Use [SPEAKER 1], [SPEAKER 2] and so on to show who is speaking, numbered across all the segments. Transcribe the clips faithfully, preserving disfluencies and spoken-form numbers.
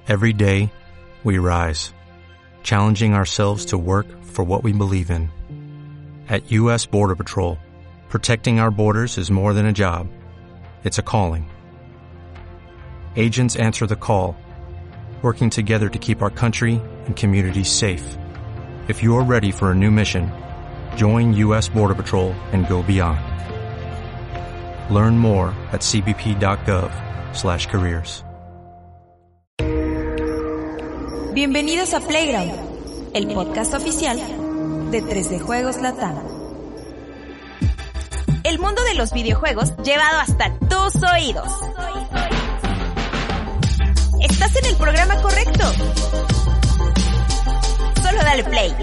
[SPEAKER 1] Every day, we rise, challenging ourselves to work for what we believe in. At U S Border Patrol, protecting our borders is more than a job. It's a calling. Agents answer the call, working together to keep our country and communities safe. If you're ready for a new mission, join U S Border Patrol and go beyond. Learn more at c b p dot gov slash careers.
[SPEAKER 2] Bienvenidos a Playground, el podcast oficial de tres D Juegos Latam. El mundo de los videojuegos llevado hasta tus oídos. Estás en el programa correcto. Solo dale play.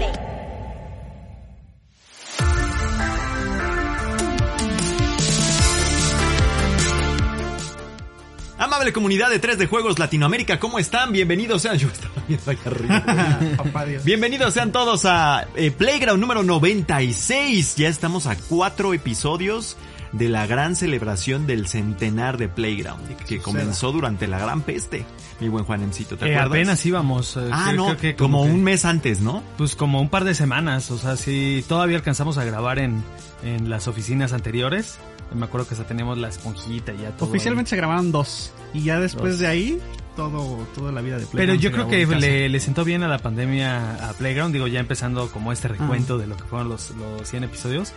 [SPEAKER 3] Amable comunidad de tres D Juegos Latinoamérica, ¿cómo están? Bienvenidos sean... Yo estaba viendo allá arriba. Papá Dios. Bienvenidos sean todos a eh, Playground número noventa y seis. Ya estamos a cuatro episodios de la gran celebración del centenar de Playground, que, que comenzó durante la Gran Peste. Mi buen Juanemcito, ¿te
[SPEAKER 4] eh,
[SPEAKER 3] acuerdas?
[SPEAKER 4] Apenas íbamos. Eh,
[SPEAKER 3] ah,
[SPEAKER 4] creo,
[SPEAKER 3] no,
[SPEAKER 4] creo que
[SPEAKER 3] como,
[SPEAKER 4] como que,
[SPEAKER 3] un mes antes, ¿no?
[SPEAKER 4] Pues como un par de semanas, o sea, sí, todavía alcanzamos a grabar en, en las oficinas anteriores. Me acuerdo que hasta teníamos la esponjita y ya todo.
[SPEAKER 5] Oficialmente ahí se grabaron dos. Y ya después dos. de ahí, todo, toda la vida de Playground.
[SPEAKER 4] Pero yo creo que le, le sentó bien a la pandemia a Playground. Digo, ya empezando como este recuento ah. de lo que fueron los, los cien episodios.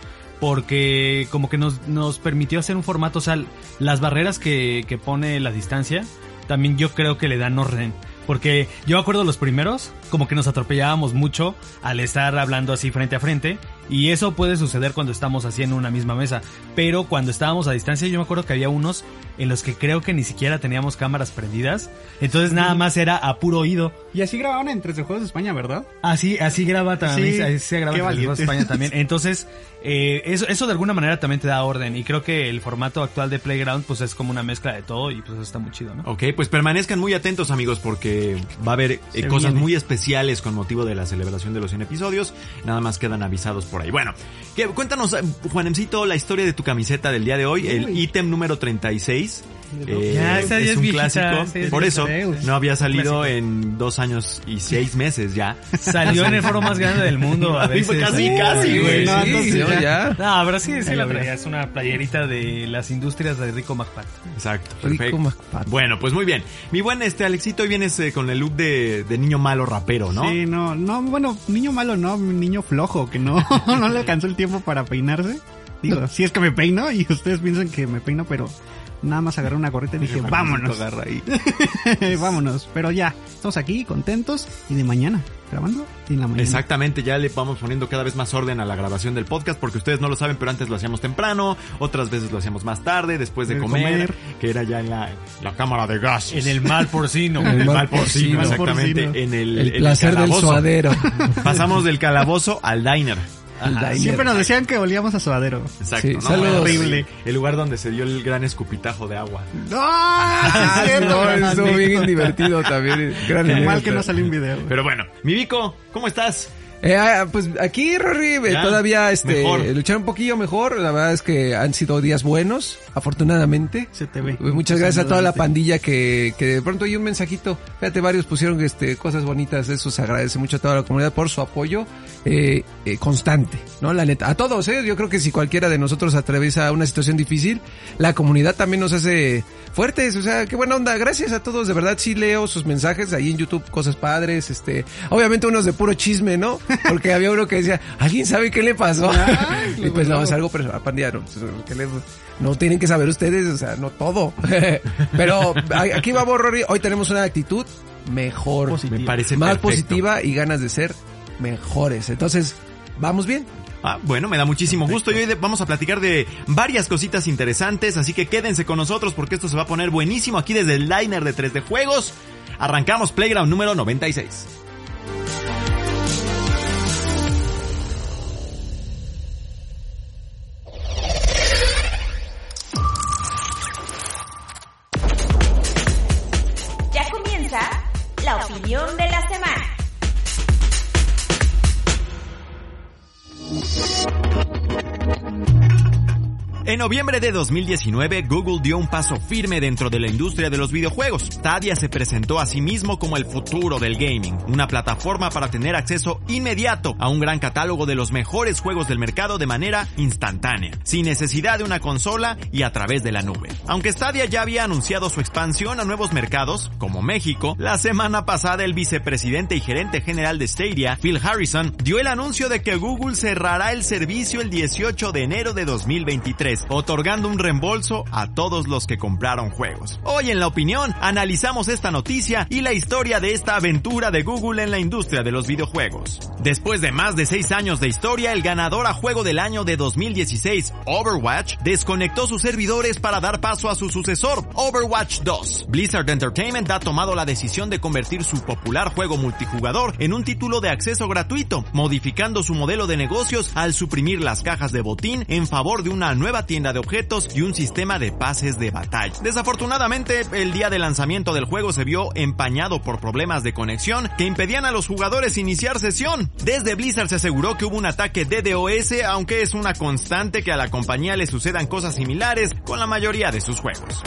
[SPEAKER 4] Porque como que nos, nos permitió hacer un formato, o sea, las barreras que, que pone la distancia, también yo creo que le dan orden. Porque yo me acuerdo los primeros, como que nos atropellábamos mucho al estar hablando así frente a frente. Y eso puede suceder cuando estamos así en una misma mesa. Pero cuando estábamos a distancia, yo me acuerdo que había unos en los que creo que ni siquiera teníamos cámaras prendidas. Entonces nada más era a puro oído.
[SPEAKER 5] Y así grababan en tres D Juegos de España, ¿verdad?
[SPEAKER 4] Así, así graba también, sí, así se graba en tres D Juegos de España también. Entonces, eh, eso, eso de alguna manera también te da orden. Y creo que el formato actual de Playground, pues es como una mezcla de todo y pues eso está muy chido, ¿no?
[SPEAKER 3] Ok, pues permanezcan muy atentos, amigos, porque va a haber eh, cosas viene. muy especiales con motivo de la celebración de los cien episodios. Nada más quedan avisados por ahí. Bueno, ¿qué? Cuéntanos, Juanemcito, la historia de tu camiseta del día de hoy, Uy. el ítem número treinta y seis. Eh,
[SPEAKER 4] ya, esta
[SPEAKER 3] es
[SPEAKER 4] ya
[SPEAKER 3] un
[SPEAKER 4] es
[SPEAKER 3] clásico,
[SPEAKER 4] viejita, sí,
[SPEAKER 3] por eso
[SPEAKER 5] Zeus.
[SPEAKER 3] no había salido en dos años y seis meses ya.
[SPEAKER 4] Salió en el foro más grande del mundo a veces.
[SPEAKER 3] Casi, casi, güey.
[SPEAKER 4] No,
[SPEAKER 5] sí, sí,
[SPEAKER 4] ya. No, pero sí, sí la traía. Es una playerita de las industrias de Rico McPat.
[SPEAKER 3] Exacto, perfecto.
[SPEAKER 4] Rico McPat.
[SPEAKER 3] Bueno, pues muy bien. Mi buen este Alexito, hoy vienes eh, con el look de, de niño malo rapero, ¿no?
[SPEAKER 5] Sí, no, no, bueno, niño malo no, niño flojo, que no, no le alcanzó el tiempo para peinarse. Digo, si es que me peino y ustedes piensan que me peino, pero nada más agarré una gorrita y dije, vámonos.
[SPEAKER 3] Ahí.
[SPEAKER 5] Vámonos. Pero ya, estamos aquí, contentos. Y de mañana, grabando y en la mañana.
[SPEAKER 3] Exactamente, ya le vamos poniendo cada vez más orden a la grabación del podcast, porque ustedes no lo saben, pero antes lo hacíamos temprano, otras veces lo hacíamos más tarde, después de, de comer, comer, que era ya en la, la cámara de gas.
[SPEAKER 4] En el mal porcino.
[SPEAKER 3] En el mal porcino, exactamente. Porcino. En el,
[SPEAKER 6] el
[SPEAKER 3] en
[SPEAKER 6] placer
[SPEAKER 3] el
[SPEAKER 6] del suadero.
[SPEAKER 3] Pasamos del calabozo al diner.
[SPEAKER 5] Ajá, siempre nos decían que olíamos a suadero.
[SPEAKER 3] Exacto,
[SPEAKER 6] sí,
[SPEAKER 3] ¿no?
[SPEAKER 6] Saludos.
[SPEAKER 3] Horrible. El lugar donde se dio el gran escupitajo de agua.
[SPEAKER 5] ¡No! Ah, sí,
[SPEAKER 6] no, estuvo bien divertido también. Gran
[SPEAKER 5] Qué mal que no salió un video.
[SPEAKER 3] Pero bueno, mi Vico, ¿cómo estás?
[SPEAKER 6] Eh, pues aquí, Rory, eh, todavía este
[SPEAKER 3] mejor.
[SPEAKER 6] luchar un poquillo mejor. La verdad es que han sido días buenos, afortunadamente.
[SPEAKER 5] Se te ve.
[SPEAKER 6] Muchas gracias a toda la pandilla que, que de pronto hay un mensajito. Fíjate, varios pusieron este cosas bonitas. Eso se agradece mucho a toda la comunidad por su apoyo eh, eh, constante, ¿no? La neta, a todos, ¿eh? Yo creo que si cualquiera de nosotros atraviesa una situación difícil, la comunidad también nos hace fuertes. O sea, qué buena onda. Gracias a todos, de verdad sí leo sus mensajes ahí en YouTube, cosas padres. Este, obviamente unos de puro chisme, ¿no? Porque había uno que decía, ¿alguien sabe qué le pasó? Ay, y pues no, es algo personal, pandilla, no, que le, no tienen que saber ustedes, o sea, no todo. Pero aquí vamos, Rory, hoy tenemos una actitud mejor,
[SPEAKER 3] positiva. Me parece
[SPEAKER 6] más
[SPEAKER 3] perfecto.
[SPEAKER 6] Positiva y ganas de ser mejores. Entonces, ¿vamos bien?
[SPEAKER 3] Ah, bueno, me da muchísimo gusto y hoy de, vamos a platicar de varias cositas interesantes, así que quédense con nosotros porque esto se va a poner buenísimo aquí desde el diner de tres D Juegos. Arrancamos Playground número noventa y seis.
[SPEAKER 2] La opinión de la semana.
[SPEAKER 3] En noviembre de dos mil diecinueve, Google dio un paso firme dentro de la industria de los videojuegos. Stadia se presentó a sí mismo como el futuro del gaming, una plataforma para tener acceso inmediato a un gran catálogo de los mejores juegos del mercado de manera instantánea, sin necesidad de una consola y a través de la nube. Aunque Stadia ya había anunciado su expansión a nuevos mercados, como México, la semana pasada el vicepresidente y gerente general de Stadia, Phil Harrison, dio el anuncio de que Google cerrará el servicio el dieciocho de enero de dos mil veintitrés, otorgando un reembolso a todos los que compraron juegos. Hoy en La Opinión analizamos esta noticia y la historia de esta aventura de Google en la industria de los videojuegos. Después de más de seis años de historia, el ganador a Juego del Año de dos mil dieciséis, Overwatch, desconectó sus servidores para dar paso a su sucesor, Overwatch dos. Blizzard Entertainment ha tomado la decisión de convertir su popular juego multijugador en un título de acceso gratuito, modificando su modelo de negocios al suprimir las cajas de botín en favor de una nueva tienda de objetos y un sistema de pases de batalla. Desafortunadamente, el día de lanzamiento del juego se vio empañado por problemas de conexión que impedían a los jugadores iniciar sesión. Desde Blizzard se aseguró que hubo un ataque de DDoS, aunque es una constante que a la compañía le sucedan cosas similares con la mayoría de sus juegos.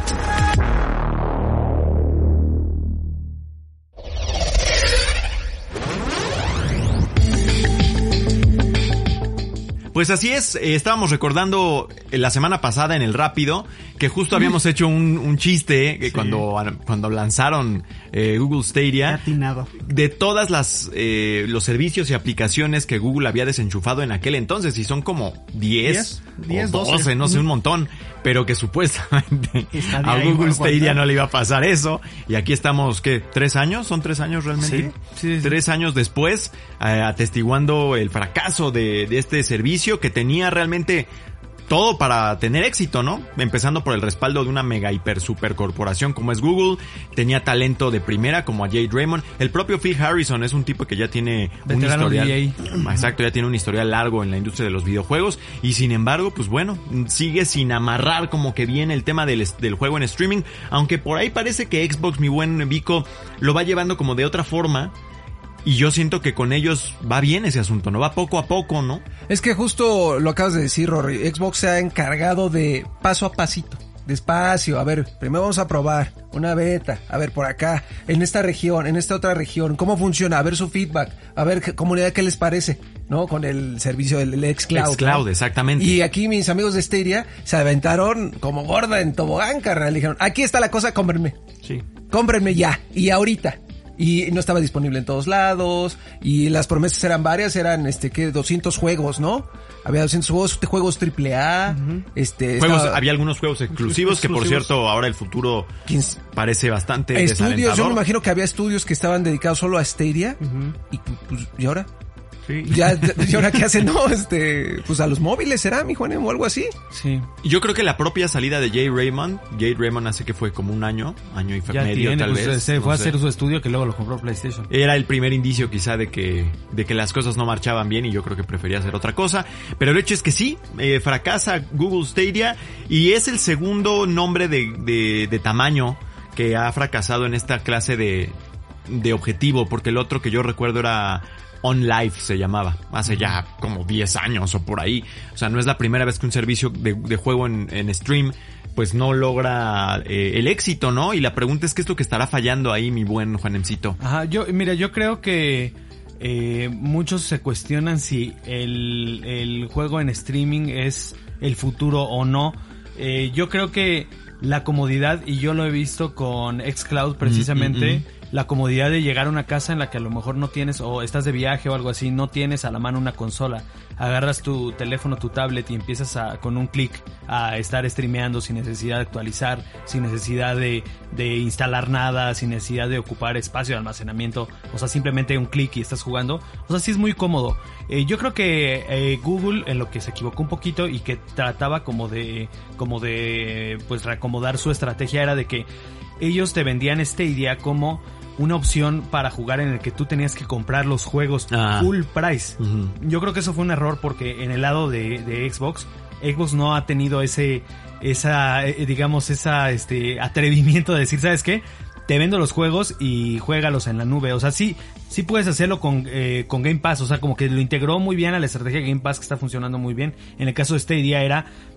[SPEAKER 3] Pues así es, eh, estábamos recordando la semana pasada en el Rápido que justo habíamos hecho un, un chiste que sí. cuando, cuando lanzaron eh, Google Stadia,
[SPEAKER 5] Atinado.
[SPEAKER 3] de todas las eh, los servicios y aplicaciones que Google había desenchufado en aquel entonces, y son como diez,
[SPEAKER 5] diez,
[SPEAKER 3] o doce, no sé, un montón, pero que supuestamente a Google Stadia no le iba a pasar eso, y aquí estamos, ¿qué? ¿Tres años? ¿Son tres años realmente?
[SPEAKER 4] Sí, sí, sí.
[SPEAKER 3] Tres años después, eh, atestiguando el fracaso de, de este servicio que tenía realmente todo para tener éxito, ¿no? Empezando por el respaldo de una mega hiper super corporación como es Google, tenía talento de primera como a Jay Raymond, el propio Phil Harrison es un tipo que ya tiene un historial, exacto, ya tiene un historial largo en la industria de los videojuegos, y sin embargo, pues bueno, sigue sin amarrar como que bien el tema del, del juego en streaming, aunque por ahí parece que Xbox, mi buen Vico, lo va llevando como de otra forma. Y yo siento que con ellos va bien ese asunto, ¿no? Va poco a poco, ¿no?
[SPEAKER 6] Es que justo lo acabas de decir, Rory. Xbox se ha encargado de paso a pasito, despacio. A ver, primero vamos a probar una beta. A ver, por acá, en esta región, en esta otra región, ¿cómo funciona? A ver su feedback. A ver, comunidad, ¿qué les parece? ¿No? Con el servicio del xCloud.
[SPEAKER 3] xCloud,
[SPEAKER 6] ¿no?
[SPEAKER 3] Exactamente.
[SPEAKER 6] Y aquí mis amigos de Stadia se aventaron como gorda en tobogán, carnal. Dijeron, aquí está la cosa, cómprenme.
[SPEAKER 3] Sí.
[SPEAKER 6] Cómprenme ya. Y ahorita. Y no estaba disponible en todos lados, y las promesas eran varias, eran este que doscientos juegos, ¿no? Había doscientos juegos, juegos triple A, uh-huh. este
[SPEAKER 3] juegos,
[SPEAKER 6] estaba...
[SPEAKER 3] había algunos juegos exclusivos, exclusivos que por cierto ahora el futuro
[SPEAKER 6] quince
[SPEAKER 3] parece bastante
[SPEAKER 6] estudios,
[SPEAKER 3] desalentador.
[SPEAKER 6] yo me imagino que había estudios que estaban dedicados solo a Stadia, uh-huh. y pues, ¿y ahora?
[SPEAKER 3] Sí.
[SPEAKER 6] Ya, ¿y ahora qué hacen? No, este, pues a los móviles será, mi Juan, o algo así.
[SPEAKER 4] Sí.
[SPEAKER 3] Yo creo que la propia salida de Jay Raymond, Jay Raymond hace que fue como un año, año y
[SPEAKER 4] ya
[SPEAKER 3] medio
[SPEAKER 4] tiene,
[SPEAKER 3] tal
[SPEAKER 4] pues,
[SPEAKER 3] vez.
[SPEAKER 4] Se
[SPEAKER 3] no
[SPEAKER 4] fue
[SPEAKER 3] sé.
[SPEAKER 4] a hacer su estudio que luego lo compró PlayStation.
[SPEAKER 3] Era el primer indicio quizá de que, de que las cosas no marchaban bien, y yo creo que prefería hacer otra cosa. Pero el hecho es que sí, eh, fracasa Google Stadia, y es el segundo nombre de, de, de tamaño que ha fracasado en esta clase de, de objetivo, porque el otro que yo recuerdo era OnLive, se llamaba, hace ya como diez años o por ahí. O sea, no es la primera vez que un servicio de, de juego en, en stream pues no logra eh, el éxito, ¿no? Y la pregunta es, ¿qué es lo que estará fallando ahí, mi buen Juanemcito?
[SPEAKER 4] Ajá, yo, mira, yo creo que eh, muchos se cuestionan si el, el juego en streaming es el futuro o no. Eh, yo creo que la comodidad, y yo lo he visto con xCloud precisamente, mm, mm, mm. la comodidad de llegar a una casa en la que a lo mejor no tienes, o estás de viaje o algo así, no tienes a la mano una consola, agarras tu teléfono, tu tablet y empiezas a, con un clic a estar streameando sin necesidad de actualizar, sin necesidad de, de instalar nada, sin necesidad de ocupar espacio de almacenamiento, o sea, simplemente un clic y estás jugando. O sea, sí es muy cómodo. Eh, yo creo que eh, Google en lo que se equivocó un poquito y que trataba como de, como de, pues reacomodar su estrategia era de que ellos te vendían Stadia como una opción para jugar en el que tú tenías que comprar los juegos ah. full price. Uh-huh. Yo creo que eso fue un error porque en el lado de, de Xbox, Xbox no ha tenido ese, esa, eh, digamos, esa, este, atrevimiento de decir, ¿sabes qué? Te vendo los juegos y juégalos en la nube. O sea, sí, sí puedes hacerlo con, eh, con Game Pass. O sea, como que lo integró muy bien a la estrategia de Game Pass, que está funcionando muy bien. En el caso de Stadia era,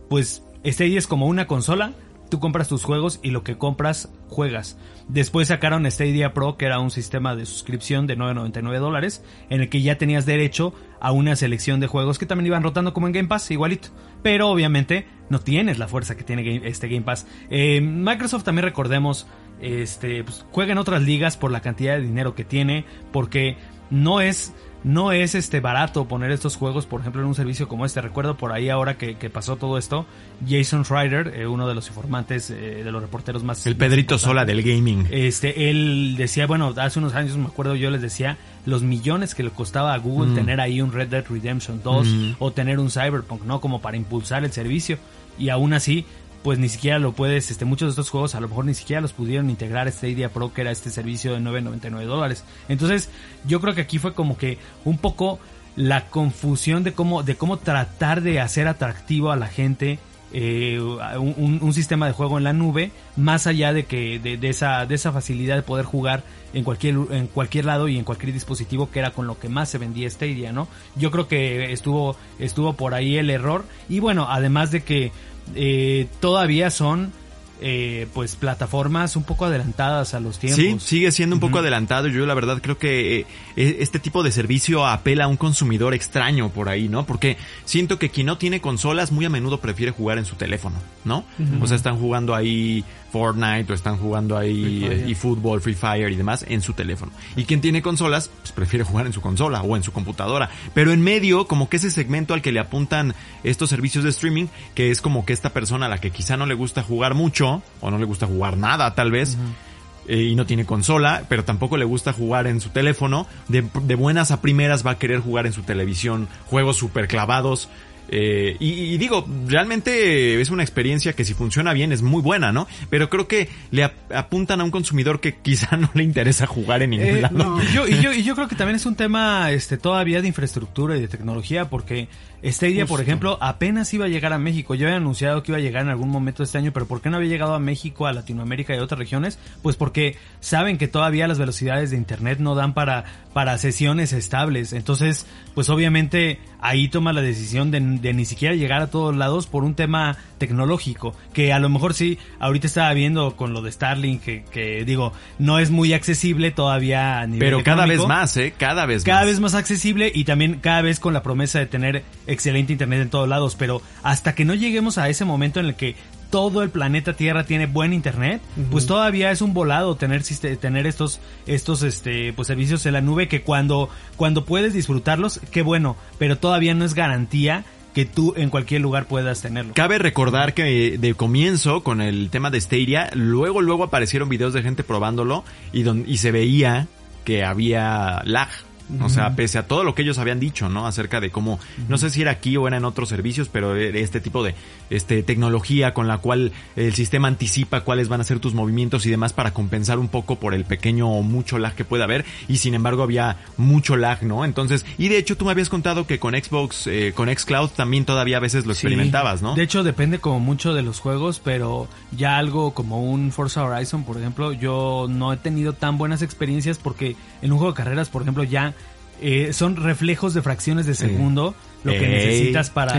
[SPEAKER 4] pues Stadia es como una consola. Tú compras tus juegos y lo que compras, juegas. Después sacaron Stadia Pro, que era un sistema de suscripción de nueve noventa y nueve dólares, en el que ya tenías derecho a una selección de juegos que también iban rotando como en Game Pass, igualito. Pero obviamente no tienes la fuerza que tiene Game, este Game Pass. Eh, Microsoft también, recordemos, este, pues, juega en otras ligas por la cantidad de dinero que tiene, porque no es... No es este barato poner estos juegos, por ejemplo, en un servicio como este. Recuerdo por ahí ahora que, que pasó todo esto, Jason Schreier, eh, uno de los informantes, eh, de los reporteros más...
[SPEAKER 3] El Pedrito Sola del gaming.
[SPEAKER 4] Este, él decía, bueno, hace unos años me acuerdo, yo les decía los millones que le costaba a Google mm. tener ahí un Red Dead Redemption dos mm. o tener un Cyberpunk, ¿no? Como para impulsar el servicio. Y aún así, pues ni siquiera lo puedes, este, muchos de estos juegos a lo mejor ni siquiera los pudieron integrar Stadia Pro, que era este servicio de nueve noventa y nueve dólares. Entonces, yo creo que aquí fue como que un poco la confusión de cómo, de cómo tratar de hacer atractivo a la gente eh, un, un sistema de juego en la nube, más allá de que, de, de esa, de esa facilidad de poder jugar en cualquier, en cualquier lado y en cualquier dispositivo, que era con lo que más se vendía Stadia, ¿no? Yo creo que estuvo, estuvo por ahí el error. Y bueno, además de que Eh, todavía son eh, pues plataformas un poco adelantadas a los tiempos.
[SPEAKER 3] Sí, sigue siendo un poco
[SPEAKER 4] uh-huh.
[SPEAKER 3] adelantado. Yo la verdad creo que eh, este tipo de servicio apela a un consumidor extraño por ahí, ¿no? Porque siento que quien no tiene consolas muy a menudo prefiere jugar en su teléfono, ¿no? Uh-huh. O sea, están jugando ahí Fortnite o están jugando ahí eh, y fútbol, Free Fire y demás en su teléfono. Y quien tiene consolas, pues prefiere jugar en su consola o en su computadora. Pero en medio, como que ese segmento al que le apuntan estos servicios de streaming, que es como que esta persona a la que quizá no le gusta jugar mucho, o no le gusta jugar nada tal vez, uh-huh. eh, y no tiene consola, pero tampoco le gusta jugar en su teléfono, de, de buenas a primeras va a querer jugar en su televisión juegos super clavados. Eh, y, y digo, realmente es una experiencia que si funciona bien es muy buena, ¿no? Pero creo que le ap- apuntan a un consumidor que quizá no le interesa jugar en ningún
[SPEAKER 4] eh,
[SPEAKER 3] lado.
[SPEAKER 4] No. Yo, y, yo, y yo creo que también es un tema este todavía de infraestructura y de tecnología, porque Stadia, Justo. por ejemplo, apenas iba a llegar a México. Yo había anunciado que iba a llegar en algún momento de este año, pero ¿por qué no había llegado a México, a Latinoamérica y a otras regiones? Pues porque saben que todavía las velocidades de internet no dan para, para sesiones estables. Entonces, pues obviamente ahí toma la decisión de, de ni siquiera llegar a todos lados por un tema tecnológico, que a lo mejor sí, ahorita estaba viendo con lo de Starlink, que, que digo, no es muy accesible todavía a nivel
[SPEAKER 3] Pero cada
[SPEAKER 4] económico.
[SPEAKER 3] vez más, ¿eh? Cada vez
[SPEAKER 4] cada
[SPEAKER 3] más.
[SPEAKER 4] vez más accesible, y también cada vez con la promesa de tener excelente internet en todos lados, pero hasta que no lleguemos a ese momento en el que todo el planeta Tierra tiene buen internet, uh-huh. pues todavía es un volado tener tener estos estos este pues servicios en la nube, que cuando cuando puedes disfrutarlos, qué bueno, pero todavía no es garantía que tú en cualquier lugar puedas tenerlo.
[SPEAKER 3] Cabe recordar que de comienzo con el tema de Stadia, luego luego aparecieron videos de gente probándolo y don, y se veía que había lag. O sea, pese a todo lo que ellos habían dicho, ¿no? Acerca de cómo, no sé si era aquí o era en otros servicios, pero este tipo de este tecnología con la cual el sistema anticipa cuáles van a ser tus movimientos y demás para compensar un poco por el pequeño o mucho lag que pueda haber, y sin embargo había mucho lag, ¿no? Entonces, y de hecho tú me habías contado que con Xbox, eh, con xCloud también todavía a veces lo experimentabas, ¿no?
[SPEAKER 4] De hecho depende como mucho de los juegos, pero ya algo como un Forza Horizon, por ejemplo, yo no he tenido tan buenas experiencias, porque en un juego de carreras, por ejemplo, ya Eh, son reflejos de fracciones de segundo, eh. lo que Ey. necesitas para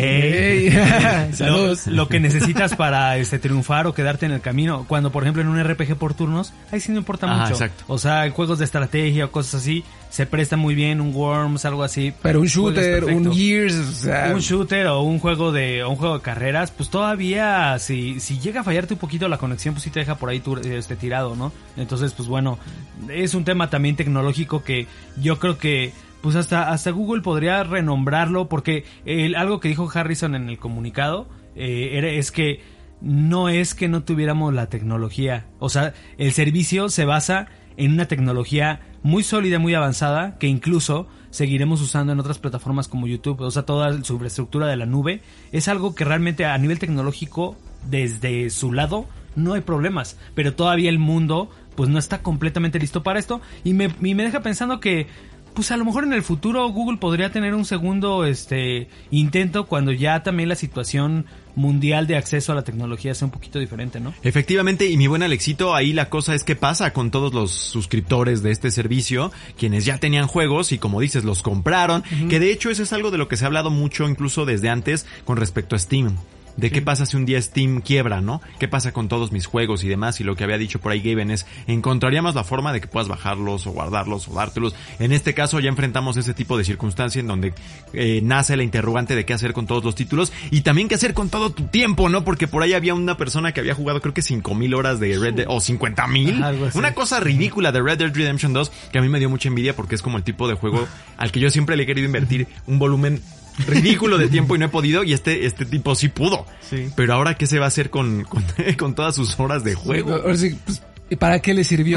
[SPEAKER 6] Ey. Ey.
[SPEAKER 4] lo, lo que necesitas para este triunfar o quedarte en el camino. Cuando por ejemplo en un R P G por turnos, ahí sí no importa
[SPEAKER 3] Ajá,
[SPEAKER 4] mucho.
[SPEAKER 3] Exacto.
[SPEAKER 4] O sea, en juegos de estrategia o cosas así se presta muy bien, un Worms, algo así.
[SPEAKER 6] Pero un shooter, un Gears, o sea,
[SPEAKER 4] un shooter o un juego de o un juego de carreras, pues todavía si si llega a fallarte un poquito la conexión, pues sí te deja por ahí tu, este tirado, ¿no? Entonces, pues bueno, es un tema también tecnológico que yo creo que pues hasta hasta Google podría renombrarlo, porque el, algo que dijo Harrison en el comunicado eh, era, es que no es que no tuviéramos la tecnología, o sea, el servicio se basa en una tecnología muy sólida, muy avanzada, que incluso seguiremos usando en otras plataformas como YouTube. O sea, toda su infraestructura de la nube es algo que realmente a nivel tecnológico, desde su lado, no hay problemas, pero todavía el mundo pues no está completamente listo para esto, y me, y me deja pensando que pues a lo mejor en el futuro Google podría tener un segundo este intento cuando ya también la situación mundial de acceso a la tecnología sea un poquito diferente, ¿no?
[SPEAKER 3] Efectivamente, y mi buen Alexito, ahí la cosa es qué pasa con todos los suscriptores de este servicio, quienes ya tenían juegos y como dices, los compraron, uh-huh. que de hecho eso es algo de lo que se ha hablado mucho incluso desde antes con respecto a Steam. de
[SPEAKER 5] Sí.
[SPEAKER 3] qué pasa si un día Steam quiebra, ¿no? ¿Qué pasa con todos mis juegos y demás? Y lo que había dicho por ahí Gaben es, encontraríamos la forma de que puedas bajarlos o guardarlos o dártelos. En este caso ya enfrentamos ese tipo de circunstancia en donde eh, nace la interrogante de qué hacer con todos los títulos y también qué hacer con todo tu tiempo, ¿no? Porque por ahí había una persona que había jugado creo que cinco mil horas de Red Dead, o cincuenta mil.
[SPEAKER 4] Algo así.
[SPEAKER 3] Una cosa ridícula de Red Dead Redemption dos que a mí me dio mucha envidia porque es como el tipo de juego al que yo siempre le he querido invertir un volumen ridículo de tiempo y no he podido, y este este tipo sí pudo.
[SPEAKER 5] Sí.
[SPEAKER 3] Pero ahora ¿qué se va a hacer con con, con todas sus horas de juego?
[SPEAKER 6] Ahora sí, pues, ¿y para qué le sirvió?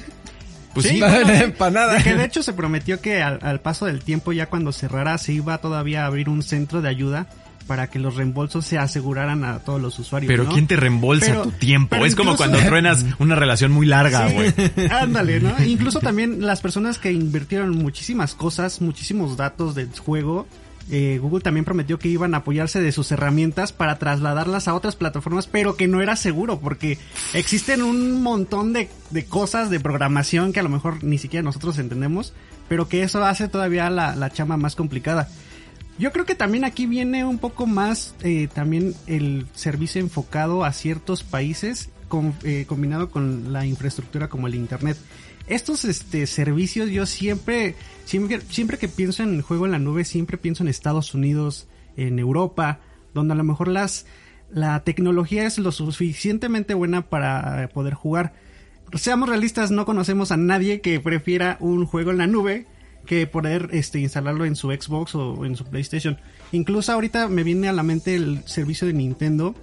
[SPEAKER 3] Pues sí,
[SPEAKER 5] Sí,
[SPEAKER 6] para, para nada.
[SPEAKER 5] De que de hecho se prometió que al, al paso del tiempo, ya cuando cerrara, se iba todavía a abrir un centro de ayuda para que los reembolsos se aseguraran a todos los usuarios.
[SPEAKER 3] pero
[SPEAKER 5] ¿no?
[SPEAKER 3] ¿quién te reembolsa
[SPEAKER 5] Pero-
[SPEAKER 3] tu tiempo?
[SPEAKER 5] pero
[SPEAKER 3] Es como
[SPEAKER 5] incluso-
[SPEAKER 3] cuando truenas una relación muy larga,
[SPEAKER 5] Sí,
[SPEAKER 3] güey.
[SPEAKER 5] ándale, ¿no? Incluso también las personas que invirtieron muchísimas cosas, muchísimos datos del juego, eh, Google también prometió que iban a apoyarse de sus herramientas para trasladarlas a otras plataformas, pero que no era seguro, porque existen un montón de, de cosas de programación que a lo mejor ni siquiera nosotros entendemos, pero que eso hace todavía la, la chamba más complicada. Yo creo que también aquí viene un poco más eh, también el servicio enfocado a ciertos países con, eh, combinado con la infraestructura como el internet. Estos este servicios yo siempre, siempre siempre que pienso en el juego en la nube siempre pienso en Estados Unidos, en Europa, donde a lo mejor las la tecnología es lo suficientemente buena para poder jugar. Seamos realistas, no conocemos a nadie que prefiera un juego en la nube que poder este instalarlo en su Xbox o en su PlayStation. Incluso ahorita me viene a la mente el servicio de Nintendo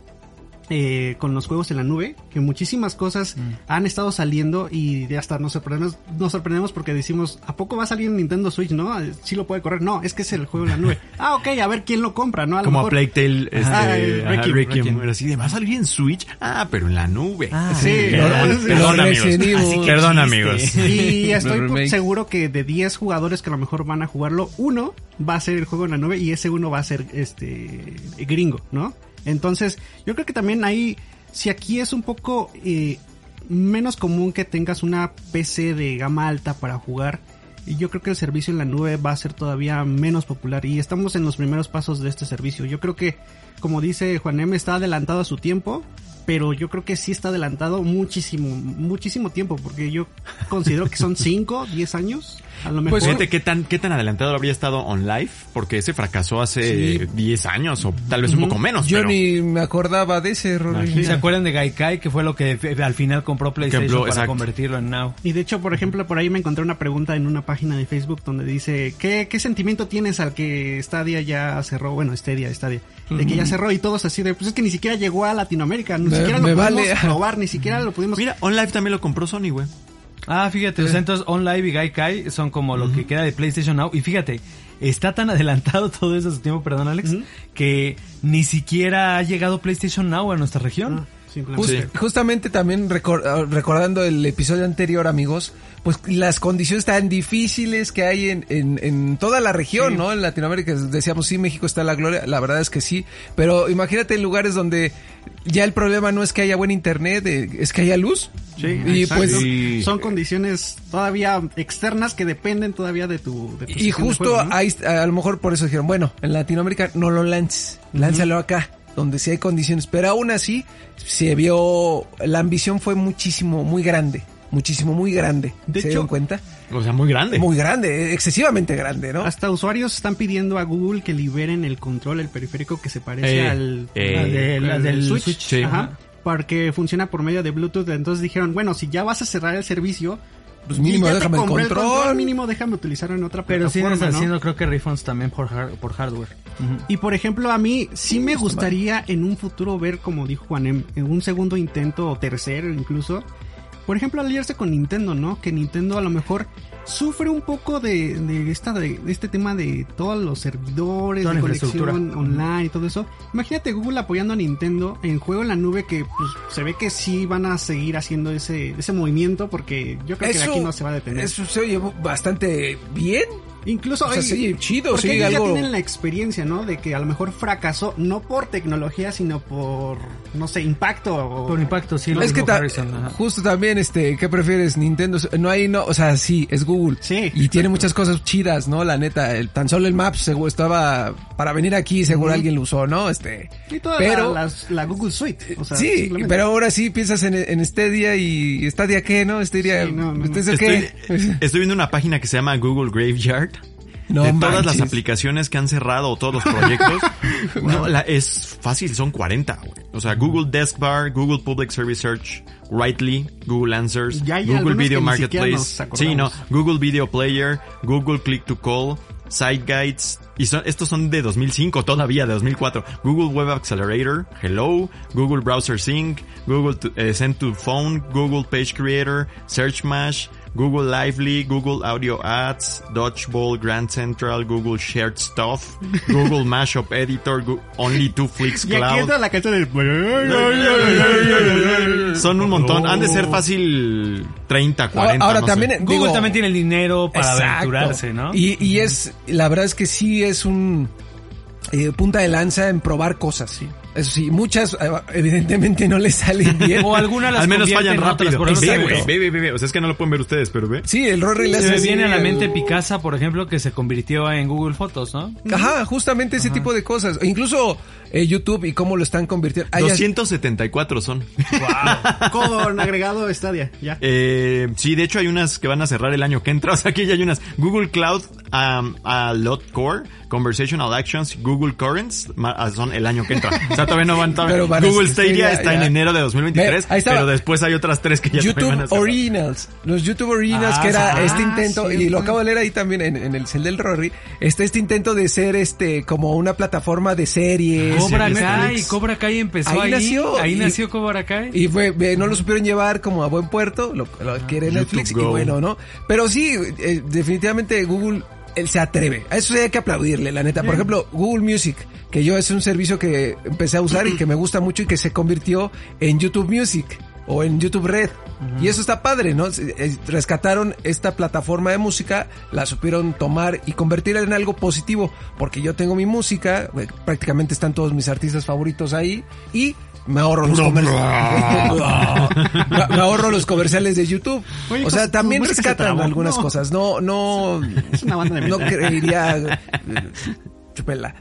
[SPEAKER 5] eh, con los juegos en la nube, que muchísimas cosas mm. han estado saliendo y ya hasta nos sorprendemos, nos sorprendemos porque decimos, ¿a poco va a salir en Nintendo Switch? ¿No? ¿Sí lo puede correr? No, es que es el juego en la nube. Ah, ok, a ver quién lo compra, ¿no? A lo
[SPEAKER 3] Como
[SPEAKER 5] mejor...
[SPEAKER 3] a Plague Tale, este,
[SPEAKER 5] Ah, eh,
[SPEAKER 3] ajá,
[SPEAKER 5] Requiem,
[SPEAKER 3] Requiem.
[SPEAKER 5] Requiem.
[SPEAKER 3] Pero así de, ¿va a salir en Switch? Ah, pero en la nube.
[SPEAKER 4] Ah,
[SPEAKER 5] sí,
[SPEAKER 3] Perdón,
[SPEAKER 5] sí.
[SPEAKER 3] perdón,
[SPEAKER 6] Los
[SPEAKER 3] amigos.
[SPEAKER 6] Resident Evil.
[SPEAKER 3] Así que perdón, amigos.
[SPEAKER 5] Y estoy
[SPEAKER 6] Los remakes.
[SPEAKER 5] seguro que de diez jugadores que a lo mejor van a jugarlo, uno va a ser el juego en la nube y ese uno va a ser este gringo, ¿no? Entonces, yo creo que también ahí, si aquí es un poco eh, menos común que tengas una P C de gama alta para jugar, y yo creo que el servicio en la nube va a ser todavía menos popular y estamos en los primeros pasos de este servicio. Yo creo que, como dice Juan M, está adelantado a su tiempo, pero yo creo que sí está adelantado muchísimo, muchísimo tiempo, porque yo considero que son cinco, diez años, a lo mejor.
[SPEAKER 3] Pues fíjate qué tan, qué tan adelantado habría estado OnLive, porque ese fracasó hace
[SPEAKER 6] Sí.
[SPEAKER 3] diez años, o tal vez un poco menos,
[SPEAKER 6] Yo
[SPEAKER 3] pero...
[SPEAKER 6] ni me acordaba de ese error.
[SPEAKER 3] Imagínate.
[SPEAKER 4] ¿Se acuerdan de Gaikai? Que fue lo que f- al final compró PlayStation
[SPEAKER 3] Ejemplo,
[SPEAKER 4] para
[SPEAKER 3] exacto.
[SPEAKER 4] convertirlo en Now.
[SPEAKER 5] Y de hecho, por ejemplo, por ahí me encontré una pregunta en una página de Facebook donde dice, ¿qué, qué sentimiento tienes al que Stadia ya cerró? Bueno, Stadia, Stadia. De que ya cerró y todos así de, pues es que ni siquiera llegó a Latinoamérica, ni
[SPEAKER 6] Me-
[SPEAKER 5] siquiera
[SPEAKER 6] me
[SPEAKER 5] lo pudimos
[SPEAKER 6] vale.
[SPEAKER 5] probar, ni siquiera lo pudimos...
[SPEAKER 3] Mira, OnLive también lo compró Sony, güey.
[SPEAKER 4] Ah, fíjate, o sea, entonces OnLive y Gaikai son como lo que queda de PlayStation Now. Y fíjate, está tan adelantado todo eso a su tiempo, perdón Alex,
[SPEAKER 5] Ujú.
[SPEAKER 4] que ni siquiera ha llegado PlayStation Now a nuestra región.
[SPEAKER 5] Ah, simplemente.
[SPEAKER 6] Just- Justamente también recor- recordando el episodio anterior, amigos, pues las condiciones tan difíciles que hay en, en, en toda la región,
[SPEAKER 5] Sí.
[SPEAKER 6] ¿no? En Latinoamérica decíamos, sí, México está en la gloria, la verdad es que sí, pero imagínate en lugares donde ya el problema no es que haya buen internet, eh, es que haya luz.
[SPEAKER 5] Sí,
[SPEAKER 6] y
[SPEAKER 5] exacto.
[SPEAKER 6] pues
[SPEAKER 3] Sí.
[SPEAKER 5] Son condiciones todavía externas que dependen todavía de tu... De tu
[SPEAKER 6] y
[SPEAKER 5] sistema de
[SPEAKER 6] justo
[SPEAKER 5] juego, ¿no?
[SPEAKER 6] ahí, a lo mejor por eso dijeron, bueno, en Latinoamérica no lo lances, lánzalo acá, donde sí hay condiciones, pero aún así se vio, la ambición fue muchísimo, muy grande, muchísimo, muy grande.
[SPEAKER 5] De
[SPEAKER 6] ¿Se
[SPEAKER 5] hecho-
[SPEAKER 6] dieron cuenta?
[SPEAKER 3] O sea, muy grande.
[SPEAKER 6] Muy grande, excesivamente grande, ¿no?
[SPEAKER 5] Hasta usuarios están pidiendo a Google que liberen el control, el periférico que se parece
[SPEAKER 3] Eh,
[SPEAKER 5] al,
[SPEAKER 3] eh,
[SPEAKER 5] al del, al del Switch,
[SPEAKER 3] Switch, sí.
[SPEAKER 5] ajá, porque funciona por medio de Bluetooth. Entonces dijeron, bueno, si ya vas a cerrar el servicio,
[SPEAKER 6] Pues mínimo
[SPEAKER 5] y ya te
[SPEAKER 6] déjame el
[SPEAKER 5] compré
[SPEAKER 6] control.
[SPEAKER 5] mínimo déjame utilizarlo en otra
[SPEAKER 4] Pero siguen
[SPEAKER 5] plataforma, ¿no?
[SPEAKER 4] haciendo creo que refunds también por, har- por hardware. Ujú.
[SPEAKER 5] Y por ejemplo, a mí sí me gustaría en un futuro ver, como dijo Juanem, en un segundo intento o tercero incluso, por ejemplo, aliarse con Nintendo, ¿no? Que Nintendo a lo mejor sufre un poco de, de esta de, de este tema de todos los servidores,
[SPEAKER 4] Toda
[SPEAKER 5] de
[SPEAKER 4] la infraestructura.
[SPEAKER 5] conexión online y todo eso. Imagínate Google apoyando a Nintendo en juego en la nube, que pues se ve que sí van a seguir haciendo ese ese movimiento, porque yo creo que de aquí no se va a detener.
[SPEAKER 6] Eso se oye bastante bien.
[SPEAKER 5] Incluso
[SPEAKER 6] O sea,
[SPEAKER 5] oye,
[SPEAKER 6] sí, chido,
[SPEAKER 5] porque
[SPEAKER 6] sí,
[SPEAKER 5] ellos
[SPEAKER 6] algo-
[SPEAKER 5] ya tienen la experiencia, ¿no? De que a lo mejor fracasó no por tecnología, sino por, no sé, impacto. O...
[SPEAKER 4] Por impacto, sí. lo
[SPEAKER 6] Es que
[SPEAKER 4] dijo
[SPEAKER 6] ta-
[SPEAKER 4] Harrison, ajá.
[SPEAKER 6] justo también, este, ¿qué prefieres? Nintendo, no hay, no, o sea, sí, es Google.
[SPEAKER 5] Sí,
[SPEAKER 6] Y
[SPEAKER 5] exacto.
[SPEAKER 6] tiene muchas cosas chidas, ¿no? La neta, el, tan solo el Maps seguro estaba para venir aquí, seguro uh-huh. alguien lo usó, ¿no? Este,
[SPEAKER 5] y toda
[SPEAKER 6] pero,
[SPEAKER 5] la, la, la Google Suite. O sea,
[SPEAKER 6] sí, pero ahora sí piensas en, en Stadia y Stadia qué, ¿no? Stadia,
[SPEAKER 5] sí, no, no, no.
[SPEAKER 6] ¿Estoy,
[SPEAKER 3] qué? Estoy viendo una página que se llama Google Graveyard. No de manches. Todas las aplicaciones que han cerrado, todos los proyectos, no, la, es fácil, son cuarenta, güey. O sea, Google Desk Bar, Google Public Service Search, Writely, Google Answers, Google Video Marketplace, sí, no, Google Video Player, Google Click to Call, Site Guides, y son, estos son de dos mil cinco todavía, de dos mil cuatro. Google Web Accelerator, Hello, Google Browser Sync, Google to, eh, Send to Phone, Google Page Creator, Search Mash, Google Lively, Google Audio Ads, Dodgeball, Grand Central, Google Shared Stuff, Google Mashup Editor, Go- Only Two Flicks Cloud.
[SPEAKER 5] Y aquí entra la canción del...
[SPEAKER 3] Son un montón. Han de ser fácil treinta, cuarenta.
[SPEAKER 6] Ahora
[SPEAKER 3] no
[SPEAKER 6] también...
[SPEAKER 3] sé.
[SPEAKER 4] Google
[SPEAKER 6] digo,
[SPEAKER 4] también tiene el dinero para
[SPEAKER 6] exacto.
[SPEAKER 4] aventurarse, ¿no?
[SPEAKER 6] Y, y es... La verdad es que sí es un... Eh, punta de lanza en probar cosas, sí. Eso sí, muchas evidentemente no les salen bien.
[SPEAKER 4] O algunas las
[SPEAKER 3] al menos fallan rápido.
[SPEAKER 4] Por
[SPEAKER 3] ve, ve, ve, ve, ve. O sea, es que no lo pueden ver ustedes, pero ve.
[SPEAKER 6] Sí, el Rory
[SPEAKER 4] Se
[SPEAKER 6] le
[SPEAKER 4] me viene
[SPEAKER 6] así,
[SPEAKER 4] a la
[SPEAKER 6] el...
[SPEAKER 4] mente Picasa, por ejemplo, que se convirtió en Google Fotos, ¿no?
[SPEAKER 6] Ajá, justamente ese Ajá. tipo de cosas. Incluso eh, YouTube y cómo lo están convirtiendo. Ay,
[SPEAKER 3] doscientos setenta y cuatro son.
[SPEAKER 5] Wow. Con agregado Stadia, ya.
[SPEAKER 3] Eh, sí, de hecho hay unas que van a cerrar el año que entra. O sea, aquí ya hay unas. Google Cloud um, a Lot Core, Conversational Actions, Google Currents, son el año que entra. O sea, todavía no van todavía. Google Stadia ya, está ya. en enero de dos mil veintitrés, Ve, pero después hay otras tres que ya
[SPEAKER 6] YouTube
[SPEAKER 3] van a cerrar.
[SPEAKER 6] Originals, los YouTube Originals, ah, que era ah, este intento, sí, y lo acabo de leer ahí también en, en el cel del Rory, este, este intento de ser este como una plataforma de series.
[SPEAKER 4] Cobra Kai, Cobra Kai empezó ahí. Ahí nació. Ahí y, nació Cobra Kai.
[SPEAKER 6] Y fue, no lo supieron llevar como a buen puerto, lo, lo quiere ah, Netflix, y bueno, ¿no? Pero sí, eh, definitivamente Google... él se atreve. A eso sí hay que aplaudirle, la neta. Por ejemplo, Google Music, que yo es un servicio que empecé a usar y que me gusta mucho y que se convirtió en YouTube Music o en YouTube Red. Uh-huh. Y eso está padre, ¿no? Rescataron esta plataforma de música, la supieron tomar y convertirla en algo positivo, porque yo tengo mi música, prácticamente están todos mis artistas favoritos ahí y me ahorro los comerciales. me, me ahorro los comerciales de YouTube. Oye, o sea, también rescatan algunas no. cosas. No, no,
[SPEAKER 5] es una banda de
[SPEAKER 6] no creería. Chupela.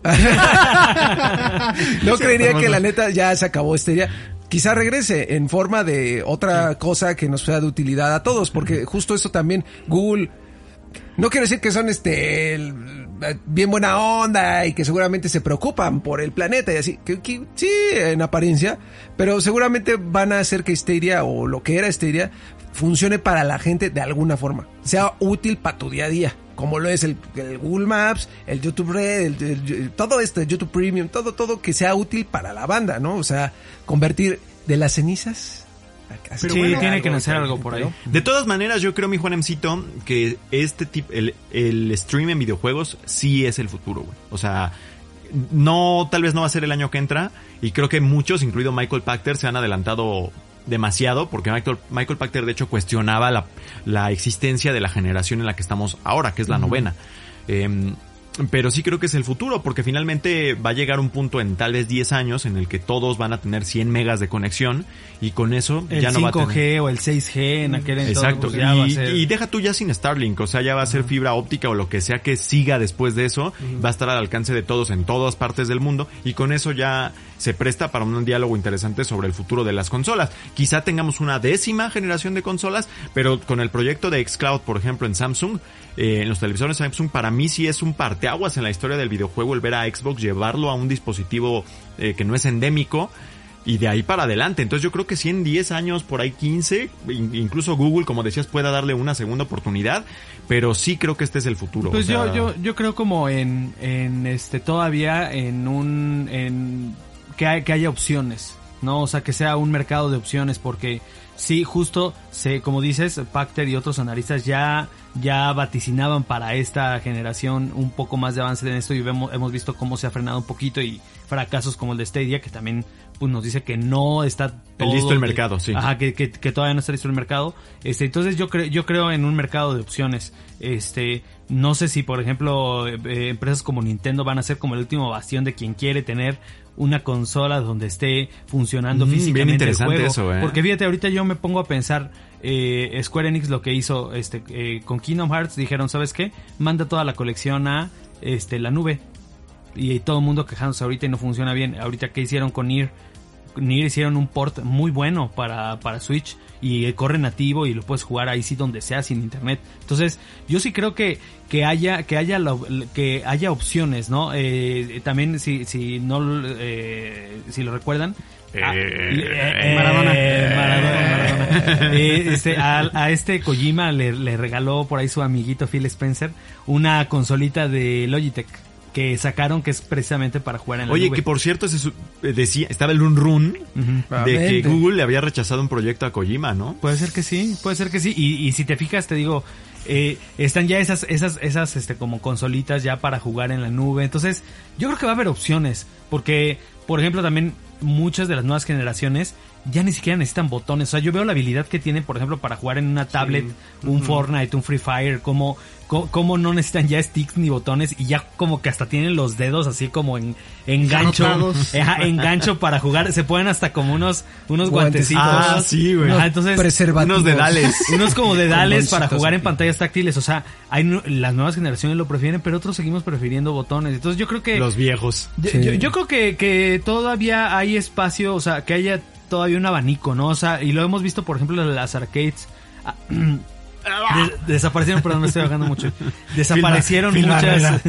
[SPEAKER 6] no sí, creería que la neta ya se acabó este día. Quizá regrese en forma de otra cosa que nos sea de utilidad a todos, porque justo eso también Google. No quiero decir que son este el, bien buena onda y que seguramente se preocupan por el planeta y así, que, que sí, en apariencia, pero seguramente van a hacer que Stadia o lo que era Stadia funcione para la gente de alguna forma, sea útil para tu día a día, como lo es el, el Google Maps, el YouTube Red, el, el, el, todo esto, el YouTube Premium, todo, todo que sea útil para la banda, ¿no? O sea, convertir de las cenizas.
[SPEAKER 4] Pero sí, bueno, tiene algo, que nacer algo por ahí.
[SPEAKER 3] De todas maneras, yo creo, mi Juanemcito, que este tipo, el, el stream en videojuegos sí es el futuro, güey. O sea, no, tal vez no va a ser el año que entra, y creo que muchos, incluido Michael Pachter, se han adelantado demasiado, porque Michael, Michael Pachter de hecho cuestionaba la, la existencia de la generación en la que estamos ahora, que es la uh-huh. novena. Eh, Pero sí creo que es el futuro, porque finalmente va a llegar un punto en tal vez diez años en el que todos van a tener cien megas de conexión y con eso
[SPEAKER 4] el
[SPEAKER 3] ya no va a tener...
[SPEAKER 4] El cinco G o el seis G en aquel entonces.
[SPEAKER 3] Exacto,
[SPEAKER 4] pues ya
[SPEAKER 3] y,
[SPEAKER 4] va a ser...
[SPEAKER 3] y deja tú ya sin Starlink, o sea, ya va a ser fibra óptica o lo que sea que siga después de eso, uh-huh. va a estar al alcance de todos en todas partes del mundo y con eso ya se presta para un diálogo interesante sobre el futuro de las consolas. Quizá tengamos una décima generación de consolas, pero con el proyecto de xCloud, por ejemplo, en Samsung, eh, en los televisores Samsung, para mí sí es un parteaguas en la historia del videojuego el ver a Xbox llevarlo a un dispositivo eh, que no es endémico y de ahí para adelante. Entonces yo creo que si en diez años, por ahí quince, incluso Google, como decías, pueda darle una segunda oportunidad, pero sí creo que este es el futuro.
[SPEAKER 4] Pues
[SPEAKER 3] o sea...
[SPEAKER 4] yo, yo, yo creo como en, en este, todavía en un, en, que, hay, que haya opciones, ¿no? O sea, que sea un mercado de opciones, porque sí, justo, se, como dices, Pachter y otros analistas ya, ya vaticinaban para esta generación un poco más de avance en esto y vemos, hemos visto cómo se ha frenado un poquito y fracasos como el de Stadia, que también pues nos dice que no está todo
[SPEAKER 3] listo el mercado,
[SPEAKER 4] que,
[SPEAKER 3] sí.
[SPEAKER 4] Ajá, que, que, que todavía no está listo el mercado. Este, entonces yo creo, yo creo en un mercado de opciones. Este, no sé si, por ejemplo, eh, empresas como Nintendo van a ser como el último bastión de quien quiere tener una consola donde esté funcionando mm, físicamente bien
[SPEAKER 3] interesante
[SPEAKER 4] el juego.
[SPEAKER 3] Eso, ¿eh?
[SPEAKER 4] Porque fíjate, ahorita yo me pongo a pensar, eh, Square Enix lo que hizo este eh, con Kingdom Hearts, dijeron, ¿sabes qué? Manda toda la colección a este la nube. y todo el mundo quejándose ahorita y no funciona bien. Ahorita que hicieron con Nier, Nier hicieron un port muy bueno para, para Switch y corre nativo y lo puedes jugar ahí sí donde sea sin internet. Entonces yo sí creo que que haya que haya lo, que haya opciones, ¿no? Eh, también si si no eh, si lo recuerdan.
[SPEAKER 3] Eh,
[SPEAKER 4] Ah,
[SPEAKER 3] eh,
[SPEAKER 4] eh,
[SPEAKER 5] Maradona.
[SPEAKER 4] eh, Maradona, Maradona. Eh, este, a, a este Kojima le, le regaló por ahí su amiguito Phil Spencer una consolita de Logitech que sacaron, que es precisamente para jugar en la
[SPEAKER 3] Oye,
[SPEAKER 4] nube.
[SPEAKER 3] que por cierto ese su- eh, decía, estaba el run run
[SPEAKER 4] Ujú.
[SPEAKER 3] de que
[SPEAKER 6] Vente.
[SPEAKER 3] Google le había rechazado un proyecto a Kojima, ¿no?
[SPEAKER 4] Puede ser que sí, puede ser que sí. Y, y si te fijas, te digo, eh, están ya esas, esas, esas, este, como consolitas ya para jugar en la nube. Entonces, yo creo que va a haber opciones. Porque, por ejemplo, también muchas de las nuevas generaciones ya ni siquiera necesitan botones. O sea, yo veo la habilidad que tienen, por ejemplo, para jugar en una tablet, un uh-huh. Fortnite, un Free Fire, como, como no necesitan ya sticks ni botones y ya como que hasta tienen los dedos así como en, en gancho, ajá, en gancho para jugar. Se pueden hasta como unos, unos guantecitos.
[SPEAKER 3] Ah, sí, güey.
[SPEAKER 4] Ajá, entonces,
[SPEAKER 6] preservativos.
[SPEAKER 3] Unos dedales.
[SPEAKER 4] unos como dedales para jugar en
[SPEAKER 6] aquí.
[SPEAKER 4] pantallas táctiles. O sea, hay nu- las nuevas generaciones lo prefieren, pero otros seguimos prefiriendo botones. Entonces yo creo que...
[SPEAKER 3] Los viejos.
[SPEAKER 4] Yo,
[SPEAKER 6] Sí.
[SPEAKER 4] yo, yo creo que, que todavía hay espacio, o sea, que haya todavía un abanico, ¿no? O sea, y lo hemos visto, por ejemplo, en las arcades. Ah, de- desaparecieron, perdón, me estoy bajando mucho. Desaparecieron
[SPEAKER 3] Filma-
[SPEAKER 4] muchas...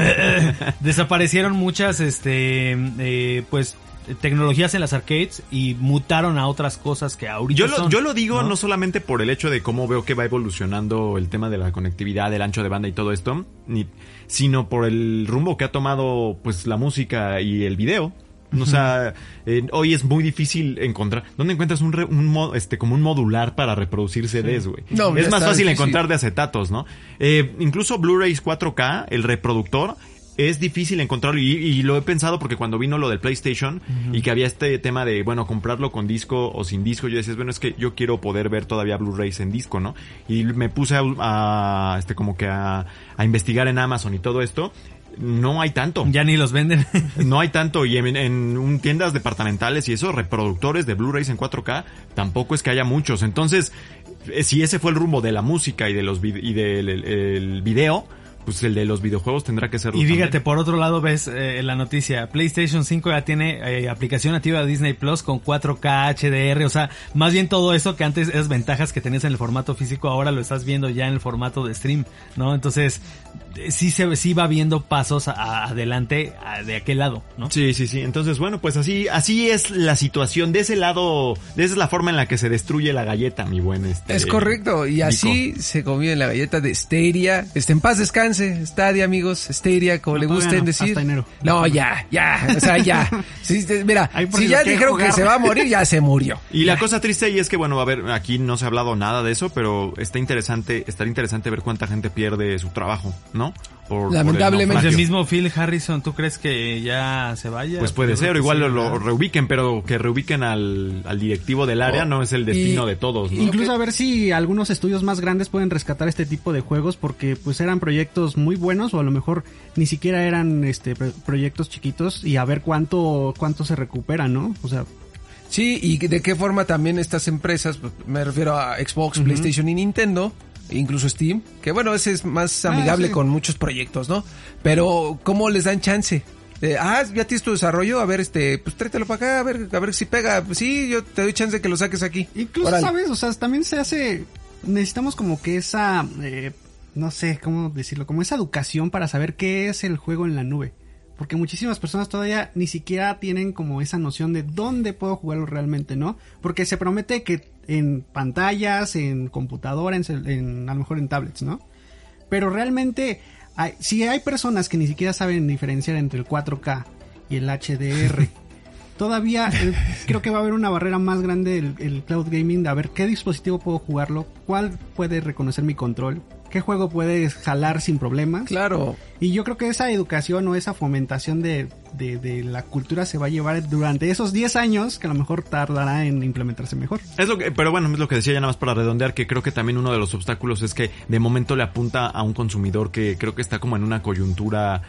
[SPEAKER 4] desaparecieron muchas, este, eh, pues... tecnologías en las arcades y mutaron a otras cosas que ahorita
[SPEAKER 3] Yo lo,
[SPEAKER 4] son,
[SPEAKER 3] yo lo digo
[SPEAKER 4] ¿no?
[SPEAKER 3] no solamente por el hecho de cómo veo que va evolucionando el tema de la conectividad, el ancho de banda y todo esto, ni, sino por el rumbo que ha tomado pues la música y el video. O sea, eh, hoy es muy difícil encontrar. ¿Dónde encuentras un, re, un mo, este como un modular para reproducir C Ds, güey?
[SPEAKER 6] No,
[SPEAKER 3] es
[SPEAKER 6] ya
[SPEAKER 3] más
[SPEAKER 6] está
[SPEAKER 3] fácil
[SPEAKER 6] difícil.
[SPEAKER 3] encontrar de acetatos, ¿no? Eh, incluso Blu-rays cuatro K, el reproductor, es difícil encontrarlo y, y lo he pensado porque cuando vino lo del PlayStation uh-huh. y que había este tema de, bueno, comprarlo con disco o sin disco, yo decía, bueno, es que yo quiero poder ver todavía Blu-rays en disco, ¿no? Y me puse a, a este como que a, a investigar en Amazon y todo esto. No hay tanto.
[SPEAKER 4] Ya ni los venden.
[SPEAKER 3] No hay tanto. Y en, en un, tiendas departamentales y eso, reproductores de Blu-rays en cuatro K, tampoco es que haya muchos. Entonces, si ese fue el rumbo de la música y de los y del el, el video, pues el de los videojuegos tendrá que ser.
[SPEAKER 4] Y fíjate, por otro lado ves eh, la noticia, PlayStation cinco ya tiene eh, aplicación nativa de Disney Plus con cuatro K H D R, o sea, más bien todo eso que antes esas ventajas que tenías en el formato físico, ahora lo estás viendo ya en el formato de stream, ¿no? Entonces, eh, sí se sí va viendo pasos a, a, adelante a, de aquel lado, ¿no?
[SPEAKER 3] Sí, sí, sí. Entonces, bueno, pues así así es la situación de ese lado, de esa es la forma en la que se destruye la galleta, mi buen este.
[SPEAKER 6] Es correcto, y así
[SPEAKER 3] Nico.
[SPEAKER 6] se come la galleta de Stadia. Este, en paz descanse, Stadia, amigos, Stadia, como
[SPEAKER 5] No,
[SPEAKER 6] le gusten
[SPEAKER 5] no,
[SPEAKER 6] decir.
[SPEAKER 5] hasta enero.
[SPEAKER 6] No, ya, ya, o sea, ya. Sí, sí, mira,
[SPEAKER 5] Ay, por
[SPEAKER 6] si
[SPEAKER 5] si
[SPEAKER 6] ya
[SPEAKER 5] lo quiere
[SPEAKER 6] dijeron
[SPEAKER 5] jugar.
[SPEAKER 6] que se va a morir, ya se murió.
[SPEAKER 3] Y la cosa triste ahí es que, bueno, a ver, aquí no se ha hablado nada de eso, pero está interesante, estaría interesante ver cuánta gente pierde su trabajo, ¿no? Por, por el
[SPEAKER 6] Lamentablemente.
[SPEAKER 4] Pues el
[SPEAKER 3] naufragio.
[SPEAKER 4] mismo Phil Harrison, ¿tú crees que ya se vaya?
[SPEAKER 3] Pues puede
[SPEAKER 4] Yo
[SPEAKER 3] ser,
[SPEAKER 4] creo que
[SPEAKER 3] igual
[SPEAKER 4] sí,
[SPEAKER 3] lo, lo
[SPEAKER 4] ¿verdad?
[SPEAKER 3] reubiquen, pero que reubiquen al, al directivo del área
[SPEAKER 6] Oh,
[SPEAKER 3] no es el destino
[SPEAKER 6] y-
[SPEAKER 3] de todos, ¿no?
[SPEAKER 5] Incluso a ver si algunos estudios más grandes pueden rescatar este tipo de juegos porque pues eran proyectos muy buenos o a lo mejor ni siquiera eran este pro- proyectos chiquitos y a ver cuánto cuánto se recupera, ¿no? O sea,
[SPEAKER 6] Sí, y de qué forma también estas empresas, pues, me refiero a Xbox,
[SPEAKER 5] Ujú.
[SPEAKER 6] PlayStation y Nintendo, incluso Steam, que bueno, ese es más amigable
[SPEAKER 5] sí.
[SPEAKER 6] con muchos proyectos, ¿no? Pero, ¿cómo les dan chance? Eh, ah, ya tienes tu desarrollo, a ver, este, pues tráetelo para acá, a ver, a ver si pega. Pues sí, yo te doy chance de que lo saques aquí.
[SPEAKER 5] incluso
[SPEAKER 6] Órale.
[SPEAKER 5] sabes, o sea, también se hace necesitamos como que esa eh, no sé cómo decirlo, como esa educación para saber qué es el juego en la nube. Porque muchísimas personas todavía ni siquiera tienen como esa noción de dónde puedo jugarlo realmente, ¿no? Porque se promete que en pantallas, en computadora, en, cel- en a lo mejor en tablets, ¿no? Pero realmente, hay, si hay personas que ni siquiera saben diferenciar entre el cuatro K y el H D R, todavía eh, creo que va a haber una barrera más grande el, el cloud gaming de a ver qué dispositivo puedo jugarlo, cuál puede reconocer mi control, qué juego puedes jalar sin problemas.
[SPEAKER 6] Claro.
[SPEAKER 5] Y yo creo que esa educación o esa fomentación de, de, de la cultura se va a llevar durante esos diez años que a lo mejor tardará en implementarse mejor.
[SPEAKER 3] Es lo que, pero bueno, es lo que decía ya nada más para redondear, que creo que también uno de los obstáculos es que de momento le apunta a un consumidor que creo que está como en una coyuntura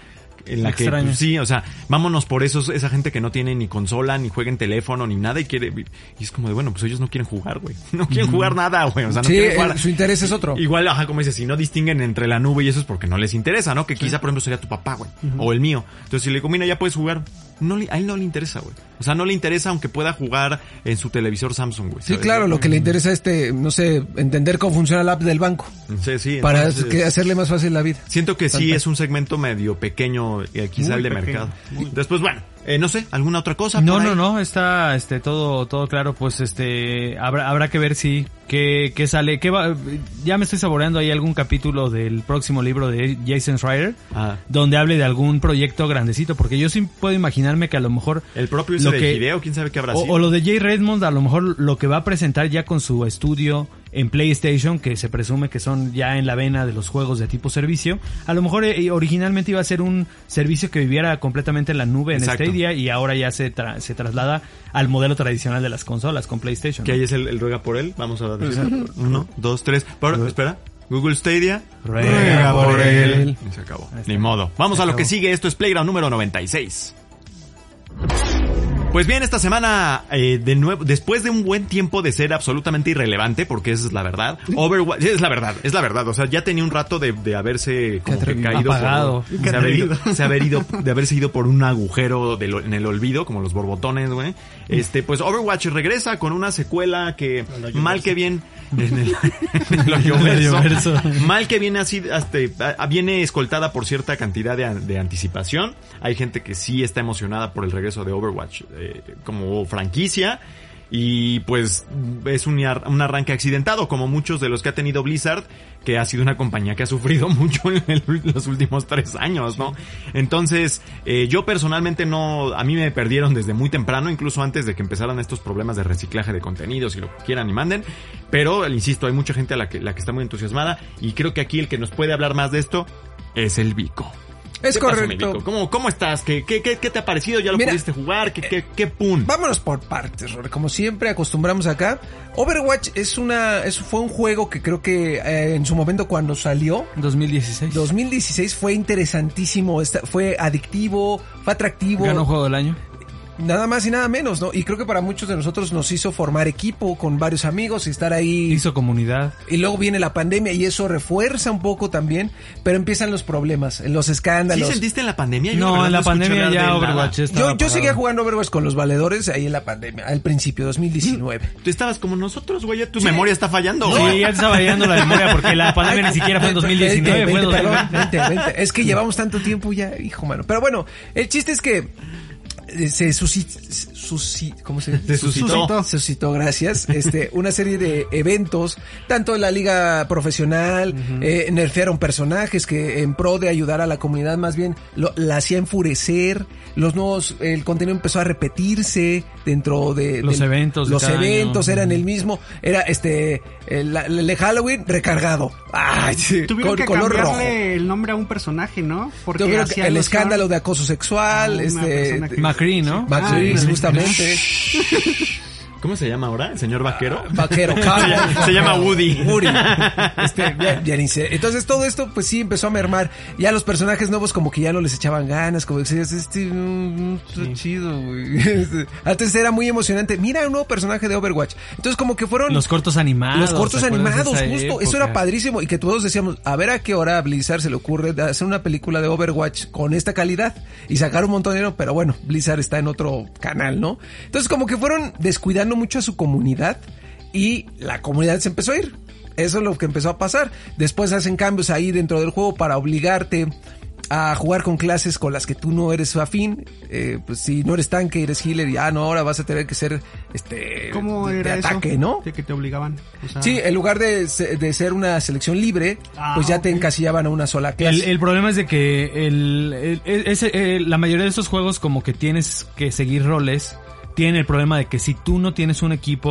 [SPEAKER 3] en la que, pues, sí, o sea, vámonos por esos, esa gente que no tiene ni consola, ni juega en teléfono, ni nada y quiere, y es como de, bueno, pues ellos no quieren jugar, güey. No quieren mm. jugar nada, güey. O sea, no
[SPEAKER 6] sí,
[SPEAKER 3] quieren jugar.
[SPEAKER 6] El, su interés es otro.
[SPEAKER 3] Igual, ajá, como dices, si no distinguen entre la nube y eso es porque no les interesa, ¿no? Que quizá, por ejemplo, sería tu papá, güey. Uh-huh. O el mío. Entonces, si le digo, mira, ya puedes jugar. No le, a él no le interesa, güey. O sea, no le interesa aunque pueda jugar en su televisor Samsung, güey.
[SPEAKER 6] Sí, claro, lo que le interesa es, este, no sé, entender cómo funciona la app del banco.
[SPEAKER 3] Sí, sí.
[SPEAKER 6] Para entonces, que hacerle más fácil la vida.
[SPEAKER 3] Siento que Tanta. sí es un segmento medio pequeño, eh, quizá el de pequeño. mercado. Muy. Después, bueno, eh, no sé, ¿alguna otra cosa?
[SPEAKER 4] No, no, no, está este todo todo claro, pues este habrá habrá que ver si qué qué sale, qué va, ya me estoy saboreando ahí algún capítulo del próximo libro de Jason Schreier, ah. donde hable de algún proyecto grandecito, porque yo sí puedo imaginarme que a lo mejor
[SPEAKER 3] el propio ese de Hideo, quién sabe qué habrá sido.
[SPEAKER 4] O, o lo de Jay Redmond, a lo mejor lo que va a presentar ya con su estudio en PlayStation, que se presume que son ya en la vena de los juegos de tipo servicio, a lo mejor eh, originalmente iba a ser un servicio que viviera completamente en la nube en
[SPEAKER 3] Exacto.
[SPEAKER 4] Stadia y ahora ya se tra- se traslada al modelo tradicional de las consolas con PlayStation.
[SPEAKER 3] Que
[SPEAKER 4] ¿no?
[SPEAKER 3] ahí es el, el ruega por él, vamos a decir uno, dos, tres, por, espera, Google Stadia,
[SPEAKER 4] ruega,
[SPEAKER 3] ruega por,
[SPEAKER 4] por
[SPEAKER 3] él.
[SPEAKER 4] él.
[SPEAKER 3] Y se acabó, ni modo. Vamos se a lo acabó. que sigue, esto es Playground número noventa y seis. Pues bien, esta semana, eh, de nuevo, después de un buen tiempo de ser absolutamente irrelevante, porque esa es la verdad, Overwatch, es la verdad, es la verdad, o sea, ya tenía un rato de, de haberse como que caído
[SPEAKER 4] apagado,
[SPEAKER 3] por, se haber ido, se haber ido, de haberse ido por un agujero de lo, en el olvido, como los borbotones, güey. Este, pues Overwatch regresa con una secuela que, mal que bien, en el, en el hoyoverso, mal que viene así, hasta, viene escoltada por cierta cantidad de, de anticipación. Hay gente que sí está emocionada por el regreso de Overwatch eh, como franquicia. Y pues es un, un arranque accidentado, como muchos de los que ha tenido Blizzard, que ha sido una compañía que ha sufrido mucho en el, los últimos tres años, ¿no? Entonces, eh, yo personalmente no, a mí me perdieron desde muy temprano, incluso antes de que empezaran estos problemas de reciclaje de contenidos y lo que quieran y manden. Pero, insisto, hay mucha gente a la que, la que está muy entusiasmada, y creo que aquí el que nos puede hablar más de esto es el Vico.
[SPEAKER 6] Es correcto.
[SPEAKER 3] Pasó, ¿Cómo, ¿Cómo estás? ¿Qué, qué, qué, ¿Qué te ha parecido? ¿Ya lo
[SPEAKER 6] Mira,
[SPEAKER 3] pudiste jugar? ¿Qué, qué, qué pun?
[SPEAKER 6] Vámonos por partes, Rory. Como siempre acostumbramos acá. Overwatch es una, es, fue un juego que creo que eh, en su momento cuando salió,
[SPEAKER 4] dos mil dieciséis
[SPEAKER 6] dos mil dieciséis fue interesantísimo, fue adictivo, fue atractivo.
[SPEAKER 4] Ganó juego del año.
[SPEAKER 6] Nada más y nada menos, ¿no? Y creo que para muchos de nosotros nos hizo formar equipo con varios amigos y estar ahí.
[SPEAKER 4] Hizo comunidad.
[SPEAKER 6] Y luego viene la pandemia y eso refuerza un poco también, pero empiezan los problemas, los escándalos.
[SPEAKER 3] ¿Sí sentiste en la pandemia? Yo
[SPEAKER 4] no, en la pandemia ya Overwatch estaba
[SPEAKER 6] Yo, yo seguía jugando Overwatch con los valedores ahí en la pandemia, al principio, dos mil diecinueve.
[SPEAKER 3] Tú estabas como nosotros, güey, tu sí. memoria está fallando,
[SPEAKER 4] güey.
[SPEAKER 3] No.
[SPEAKER 4] Sí, ya te estaba fallando la memoria porque la pandemia ni siquiera fue en dos mil diecinueve,
[SPEAKER 6] veinte,
[SPEAKER 4] fue
[SPEAKER 6] veinte,
[SPEAKER 4] dos mil veinte.
[SPEAKER 6] perdón, veinte, veinte. Es que llevamos tanto tiempo ya, hijo mano. Pero bueno, el chiste es que se suscitó, susi, ¿cómo se
[SPEAKER 3] se suscitó?
[SPEAKER 6] Se suscitó, gracias. Este, una serie de eventos, tanto en la liga profesional, uh-huh. eh, nerfearon personajes que en pro de ayudar a la comunidad más bien lo, la hacía enfurecer. Los nuevos, el contenido empezó a repetirse dentro de
[SPEAKER 4] los
[SPEAKER 6] del,
[SPEAKER 4] eventos.
[SPEAKER 6] Los
[SPEAKER 4] de
[SPEAKER 6] eventos año. Eran el mismo, era este, el, el de Halloween recargado. Ay, sí,
[SPEAKER 5] Tuvieron
[SPEAKER 6] con
[SPEAKER 5] que
[SPEAKER 6] color
[SPEAKER 5] cambiarle
[SPEAKER 6] rojo.
[SPEAKER 5] el nombre a un personaje, ¿no?
[SPEAKER 6] Porque el
[SPEAKER 5] alusión...
[SPEAKER 6] escándalo de acoso sexual, ah, este,
[SPEAKER 4] McCree, ¿no?
[SPEAKER 6] McCree, ah, justamente.
[SPEAKER 3] ¿Cómo se llama ahora? ¿El señor Vaquero?
[SPEAKER 6] Vaquero,
[SPEAKER 3] se, se llama Woody.
[SPEAKER 6] Woody. Este, ya, ya ni sé. Entonces todo esto, pues sí, empezó a mermar. Ya los personajes nuevos como que ya no les echaban ganas, como que decías, este, no, no está sí. chido, güey. Antes era muy emocionante. Mira un nuevo personaje de Overwatch. Entonces como que fueron...
[SPEAKER 4] Los cortos animados.
[SPEAKER 6] Los cortos animados, justo.
[SPEAKER 4] Época?
[SPEAKER 6] Eso era padrísimo. Y que todos decíamos, a ver a qué hora a Blizzard se le ocurre hacer una película de Overwatch con esta calidad. Y sacar un montón de dinero, pero bueno, Blizzard está en otro canal, ¿no? Entonces como que fueron descuidando mucho a su comunidad y la comunidad se empezó a ir. Eso es lo que empezó a pasar. Después hacen cambios ahí dentro del juego para obligarte a jugar con clases con las que tú no eres afín. Eh, pues si no eres tanque, eres healer y ah, no, ahora vas a tener que ser este
[SPEAKER 5] ¿Cómo
[SPEAKER 6] de,
[SPEAKER 5] era
[SPEAKER 6] de ataque,
[SPEAKER 5] eso?
[SPEAKER 6] ¿no?
[SPEAKER 5] De que te obligaban. O sea...
[SPEAKER 6] Sí, en lugar de, de ser una selección libre, ah, pues ya okay. te encasillaban a una sola clase.
[SPEAKER 4] El, el problema es de que el, el, el, ese, el, la mayoría de estos juegos como que tienes que seguir roles. Tiene el problema de que si tú no tienes un equipo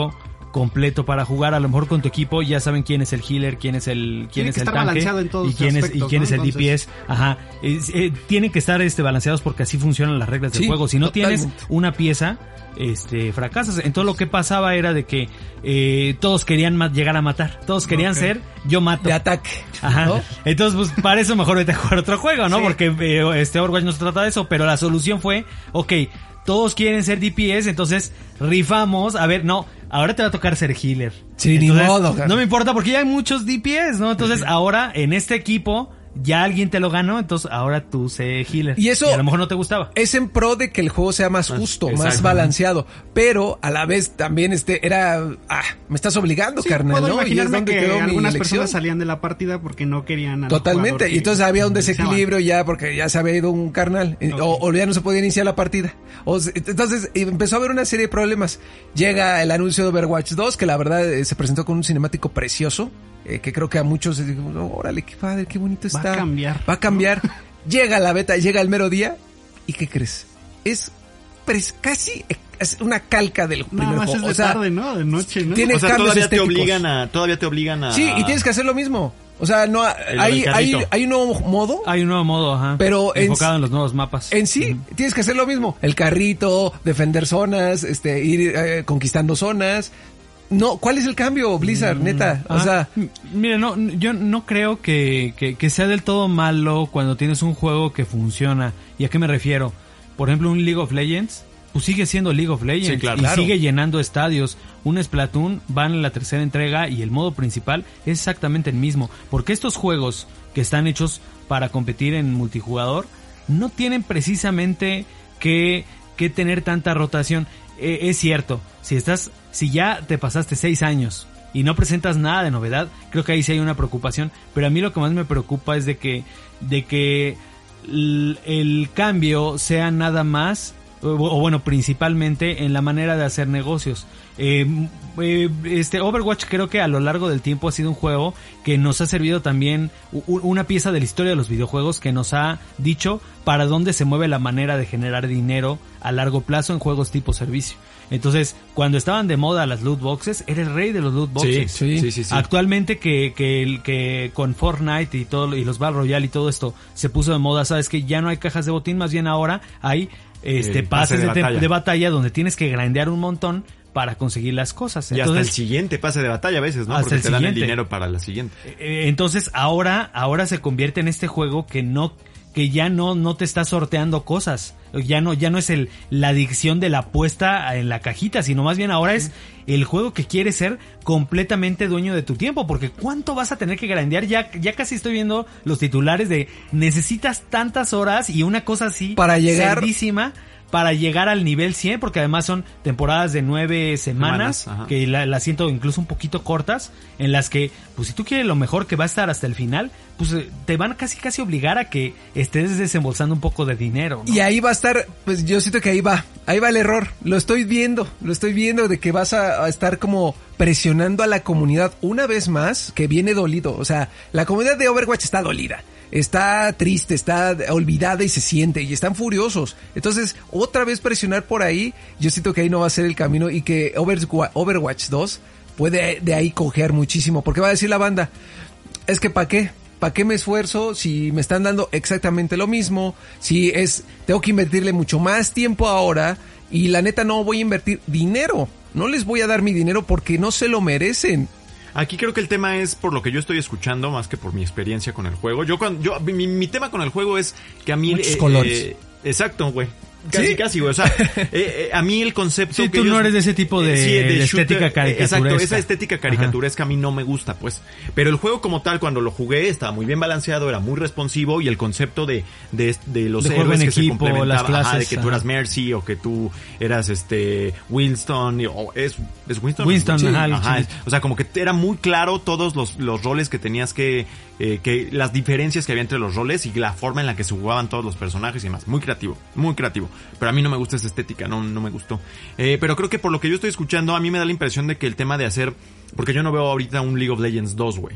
[SPEAKER 4] completo para jugar. A lo mejor con tu equipo ya saben quién es el healer, quién es el quién
[SPEAKER 5] Tiene
[SPEAKER 4] es
[SPEAKER 5] que
[SPEAKER 4] el
[SPEAKER 5] estar
[SPEAKER 4] tanque
[SPEAKER 5] balanceado en todos
[SPEAKER 4] y quién es
[SPEAKER 5] aspectos,
[SPEAKER 4] y quién
[SPEAKER 5] ¿no?
[SPEAKER 4] es el
[SPEAKER 5] Entonces...
[SPEAKER 4] D P S. Ajá. Es, eh, tienen que estar este balanceados porque así funcionan las reglas del
[SPEAKER 6] Sí,
[SPEAKER 4] juego. Si no
[SPEAKER 6] totalmente.
[SPEAKER 4] tienes una pieza, este fracasas. Entonces lo que pasaba era de que eh, todos querían ma- llegar a matar, todos querían
[SPEAKER 5] Okay.
[SPEAKER 4] ser yo mato.
[SPEAKER 6] De ataque.
[SPEAKER 4] Ajá.
[SPEAKER 6] ¿no?
[SPEAKER 4] Entonces, pues, para eso mejor vete a jugar otro juego, ¿no?
[SPEAKER 5] Sí.
[SPEAKER 4] Porque eh, este Overwatch no se trata de eso, pero la solución fue, ok, todos quieren ser D P S, entonces rifamos, a ver, no, ahora te va a tocar ser healer.
[SPEAKER 6] Sí, ni
[SPEAKER 4] Entonces,
[SPEAKER 6] modo, cara.
[SPEAKER 4] no me importa porque ya hay muchos D P S, ¿no? Entonces, ahora en este equipo ya alguien te lo ganó, entonces ahora tú sé healer.
[SPEAKER 6] Y eso-
[SPEAKER 4] a lo mejor no te gustaba.
[SPEAKER 6] Es en pro de que el juego sea más justo,
[SPEAKER 3] exacto.
[SPEAKER 6] más balanceado, pero a la vez también este era, ah, me estás obligando,
[SPEAKER 5] Sí,
[SPEAKER 6] carnal,
[SPEAKER 5] puedo
[SPEAKER 6] ¿no? Y es
[SPEAKER 5] imaginarme
[SPEAKER 6] donde
[SPEAKER 5] que
[SPEAKER 6] quedó mi
[SPEAKER 5] algunas
[SPEAKER 6] elección.
[SPEAKER 5] personas salían de la partida porque no querían al
[SPEAKER 6] Totalmente,
[SPEAKER 5] jugador
[SPEAKER 6] y
[SPEAKER 5] que
[SPEAKER 6] entonces había un
[SPEAKER 5] deseaban.
[SPEAKER 6] desequilibrio ya porque ya se había ido un carnal, eh, o, o ya no se podía iniciar la partida. O se- entonces empezó a haber una serie de problemas. Llega el anuncio de Overwatch dos, que la verdad eh, se presentó con un cinemático precioso, eh, que creo que a muchos les digo, "Oh, órale, qué padre, qué bonito
[SPEAKER 5] Va
[SPEAKER 6] está.
[SPEAKER 5] a cambiar,
[SPEAKER 6] Va a cambiar. Llega la beta, llega el mero día, ¿y qué crees? Es pres- casi es una calca del primer
[SPEAKER 5] Nada más
[SPEAKER 6] juego.
[SPEAKER 5] es de
[SPEAKER 6] O sea,
[SPEAKER 5] tarde, ¿no? De noche, ¿no?
[SPEAKER 6] tiene-
[SPEAKER 3] O sea,
[SPEAKER 6] cambios
[SPEAKER 3] todavía te
[SPEAKER 6] estéticos.
[SPEAKER 3] obligan a, todavía te obligan a...
[SPEAKER 6] sí, y tienes que hacer lo mismo. O sea, no
[SPEAKER 3] lo
[SPEAKER 6] hay,
[SPEAKER 3] del
[SPEAKER 6] hay,
[SPEAKER 3] carrito.
[SPEAKER 6] hay un nuevo modo.
[SPEAKER 4] Hay un nuevo modo, ajá.
[SPEAKER 6] Pero en-
[SPEAKER 4] enfocado en los nuevos mapas.
[SPEAKER 6] En sí, tienes que hacer lo mismo. El carrito, defender zonas, este, ir eh, conquistando zonas. No, ¿cuál es el cambio, Blizzard, neta? O
[SPEAKER 4] Ah,
[SPEAKER 6] sea,
[SPEAKER 4] m- mire, no, yo no creo que, que, que sea del todo malo cuando tienes un juego que funciona. ¿Y a qué me refiero? Por ejemplo, un League of Legends, pues sigue siendo League of Legends
[SPEAKER 3] Sí, claro.
[SPEAKER 4] y
[SPEAKER 3] Claro.
[SPEAKER 4] sigue llenando estadios. Un Splatoon van en la tercera entrega y el modo principal es exactamente el mismo. Porque estos juegos que están hechos para competir en multijugador no tienen precisamente que, que tener tanta rotación. Eh, es cierto, si estás, si ya te pasaste seis años y no presentas nada de novedad, creo que ahí sí hay una preocupación. Pero a mí lo que más me preocupa es de que, de que el, el cambio sea nada más, o, o bueno, principalmente en la manera de hacer negocios. Eh, eh, este Overwatch creo que a lo largo del tiempo ha sido un juego que nos ha servido también u- una pieza de la historia de los videojuegos que nos ha dicho para dónde se mueve la manera de generar dinero a largo plazo en juegos tipo servicio. Entonces, cuando estaban de moda las loot boxes, era el rey de los loot
[SPEAKER 3] Sí,
[SPEAKER 4] boxes.
[SPEAKER 3] sí, sí, sí, sí.
[SPEAKER 4] Actualmente que, que, el- que con Fortnite y todo y los Battle Royale y todo esto se puso de moda, sabes que ya no hay cajas de botín, más bien ahora hay este
[SPEAKER 3] El pase
[SPEAKER 4] pases
[SPEAKER 3] de
[SPEAKER 4] de, te-
[SPEAKER 3] batalla.
[SPEAKER 4] de batalla donde tienes que grindear un montón para conseguir las cosas.
[SPEAKER 3] Y hasta el
[SPEAKER 4] Entonces,
[SPEAKER 3] siguiente pase de batalla a veces, ¿no?
[SPEAKER 4] Hasta
[SPEAKER 3] Porque
[SPEAKER 4] el
[SPEAKER 3] te dan el
[SPEAKER 4] siguiente.
[SPEAKER 3] dinero para la siguiente.
[SPEAKER 4] eh, entonces ahora, ahora se convierte en este juego que no, que ya no, no te está sorteando cosas. Ya no, ya no es el, la adicción de la apuesta en la cajita, sino más bien ahora es el juego que quieres ser completamente dueño de tu tiempo. Porque ¿cuánto vas a tener que grandear? Ya, ya casi estoy viendo los titulares de necesitas tantas horas y una cosa así.
[SPEAKER 6] Para llegar-
[SPEAKER 4] cerdísima, para llegar al nivel cien, porque además son temporadas de nueve semanas,
[SPEAKER 3] Semanas, ajá.
[SPEAKER 4] que la, las siento incluso un poquito cortas, en las que, pues si tú quieres lo mejor que va a estar hasta el final, pues eh, te van casi casi obligar a que estés desembolsando un poco de dinero, ¿no?
[SPEAKER 6] y ahí va a estar, pues yo siento que ahí va, ahí va el error. Lo estoy viendo, lo estoy viendo de que vas a, a estar como presionando a la comunidad una vez más, que viene dolido. O sea, la comunidad de Overwatch está dolida. Está triste, está olvidada y se siente, y están furiosos. Entonces, otra vez presionar por ahí, yo siento que ahí no va a ser el camino y que Overwa- Overwatch dos puede de ahí cojear muchísimo, porque va a decir la banda, es que ¿para qué? ¿Para qué me esfuerzo si me están dando exactamente lo mismo? Si es, tengo que invertirle mucho más tiempo ahora y la neta no voy a invertir dinero. No les voy a dar mi dinero porque no se lo merecen.
[SPEAKER 3] Aquí creo que el tema es por lo que yo estoy escuchando más que por mi experiencia con el juego. Yo cuando yo mi, mi tema con el juego es que a mí
[SPEAKER 6] Muchos colores.
[SPEAKER 3] exacto, güey. Casi,
[SPEAKER 6] ¿Sí?
[SPEAKER 3] casi, güey. O sea, eh, eh, a mí el concepto
[SPEAKER 4] Sí,
[SPEAKER 3] que
[SPEAKER 4] tú no
[SPEAKER 3] ellos-
[SPEAKER 4] eres de ese tipo de-
[SPEAKER 3] sí,
[SPEAKER 4] de
[SPEAKER 3] shooter,
[SPEAKER 4] estética
[SPEAKER 3] eh,
[SPEAKER 4] caricaturesca.
[SPEAKER 3] Exacto, esa estética caricaturesca a mí no me gusta, pues. Pero el juego como tal, cuando lo jugué, estaba muy bien balanceado, era muy responsivo y el concepto de, de, de los
[SPEAKER 4] De juego
[SPEAKER 3] héroes
[SPEAKER 4] en
[SPEAKER 3] que se
[SPEAKER 4] equipo,
[SPEAKER 3] complementaban,
[SPEAKER 4] las
[SPEAKER 3] ajá, de
[SPEAKER 4] clases,
[SPEAKER 3] que tú
[SPEAKER 4] ajá.
[SPEAKER 3] eras Mercy o que tú eras este Winston, y- o es, es Winston.
[SPEAKER 4] Winston,
[SPEAKER 3] Sí,
[SPEAKER 4] ajá,
[SPEAKER 3] ajá,
[SPEAKER 4] sí.
[SPEAKER 3] es- o sea, como que era muy claro todos los, los roles que tenías que, eh, que las diferencias que había entre los roles y la forma en la que se jugaban todos los personajes y demás. Muy creativo, muy creativo. Pero a mí no me gusta esa estética, no, no me gustó. Eh, pero creo que por lo que yo estoy escuchando, a mí me da la impresión de que el tema de hacer, porque yo no veo ahorita un League of Legends dos, güey.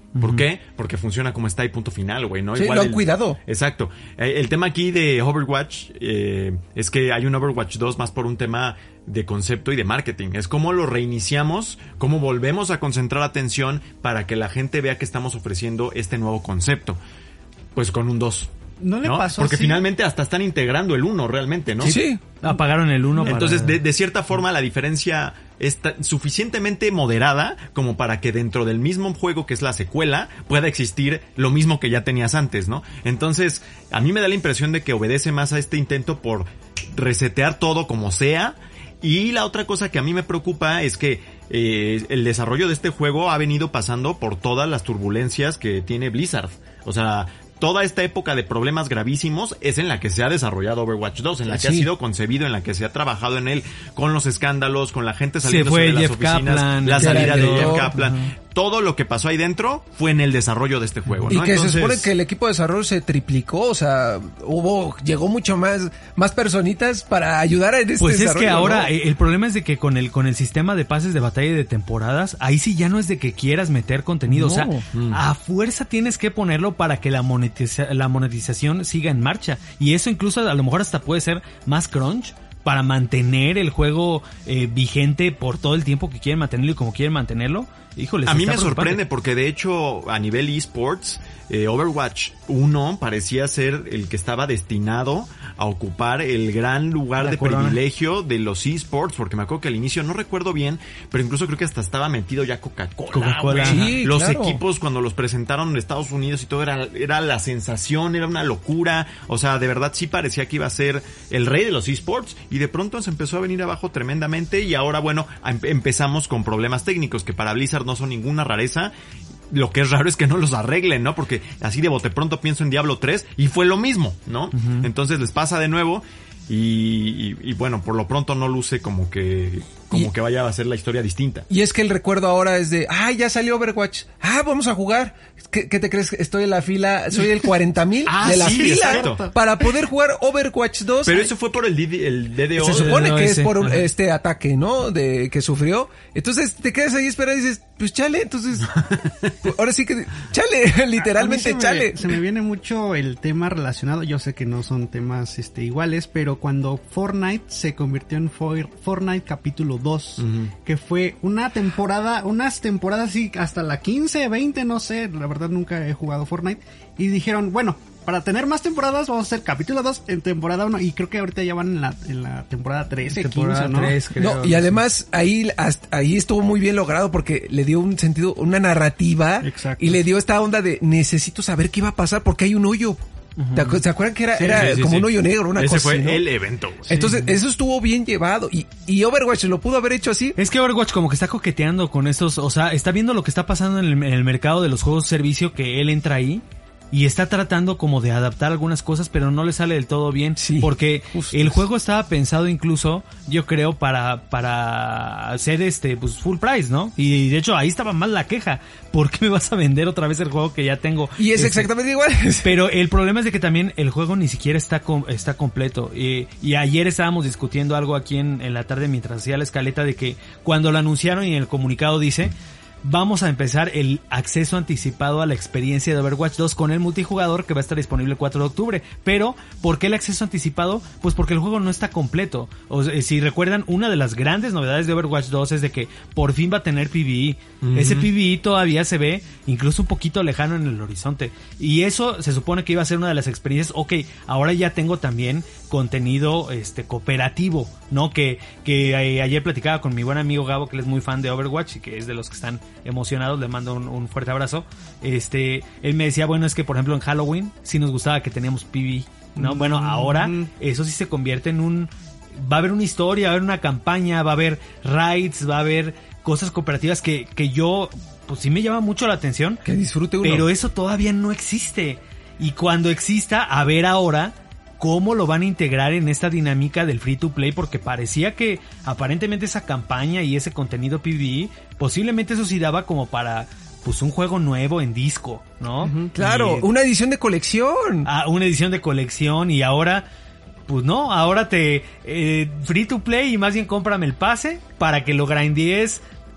[SPEAKER 3] ¿Por
[SPEAKER 4] Ujú.
[SPEAKER 3] qué? Porque funciona como está y punto final, güey, ¿no?
[SPEAKER 6] Sí,
[SPEAKER 3] Igual
[SPEAKER 6] lo han
[SPEAKER 3] el-
[SPEAKER 6] cuidado.
[SPEAKER 3] Exacto. Eh, El tema aquí de Overwatch eh, es que hay un Overwatch dos más por un tema de concepto y de marketing. Es cómo lo reiniciamos, cómo volvemos a concentrar atención para que la gente vea que estamos ofreciendo este nuevo concepto. Pues con un dos.
[SPEAKER 5] ¿No le pasó
[SPEAKER 3] Porque
[SPEAKER 5] así?
[SPEAKER 3] finalmente hasta están integrando el uno realmente, ¿no?
[SPEAKER 6] Sí, sí.
[SPEAKER 4] Apagaron el uno.
[SPEAKER 3] Entonces,
[SPEAKER 4] para...
[SPEAKER 3] de, de cierta forma, la diferencia está suficientemente moderada como para que dentro del mismo juego que es la secuela pueda existir lo mismo que ya tenías antes, ¿no? Entonces, a mí me da la impresión de que obedece más a este intento por resetear todo como sea. Y la otra cosa que a mí me preocupa es que eh, el desarrollo de este juego ha venido pasando por todas las turbulencias que tiene Blizzard. O sea, toda esta época de problemas gravísimos es en la que se ha desarrollado Overwatch dos, en la que
[SPEAKER 6] Sí.
[SPEAKER 3] ha sido concebido, en la que se ha trabajado en él con los escándalos, con la gente
[SPEAKER 4] Se
[SPEAKER 3] saliendo
[SPEAKER 4] fue
[SPEAKER 3] de las
[SPEAKER 4] Jeff
[SPEAKER 3] oficinas,
[SPEAKER 4] Kaplan,
[SPEAKER 3] la
[SPEAKER 6] el
[SPEAKER 3] salida de
[SPEAKER 6] director.
[SPEAKER 3] Jeff Kaplan. Todo lo que pasó ahí dentro fue en el desarrollo de este juego,
[SPEAKER 6] Y
[SPEAKER 3] ¿no?
[SPEAKER 6] que
[SPEAKER 3] Entonces,
[SPEAKER 6] se supone que el equipo de desarrollo se triplicó, o sea, hubo, llegó mucho más, más personitas para ayudar en este
[SPEAKER 4] Pues es
[SPEAKER 6] desarrollo,
[SPEAKER 4] que ahora
[SPEAKER 6] ¿no?
[SPEAKER 4] eh, el problema es de que con el con el sistema de pases de batalla y de temporadas, ahí sí ya no es de que quieras meter contenido,
[SPEAKER 6] No.
[SPEAKER 4] o sea,
[SPEAKER 3] Mm.
[SPEAKER 4] a fuerza tienes que ponerlo para que la monetiza- la monetización siga en marcha, y eso incluso a lo mejor hasta puede ser más crunch para mantener el juego eh, vigente por todo el tiempo que quieren mantenerlo y como quieren mantenerlo. Híjole,
[SPEAKER 3] a
[SPEAKER 4] sí
[SPEAKER 3] mí
[SPEAKER 4] está
[SPEAKER 3] me
[SPEAKER 4] preocupante.
[SPEAKER 3] sorprende porque de hecho a nivel esports eh, Overwatch uno parecía ser el que estaba destinado a ocupar el gran lugar
[SPEAKER 4] La
[SPEAKER 3] de
[SPEAKER 4] corona.
[SPEAKER 3] privilegio de los esports, porque me acuerdo que al inicio no recuerdo bien, pero incluso creo que hasta estaba metido ya Coca-Cola.
[SPEAKER 4] Coca-Cola.
[SPEAKER 3] güey.
[SPEAKER 6] Sí,
[SPEAKER 3] los
[SPEAKER 6] claro.
[SPEAKER 3] equipos cuando los presentaron en Estados Unidos y todo era, era la sensación, era una locura, o sea, de verdad sí parecía que iba a ser el rey de los esports y de pronto se empezó a venir abajo tremendamente y ahora bueno, em- empezamos con problemas técnicos que para Blizzard no son ninguna rareza. Lo que es raro es que no los arreglen, ¿no? Porque así de bote pronto pienso en Diablo tres y fue lo mismo, ¿no? Uh-huh. Entonces les pasa de nuevo y, y, y bueno, por lo pronto no luce como que como y, que vaya a ser la historia distinta.
[SPEAKER 6] Y es que el recuerdo ahora es de, ah, ya salió Overwatch, ah, vamos a jugar. ¿Qué, qué te crees? Estoy en la fila, soy el cuarenta mil
[SPEAKER 3] ah,
[SPEAKER 6] de la
[SPEAKER 3] sí,
[SPEAKER 6] fila
[SPEAKER 3] exacto.
[SPEAKER 6] para poder jugar Overwatch dos.
[SPEAKER 3] Pero eso fue por el, D D, el D D O.
[SPEAKER 6] Se supone que
[SPEAKER 4] ese.
[SPEAKER 6] es por un,
[SPEAKER 4] Ajá.
[SPEAKER 6] este ataque, ¿no? De que sufrió. Entonces te quedas ahí esperando y dices, pues chale, entonces, pues, ahora sí que, chale, literalmente
[SPEAKER 5] a mí se
[SPEAKER 6] chale.
[SPEAKER 5] Me, se me viene mucho el tema relacionado, yo sé que no son temas este iguales, pero cuando Fortnite se convirtió en For, Fortnite capítulo dos, uh-huh. que fue una temporada, unas temporadas así hasta la quince, veinte, no sé, la verdad nunca he jugado Fortnite, y dijeron, bueno, para tener más temporadas vamos a hacer capítulo dos en temporada uno, y creo que ahorita ya van en la, en la temporada trece,
[SPEAKER 4] temporada
[SPEAKER 5] quince, ¿no?
[SPEAKER 4] tres, creo,
[SPEAKER 6] no, y además ahí, hasta, ahí estuvo muy bien logrado porque le dio un sentido, una narrativa.
[SPEAKER 5] Exacto.
[SPEAKER 6] Y le dio esta onda de necesito saber qué iba a pasar porque hay un hoyo. Uh-huh. ¿Se acuerdan que era, sí, era sí, sí, como sí. un hoyo negro, una
[SPEAKER 3] Ese
[SPEAKER 6] cosa
[SPEAKER 3] fue
[SPEAKER 6] así, ¿no?
[SPEAKER 3] el evento.
[SPEAKER 6] Sí. Entonces, eso estuvo bien llevado. Y, y Overwatch lo pudo haber hecho así.
[SPEAKER 4] Es que Overwatch como que está coqueteando con estos, o sea, está viendo lo que está pasando en el, en el mercado de los juegos de servicio, que él entra ahí. Y está tratando como de adaptar algunas cosas, pero no le sale del todo bien.
[SPEAKER 6] Sí,
[SPEAKER 4] porque
[SPEAKER 6] justo
[SPEAKER 4] el
[SPEAKER 6] es.
[SPEAKER 4] juego estaba pensado incluso, yo creo, para para hacer este pues full price, ¿no? Y de hecho ahí estaba mal la queja. ¿Por qué me vas a vender otra vez el juego que ya tengo?
[SPEAKER 6] Y es
[SPEAKER 4] este,
[SPEAKER 6] exactamente igual.
[SPEAKER 4] Pero el problema es de que también el juego ni siquiera está com- está completo. Y, y ayer estábamos discutiendo algo aquí en, en la tarde mientras hacía la escaleta de que cuando lo anunciaron y en el comunicado dice... Vamos a empezar el acceso anticipado a la experiencia de Overwatch dos con el multijugador que va a estar disponible el cuatro de octubre. Pero, ¿por qué el acceso anticipado? Pues porque el juego no está completo. O sea, si recuerdan, una de las grandes novedades de Overwatch dos es de que por fin va a tener P V E. Uh-huh. Ese P V E todavía se ve incluso un poquito lejano en el horizonte. Y eso se supone que iba a ser una de las experiencias. Ok, ahora ya tengo también contenido este cooperativo, ¿no? Que, que eh, ayer platicaba con mi buen amigo Gabo, que él es muy fan de Overwatch y que es de los que están emocionados, le mando un, un fuerte abrazo. Este, él me decía, bueno, es que por ejemplo en Halloween sí nos gustaba que teníamos P V E, ¿no? Mm-hmm. Bueno, ahora eso sí se convierte en un, va a haber una historia, va a haber una campaña, va a haber raids, va a haber cosas cooperativas que, que yo, pues sí me llama mucho la atención.
[SPEAKER 6] Que disfrute uno.
[SPEAKER 4] Pero eso todavía no existe. Y cuando exista, a ver ahora cómo lo van a integrar en esta dinámica del free to play, porque parecía que aparentemente esa campaña y ese contenido P V E, posiblemente eso sí daba como para pues un juego nuevo en disco, ¿no?
[SPEAKER 6] Uh-huh, claro, y, una edición de colección.
[SPEAKER 4] Ah, una edición de colección y ahora, pues no, ahora te eh, free to play y más bien cómprame el pase para que lo grindees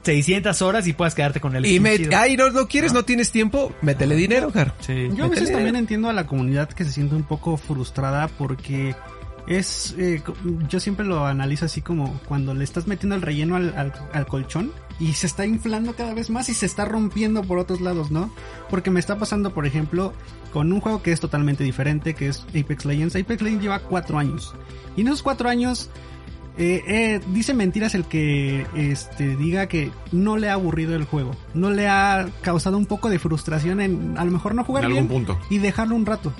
[SPEAKER 4] seiscientas horas y puedas quedarte con el
[SPEAKER 6] Y
[SPEAKER 4] skin
[SPEAKER 6] me,
[SPEAKER 4] chido.
[SPEAKER 6] ay, no, no quieres, no. no tienes tiempo, métele dinero, Jar.
[SPEAKER 4] Sí.
[SPEAKER 5] Yo a veces
[SPEAKER 6] Métele.
[SPEAKER 5] también entiendo a la comunidad que se siente un poco frustrada porque es, eh, yo siempre lo analizo así como cuando le estás metiendo el relleno al, al, al colchón y se está inflando cada vez más y se está rompiendo por otros lados, ¿no? Porque me está pasando, por ejemplo, con un juego que es totalmente diferente, que es Apex Legends. Apex Legends lleva cuatro años. Y en esos cuatro años... Eh, eh, dice mentiras el que este diga que no le ha aburrido el juego, no le ha causado un poco de frustración en a lo mejor no jugar
[SPEAKER 3] En
[SPEAKER 5] bien
[SPEAKER 3] algún punto.
[SPEAKER 5] y dejarlo un rato.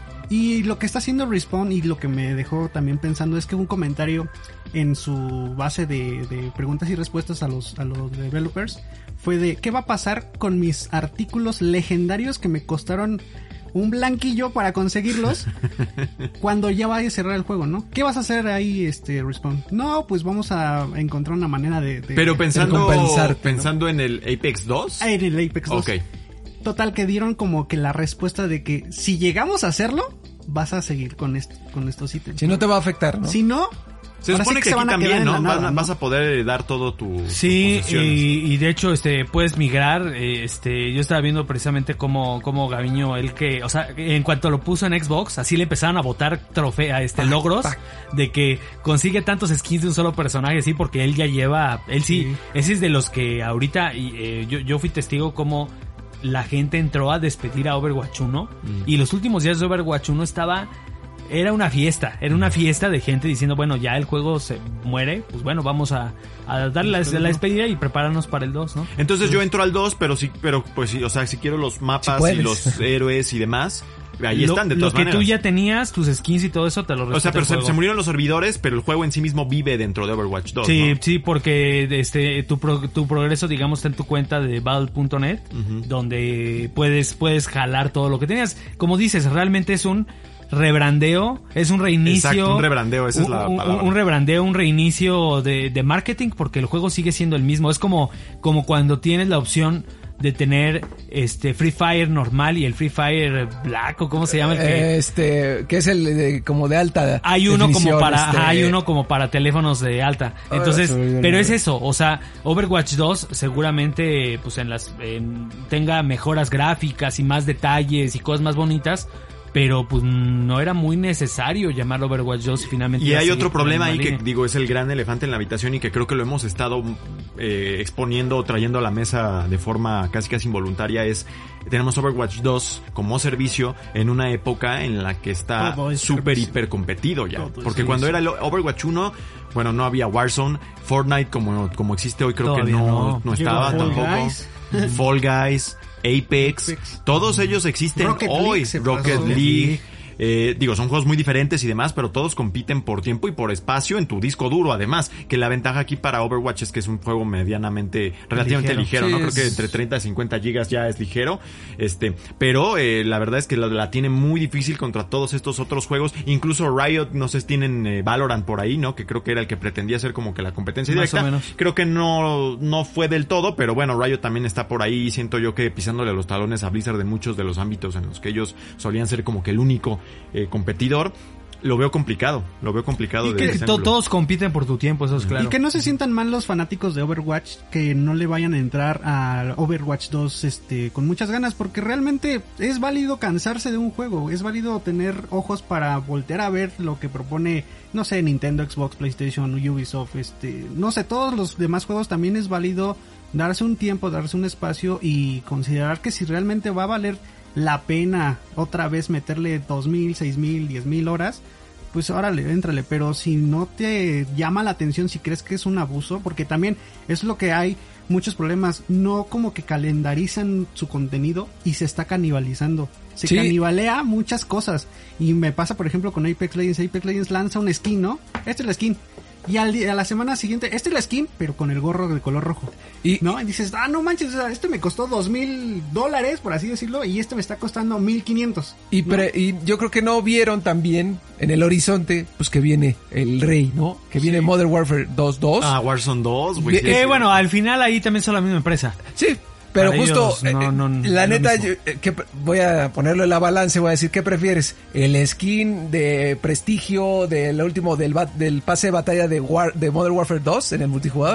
[SPEAKER 5] Y lo que está haciendo Respawn y lo que me dejó también pensando es que un comentario en su base de, de preguntas y respuestas a los, a los developers fue de ¿qué va a pasar con mis artículos legendarios que me costaron un blanquillo para conseguirlos cuando ya vaya a cerrar el juego, ¿no? ¿Qué vas a hacer ahí, este, Respawn? No, pues vamos a encontrar una manera de... de
[SPEAKER 3] Pero pensando,
[SPEAKER 6] de compensarte,
[SPEAKER 3] pensando ¿no? en el Apex dos.
[SPEAKER 5] Ah, en el Apex dos.
[SPEAKER 3] Ok.
[SPEAKER 5] Total, que dieron como que la respuesta de que si llegamos a hacerlo, vas a seguir con, est- con estos ítems.
[SPEAKER 6] Si no te va a afectar, ¿no?
[SPEAKER 5] Si no...
[SPEAKER 3] Se
[SPEAKER 5] ahora
[SPEAKER 3] supone
[SPEAKER 5] sí
[SPEAKER 3] que,
[SPEAKER 5] se
[SPEAKER 3] aquí
[SPEAKER 5] van a quedar
[SPEAKER 3] también,
[SPEAKER 5] en
[SPEAKER 3] ¿no?
[SPEAKER 5] la nada,
[SPEAKER 3] Vas,
[SPEAKER 5] ¿no?
[SPEAKER 3] vas a poder dar todo tu
[SPEAKER 4] Sí,
[SPEAKER 3] tus
[SPEAKER 4] y,
[SPEAKER 3] posesiones.
[SPEAKER 4] y de hecho, este, puedes migrar, eh, este, yo estaba viendo precisamente cómo, cómo Gaviño, él que, o sea, en cuanto lo puso en Xbox, así le empezaron a botar trofeos, este,
[SPEAKER 6] Pac,
[SPEAKER 4] logros,
[SPEAKER 6] pac.
[SPEAKER 4] de que consigue tantos skins de un solo personaje, sí, porque él ya lleva, él sí,
[SPEAKER 5] Sí.
[SPEAKER 4] ese es de los que ahorita, y, eh, yo, yo fui testigo como la gente entró a despedir a Overwatch uno,
[SPEAKER 3] Mm.
[SPEAKER 4] y los últimos días de Overwatch uno estaba... Era una fiesta, era una fiesta de gente diciendo, bueno, ya el juego se muere, pues bueno, vamos a, a darle la, la despedida y prepararnos para el dos, ¿no?
[SPEAKER 3] Entonces yo entro al dos, pero sí, pero pues sí, o sea, si quiero los mapas
[SPEAKER 6] Si
[SPEAKER 3] y
[SPEAKER 6] puedes.
[SPEAKER 3] los héroes y demás, ahí
[SPEAKER 4] lo,
[SPEAKER 3] están de
[SPEAKER 4] lo
[SPEAKER 3] todas
[SPEAKER 4] que
[SPEAKER 3] maneras.
[SPEAKER 4] tú ya tenías, tus skins y todo eso, te lo
[SPEAKER 3] O sea,
[SPEAKER 4] respeta
[SPEAKER 3] pero
[SPEAKER 4] el
[SPEAKER 3] se,
[SPEAKER 4] juego.
[SPEAKER 3] se murieron los servidores, pero el juego en sí mismo vive dentro de Overwatch dos,
[SPEAKER 4] Sí,
[SPEAKER 3] ¿no?
[SPEAKER 4] sí, porque este tu pro- tu progreso, digamos, está en tu cuenta de battle punto net,
[SPEAKER 3] Ujú.
[SPEAKER 4] donde puedes puedes jalar todo lo que tenías. Como dices, realmente es un rebrandeo, es un reinicio.
[SPEAKER 3] Exacto, un rebrandeo, esa es la
[SPEAKER 4] un,
[SPEAKER 3] palabra.
[SPEAKER 4] Un rebrandeo, un reinicio de, de marketing, porque el juego sigue siendo el mismo. Es como, como cuando tienes la opción de tener este Free Fire normal y el Free Fire Black, o cómo se llama el que...
[SPEAKER 6] Este, que es el de, como de alta
[SPEAKER 4] Hay uno como
[SPEAKER 6] definición,
[SPEAKER 4] para,
[SPEAKER 6] este,
[SPEAKER 4] ajá, hay uno como para teléfonos de alta.
[SPEAKER 6] Ah,
[SPEAKER 4] Entonces,
[SPEAKER 6] se me olvidó el
[SPEAKER 4] pero es
[SPEAKER 6] nombre.
[SPEAKER 4] eso, o sea, Overwatch dos seguramente pues en las en- tenga mejoras gráficas y más detalles y cosas más bonitas, pero pues no era muy necesario llamar Overwatch dos y finalmente
[SPEAKER 3] Y
[SPEAKER 4] iba a
[SPEAKER 3] hay
[SPEAKER 4] seguir
[SPEAKER 3] otro
[SPEAKER 4] por la
[SPEAKER 3] problema ahí
[SPEAKER 4] misma
[SPEAKER 3] que
[SPEAKER 4] línea.
[SPEAKER 3] digo es el gran elefante en la habitación y que creo que lo hemos estado eh, exponiendo, trayendo a la mesa de forma casi casi involuntaria, es tenemos Overwatch dos como servicio en una época en la que está
[SPEAKER 5] Todo es
[SPEAKER 3] súper
[SPEAKER 5] servicio.
[SPEAKER 3] hiper competido ya.
[SPEAKER 5] Todo es
[SPEAKER 3] Porque cuando era el Overwatch uno, bueno, no había Warzone, Fortnite como, como existe hoy creo que
[SPEAKER 4] Todavía
[SPEAKER 3] no,
[SPEAKER 4] no.
[SPEAKER 3] no
[SPEAKER 5] Llegó
[SPEAKER 3] estaba
[SPEAKER 5] Fall
[SPEAKER 3] tampoco.
[SPEAKER 5] Guys.
[SPEAKER 3] Fall Guys, Apex,
[SPEAKER 5] Apex.
[SPEAKER 3] todos ellos existen
[SPEAKER 5] Rocket
[SPEAKER 3] hoy.
[SPEAKER 5] League se
[SPEAKER 3] Rocket
[SPEAKER 5] pasó.
[SPEAKER 3] League. Eh, digo, son juegos muy diferentes y demás, pero todos compiten por tiempo y por espacio en tu disco duro, además, que la ventaja aquí para Overwatch es que es un juego medianamente, relativamente ligero,
[SPEAKER 6] Ligero.
[SPEAKER 3] ¿no?
[SPEAKER 6] Sí,
[SPEAKER 3] Creo que
[SPEAKER 6] es-
[SPEAKER 3] entre treinta y cincuenta gigas ya es ligero, este, pero eh, la verdad es que la, la tiene muy difícil contra todos estos otros juegos, incluso Riot, no sé si tienen eh, Valorant por ahí, ¿no? Que creo que era el que pretendía ser como que la competencia
[SPEAKER 4] Más
[SPEAKER 3] directa.
[SPEAKER 4] o menos.
[SPEAKER 3] Creo que no, no fue del todo, pero bueno, Riot también está por ahí, siento yo que pisándole los talones a Blizzard en muchos de los ámbitos en los que ellos solían ser como que el único eh, competidor. Lo veo complicado, lo veo complicado.
[SPEAKER 4] Y
[SPEAKER 3] de
[SPEAKER 4] que
[SPEAKER 3] ese
[SPEAKER 4] to-
[SPEAKER 3] ángulo.
[SPEAKER 4] todos compiten por tu tiempo, eso es claro.
[SPEAKER 5] Y que no se sientan mal los fanáticos de Overwatch que no le vayan a entrar a Overwatch dos este con muchas ganas, porque realmente es válido cansarse de un juego, es válido tener ojos para voltear a ver lo que propone, no sé, Nintendo, Xbox, PlayStation, Ubisoft, este, no sé, todos los demás juegos. También es válido darse un tiempo, darse un espacio y considerar que si realmente va a valer la pena otra vez meterle dos mil, seis mil, diez mil horas, pues órale, éntrale. Pero si no te llama la atención, si crees que es un abuso, porque también es lo que hay muchos problemas, no como que calendarizan su contenido y se está canibalizando. Se
[SPEAKER 6] Sí.
[SPEAKER 5] canibalea muchas cosas. Y me pasa, por ejemplo, con Apex Legends. Apex Legends lanza un skin, ¿no? Este es la skin. Y al día- a la semana siguiente, este es la skin, pero con el gorro de color rojo.
[SPEAKER 6] Y,
[SPEAKER 5] ¿No? Y dices, ah, no manches, o sea, este me costó dos mil dólares, por así decirlo, y este me está costando mil quinientos.
[SPEAKER 6] y,
[SPEAKER 5] ¿no?
[SPEAKER 6] pre- y yo creo que no vieron también en el horizonte, pues que viene el rey, ¿no? Que viene Modern Warfare dos punto dos.
[SPEAKER 3] Ah, Warzone dos, güey. sí,
[SPEAKER 4] Eh,
[SPEAKER 3] sí.
[SPEAKER 4] bueno, al final ahí también son la misma empresa.
[SPEAKER 6] Sí, pero
[SPEAKER 4] Para
[SPEAKER 6] justo,
[SPEAKER 4] ellos, no,
[SPEAKER 6] eh,
[SPEAKER 4] no,
[SPEAKER 6] la
[SPEAKER 4] es lo
[SPEAKER 6] neta,
[SPEAKER 4] mismo.
[SPEAKER 6] yo, eh, que pre- voy a ponerlo en la balanza y voy a decir, ¿qué prefieres? ¿El skin de prestigio del último del, bat- del pase de batalla de, War, de Modern Warfare dos en el multijugador?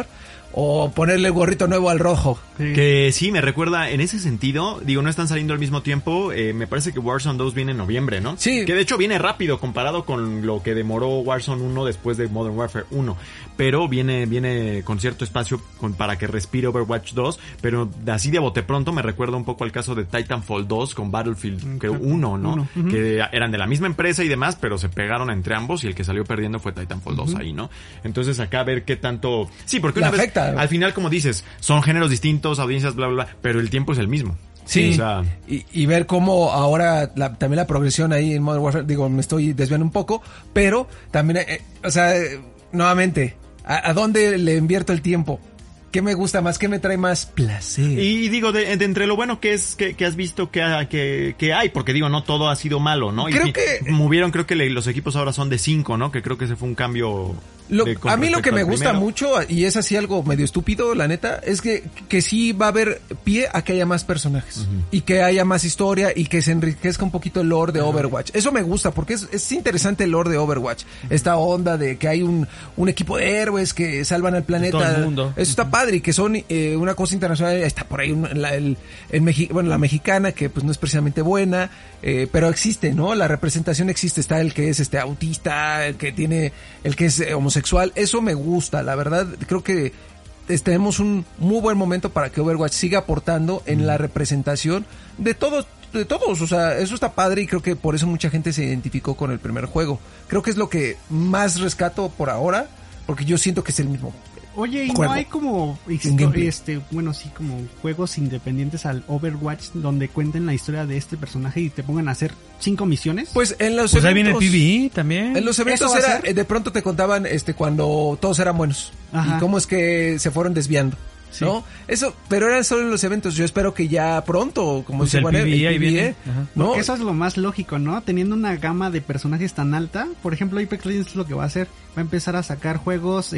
[SPEAKER 6] o ponerle el gorrito nuevo al rojo.
[SPEAKER 3] Sí. Que sí, me recuerda, en ese sentido, digo, no están saliendo al mismo tiempo, eh, me parece que Warzone dos viene en noviembre, ¿no?
[SPEAKER 6] Sí.
[SPEAKER 3] Que de hecho viene rápido comparado con lo que demoró Warzone uno después de Modern Warfare uno, pero viene viene con cierto espacio con, para que respire Overwatch dos, pero así de bote pronto me recuerda un poco al caso de Titanfall dos con Battlefield, creo, uno, ¿no? Uno. Uh-huh. Que eran de la misma empresa y demás, pero se pegaron entre ambos y el que salió perdiendo fue Titanfall dos uh-huh. ahí, ¿no? Entonces acá a ver qué tanto... Sí, porque una
[SPEAKER 6] Le
[SPEAKER 3] vez,
[SPEAKER 6] afecta.
[SPEAKER 3] al final, como dices, son géneros distintos, audiencias, bla, bla, bla, pero el tiempo es el mismo.
[SPEAKER 6] Sí,
[SPEAKER 3] o sea,
[SPEAKER 6] y, y ver cómo ahora la, también la progresión ahí en Modern Warfare, digo, me estoy desviando un poco, pero también, eh, o sea, eh, nuevamente, ¿a, ¿a dónde le invierto el tiempo? ¿Qué me gusta más? ¿Qué me trae más placer?
[SPEAKER 3] Y digo, de, de entre lo bueno que es que, que has visto que, que, que hay, porque digo, no todo ha sido malo, ¿no?
[SPEAKER 6] Creo
[SPEAKER 3] y,
[SPEAKER 6] que...
[SPEAKER 3] Movieron, creo que le, los equipos ahora son de cinco, ¿no? Que creo que ese fue un cambio...
[SPEAKER 6] Lo,
[SPEAKER 3] de,
[SPEAKER 6] a mí lo que me gusta
[SPEAKER 3] primero.
[SPEAKER 6] mucho, y es así algo medio estúpido, la neta, es que, que sí va a haber pie a que haya más personajes. Uh-huh. Y que haya más historia y que se enriquezca un poquito el lore de uh-huh. Overwatch. Eso me gusta porque es, es interesante el lore de Overwatch. Uh-huh. Esta onda de que hay un, un equipo de héroes que salvan al planeta.
[SPEAKER 4] De todo el mundo.
[SPEAKER 6] Eso está uh-huh. padre y que son eh, una cosa internacional. Está por ahí un, la, el, el Mexi- bueno, la mexicana que pues no es precisamente buena, eh, pero existe, ¿no? La representación existe. Está el que es este autista, el que tiene, el que es eh, homosexual. Eso me gusta, la verdad, creo que tenemos un muy buen momento para que Overwatch siga aportando en mm. la representación de todos, de todos, o sea, eso está padre y creo que por eso mucha gente se identificó con el primer juego. Creo que es lo que más rescato por ahora, porque yo siento que es el mismo.
[SPEAKER 5] Oye, ¿y
[SPEAKER 6] juego.
[SPEAKER 5] no hay como histori- este, bueno, sí, como juegos independientes al Overwatch donde cuenten la historia de este personaje y te pongan a hacer cinco misiones?
[SPEAKER 6] Pues en los
[SPEAKER 4] pues
[SPEAKER 6] eventos,
[SPEAKER 4] ahí viene el P V E también.
[SPEAKER 6] En los eventos era, de pronto te contaban este cuando todos eran buenos. Ajá. Y cómo es que se fueron desviando. Sí. ¿No? Eso, pero eran solo en los eventos. Yo espero que ya pronto, como
[SPEAKER 4] pues
[SPEAKER 6] dice
[SPEAKER 4] el
[SPEAKER 6] Juan,
[SPEAKER 4] P V E,
[SPEAKER 6] el
[SPEAKER 4] ahí
[SPEAKER 6] P V E,
[SPEAKER 4] viene.
[SPEAKER 6] ¿no?
[SPEAKER 5] Porque eso es lo más lógico, ¿no? Teniendo una gama de personajes tan alta, por ejemplo, Apex Legends es lo que va a hacer. Va a empezar a sacar juegos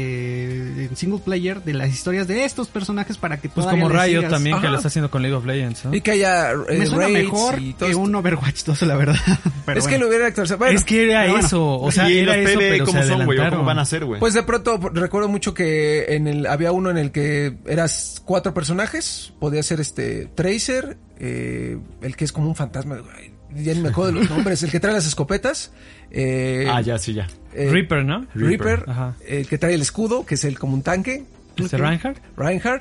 [SPEAKER 5] este en single player de las historias de estos personajes para que
[SPEAKER 4] pues
[SPEAKER 5] todavía
[SPEAKER 4] como Riot
[SPEAKER 5] sigas.
[SPEAKER 4] también,
[SPEAKER 6] Ajá.
[SPEAKER 4] que lo está haciendo con League of Legends, ¿no?
[SPEAKER 6] Y que haya eh,
[SPEAKER 5] me suena
[SPEAKER 6] raids
[SPEAKER 5] mejor
[SPEAKER 6] y todo
[SPEAKER 5] que
[SPEAKER 6] esto.
[SPEAKER 5] un Overwatch dos, la verdad. Pero
[SPEAKER 6] es
[SPEAKER 5] bueno.
[SPEAKER 6] que lo hubiera actualizado. Bueno,
[SPEAKER 4] es que era
[SPEAKER 5] bueno.
[SPEAKER 4] eso, o sea,
[SPEAKER 3] y
[SPEAKER 4] era
[SPEAKER 3] los
[SPEAKER 4] eso,
[SPEAKER 3] P V E,
[SPEAKER 4] pero
[SPEAKER 3] ¿cómo
[SPEAKER 4] se
[SPEAKER 3] son, güey?
[SPEAKER 4] adelantaron.
[SPEAKER 3] ¿Cómo van a ser, güey?
[SPEAKER 6] pues de pronto recuerdo mucho que en el había uno en el que eras cuatro personajes, podía ser este Tracer, eh, el que es como un fantasma, ya ni me acuerdo de los nombres, el que trae las escopetas, eh,
[SPEAKER 3] ah, ya, sí, ya.
[SPEAKER 6] eh,
[SPEAKER 4] Reaper, ¿no?
[SPEAKER 6] Reaper,
[SPEAKER 4] Ajá.
[SPEAKER 6] el que trae el escudo, que es el como un tanque,
[SPEAKER 4] ¿Este Reinhardt?
[SPEAKER 6] Reinhardt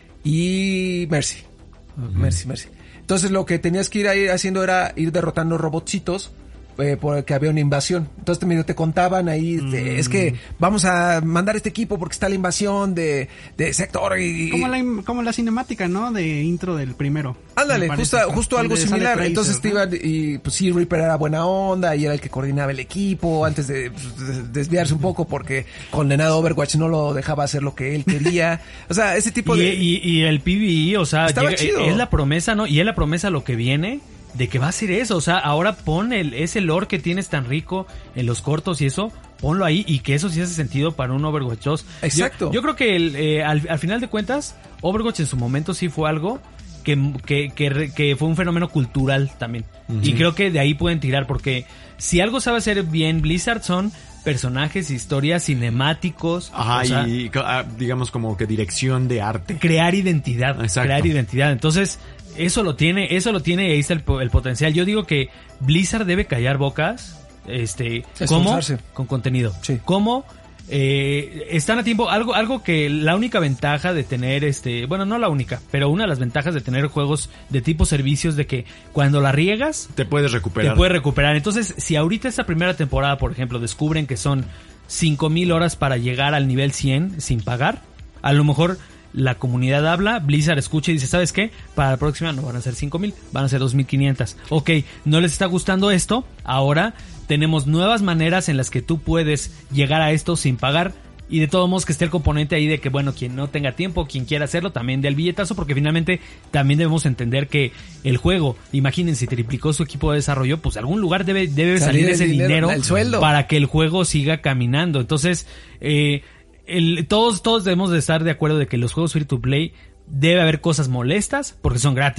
[SPEAKER 6] y Mercy. Uh-huh. Mercy, Mercy. Entonces lo que tenías que ir ahí haciendo era ir derrotando robotcitos. Eh, porque había una invasión. Entonces medio te contaban ahí, mm. de, es que vamos a mandar este equipo porque está la invasión de, de sector y...
[SPEAKER 5] Como la, como la cinemática, ¿no? De intro del primero.
[SPEAKER 6] Ándale, justo, justo algo similar. Tracer, entonces te iban, y pues sí, Reaper era buena onda y era el que coordinaba el equipo antes de, de desviarse un poco porque condenado Overwatch no lo dejaba hacer lo que él quería. O sea, ese tipo
[SPEAKER 4] y,
[SPEAKER 6] de...
[SPEAKER 4] Y, y el P V E, o sea, llega, es la promesa, ¿no? Y es la promesa lo que viene... de que va a ser eso, o sea, ahora pon el, ese lore que tienes tan rico en los cortos y eso, ponlo ahí y que eso sí hace sentido para un Overwatch dos.
[SPEAKER 6] Exacto.
[SPEAKER 4] Yo, yo creo que el, eh, al, al final de cuentas, Overwatch en su momento sí fue algo que, que, que, que fue un fenómeno cultural también. Uh-huh. Y creo que de ahí pueden tirar, porque si algo sabe hacer bien Blizzard son personajes, historias, cinemáticos.
[SPEAKER 3] Ajá,
[SPEAKER 4] o sea,
[SPEAKER 3] y digamos como que dirección de arte.
[SPEAKER 4] Crear identidad. Exacto. Crear identidad. Entonces... Eso lo tiene, eso lo tiene y ahí está el, el potencial. Yo digo que Blizzard debe callar bocas, este, ¿cómo? Con contenido.
[SPEAKER 6] Sí.
[SPEAKER 4] ¿Cómo? Eh, están a tiempo, algo, algo que la única ventaja de tener este, bueno, no la única, pero una de las ventajas de tener juegos de tipo servicios de que cuando la riegas,
[SPEAKER 3] te puedes recuperar.
[SPEAKER 4] Te puedes recuperar. Entonces, si ahorita esta primera temporada, por ejemplo, descubren que son cinco mil horas para llegar al nivel cien sin pagar, a lo mejor la comunidad habla, Blizzard escucha y dice, ¿sabes qué? Para la próxima no van a ser cinco mil, van a ser dos mil quinientas. Ok, no les está gustando esto, ahora tenemos nuevas maneras en las que tú puedes llegar a esto sin pagar. Y de todos modos que esté el componente ahí de que, bueno, quien no tenga tiempo, quien quiera hacerlo, también dé el billetazo, porque finalmente también debemos entender que el juego, imagínense, si triplicó su equipo de desarrollo, pues de algún lugar debe, debe salir, salir ese dinero, dinero
[SPEAKER 6] el sueldo,
[SPEAKER 4] para que el juego siga caminando. Entonces, eh... El, todos, todos debemos de estar de acuerdo de que los juegos free to play debe haber cosas molestas porque son gratis.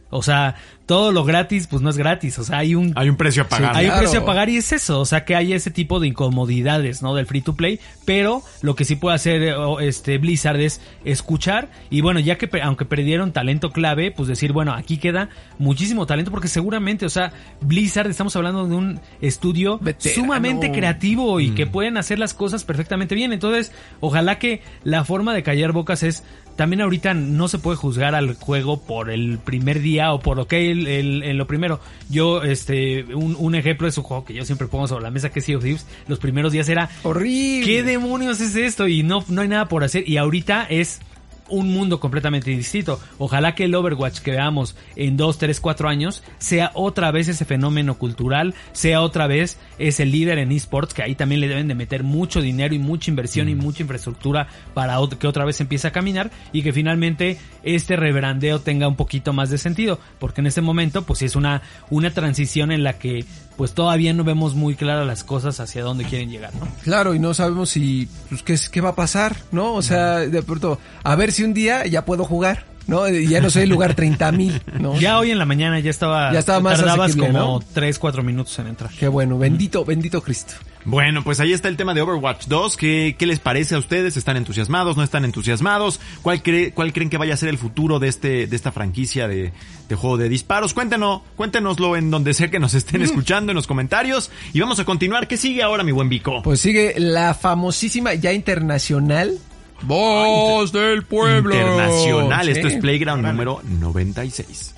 [SPEAKER 4] O sea, todo lo gratis, pues no es gratis. O sea, hay un...
[SPEAKER 3] Hay un precio a pagar.
[SPEAKER 4] Sí, hay
[SPEAKER 6] claro.
[SPEAKER 4] un precio a pagar y es eso. O sea, que hay ese tipo de incomodidades, ¿no? Del free to play. Pero lo que sí puede hacer este Blizzard es escuchar. Y bueno, ya que aunque perdieron talento clave, pues decir, bueno, aquí queda muchísimo talento. Porque seguramente, o sea, Blizzard, estamos hablando de un estudio
[SPEAKER 6] Veterano.
[SPEAKER 4] sumamente creativo y
[SPEAKER 3] Mm.
[SPEAKER 4] que pueden hacer las cosas perfectamente bien. Entonces, ojalá que la forma de callar bocas es... También ahorita no se puede juzgar al juego por el primer día o por lo que el, el, en lo primero. Yo, este, un, un ejemplo es un juego que yo siempre pongo sobre la mesa, que es Sea of Thieves. Los primeros días era,
[SPEAKER 6] Horrible.
[SPEAKER 4] ¿qué demonios es esto? Y no, no hay nada por hacer. Y ahorita es un mundo completamente distinto. Ojalá que el Overwatch que veamos en dos, tres, cuatro años sea otra vez ese fenómeno cultural, sea otra vez ese líder en esports, que ahí también le deben de meter mucho dinero y mucha inversión mm. y mucha infraestructura para que otra vez empiece a caminar y que finalmente este rebrandeo tenga un poquito más de sentido, porque en este momento pues es una, una transición en la que pues todavía no vemos muy claras las cosas hacia dónde quieren llegar, ¿no?
[SPEAKER 6] Claro, y no sabemos si, pues, qué, qué va a pasar, ¿no? O sea, de pronto, a ver si un día ya puedo jugar, ¿no? Y ya no soy el lugar treinta mil, ¿no?
[SPEAKER 4] Ya hoy en la mañana ya estaba...
[SPEAKER 6] Ya estaba más
[SPEAKER 4] tardabas
[SPEAKER 6] asequible,
[SPEAKER 4] como
[SPEAKER 6] ¿no?
[SPEAKER 4] tres, cuatro minutos en entrar.
[SPEAKER 6] Qué bueno, bendito, bendito Cristo.
[SPEAKER 3] Bueno, pues ahí está el tema de Overwatch dos. ¿Qué, qué les parece a ustedes? ¿Están entusiasmados? ¿No están entusiasmados? ¿Cuál, cree, cuál creen que vaya a ser el futuro de este de esta franquicia de, de juego de disparos? Cuéntenos, cuéntenoslo en donde sea que nos estén escuchando, en los comentarios. Y vamos a continuar. ¿Qué sigue ahora, mi buen Vico?
[SPEAKER 6] Pues sigue la famosísima, ya internacional, Voz del Pueblo.
[SPEAKER 3] Internacional.
[SPEAKER 6] Sí.
[SPEAKER 3] Esto es Playground número noventa y seis.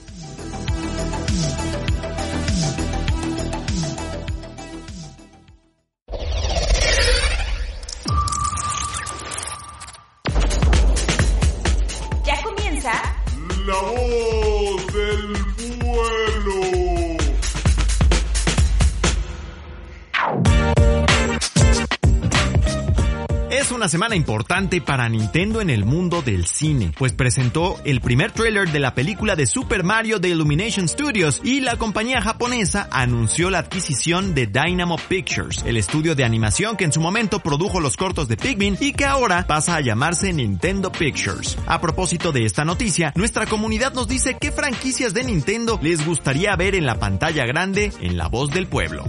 [SPEAKER 2] Ya comienza
[SPEAKER 7] La Voz del Pueblo.
[SPEAKER 3] Es una semana importante para Nintendo en el mundo del cine, pues presentó el primer tráiler de la película de Super Mario de Illumination Studios y la compañía japonesa anunció la adquisición de Dynamo Pictures, el estudio de animación que en su momento produjo los cortos de Pikmin y que ahora pasa a llamarse Nintendo Pictures. A propósito de esta noticia, nuestra comunidad nos dice qué franquicias de Nintendo les gustaría ver en la pantalla grande en La Voz del Pueblo.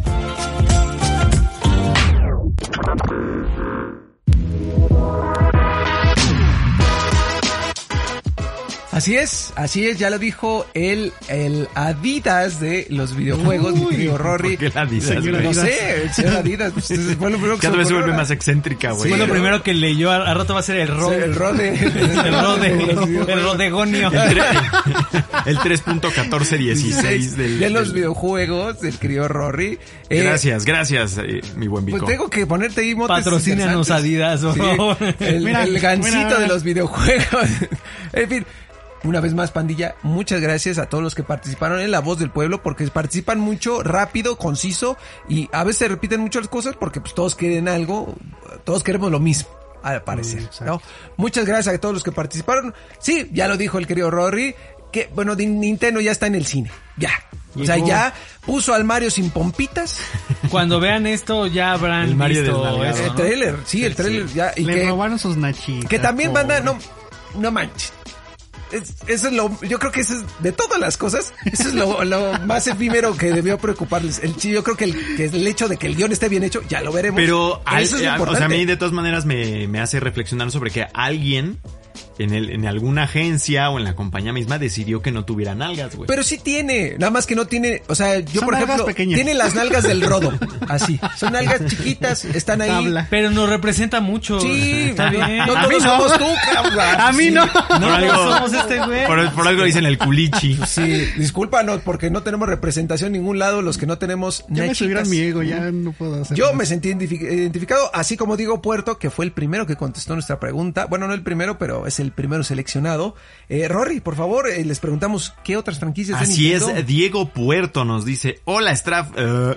[SPEAKER 6] Así es, así es, ya lo dijo el, el Adidas de los videojuegos, mi querido Rory.
[SPEAKER 3] ¿Por qué la Adidas,
[SPEAKER 5] Señor
[SPEAKER 3] güey?
[SPEAKER 6] No sé, el señor Adidas, pues, fue lo primero que
[SPEAKER 3] Cada vez se
[SPEAKER 6] ocurrió,
[SPEAKER 3] vuelve
[SPEAKER 6] ¿verdad?
[SPEAKER 3] más excéntrica, güey.
[SPEAKER 4] Fue lo primero que leyó, al, al rato va a ser el
[SPEAKER 6] Sí,
[SPEAKER 4] rode.
[SPEAKER 6] el Rode.
[SPEAKER 4] El rode, el rodegonio.
[SPEAKER 3] El tres punto catorce dieciséis del...
[SPEAKER 6] de los
[SPEAKER 3] del-
[SPEAKER 6] videojuegos del querido Rory. Eh,
[SPEAKER 3] Gracias, gracias, eh, mi buen Vico.
[SPEAKER 6] Pues tengo que ponerte ahí motes
[SPEAKER 4] Patrocínanos,
[SPEAKER 6] interesantes.
[SPEAKER 4] Adidas, por
[SPEAKER 6] Sí,
[SPEAKER 4] favor.
[SPEAKER 6] el,
[SPEAKER 5] Mira,
[SPEAKER 6] el gancito
[SPEAKER 5] mira.
[SPEAKER 6] de los videojuegos. En fin, una vez más, pandilla, muchas gracias a todos los que participaron en La Voz del Pueblo, porque participan mucho, rápido, conciso, y a veces se repiten mucho las cosas porque pues todos quieren algo, todos queremos lo mismo, al parecer,
[SPEAKER 5] Mm, exacto.
[SPEAKER 6] ¿no? Muchas gracias a todos los que participaron. Sí, ya lo dijo el querido Rory, que, bueno, de- Nintendo ya está en el cine, ya. O sea,
[SPEAKER 5] Llegó.
[SPEAKER 6] ya puso al Mario sin pompitas.
[SPEAKER 4] Cuando vean esto ya habrán
[SPEAKER 3] El Mario
[SPEAKER 4] visto
[SPEAKER 3] desnalgado.
[SPEAKER 4] eso,
[SPEAKER 6] El
[SPEAKER 4] ¿no?
[SPEAKER 6] trailer, sí, el trailer ya. Y
[SPEAKER 5] Le
[SPEAKER 6] que,
[SPEAKER 5] robaron sus nachitas.
[SPEAKER 6] que también banda,
[SPEAKER 5] pobre.
[SPEAKER 6] no, no manches. Es- eso es lo, yo creo que eso es, de todas las cosas, eso es lo, lo más efímero que debió preocuparles. El, chi- yo creo que el, que el hecho de que el guión esté bien hecho, ya lo veremos.
[SPEAKER 3] Pero, al-
[SPEAKER 6] eso es lo
[SPEAKER 3] eh, o sea, a
[SPEAKER 6] importante.
[SPEAKER 3] mí de todas maneras me, me hace reflexionar sobre que alguien en el en alguna agencia o en la compañía misma decidió que no tuviera nalgas, güey.
[SPEAKER 6] Pero sí tiene, nada más que no tiene, o sea, yo
[SPEAKER 5] Son
[SPEAKER 6] por
[SPEAKER 5] nalgas
[SPEAKER 6] ejemplo,
[SPEAKER 5] pequeñas.
[SPEAKER 6] tiene las nalgas del rodo, así. Son nalgas chiquitas, están ahí.
[SPEAKER 5] Tabla.
[SPEAKER 4] Pero nos representa mucho.
[SPEAKER 6] Sí,
[SPEAKER 4] está bien.
[SPEAKER 6] no
[SPEAKER 5] A
[SPEAKER 6] todos
[SPEAKER 5] mí no.
[SPEAKER 6] somos tú, cabrón.
[SPEAKER 5] A mí
[SPEAKER 6] Sí.
[SPEAKER 5] no.
[SPEAKER 3] por,
[SPEAKER 4] No
[SPEAKER 3] algo,
[SPEAKER 4] somos este güey.
[SPEAKER 3] por, por algo dicen el culichi.
[SPEAKER 6] Sí, discúlpanos porque no tenemos representación en ningún lado los que no tenemos
[SPEAKER 5] Ya me
[SPEAKER 6] nachitas.
[SPEAKER 5] subieron mi ego, ya no puedo hacer
[SPEAKER 6] Yo
[SPEAKER 5] más.
[SPEAKER 6] me sentí identifi- identificado, así como Diego Puerto, que fue el primero que contestó nuestra pregunta. Bueno, no el primero, pero es el primero seleccionado. Eh, Rory, por favor, eh, les preguntamos qué otras franquicias de
[SPEAKER 3] Así
[SPEAKER 6] Nintendo.
[SPEAKER 3] es, Diego Puerto nos dice, hola Straff, eh,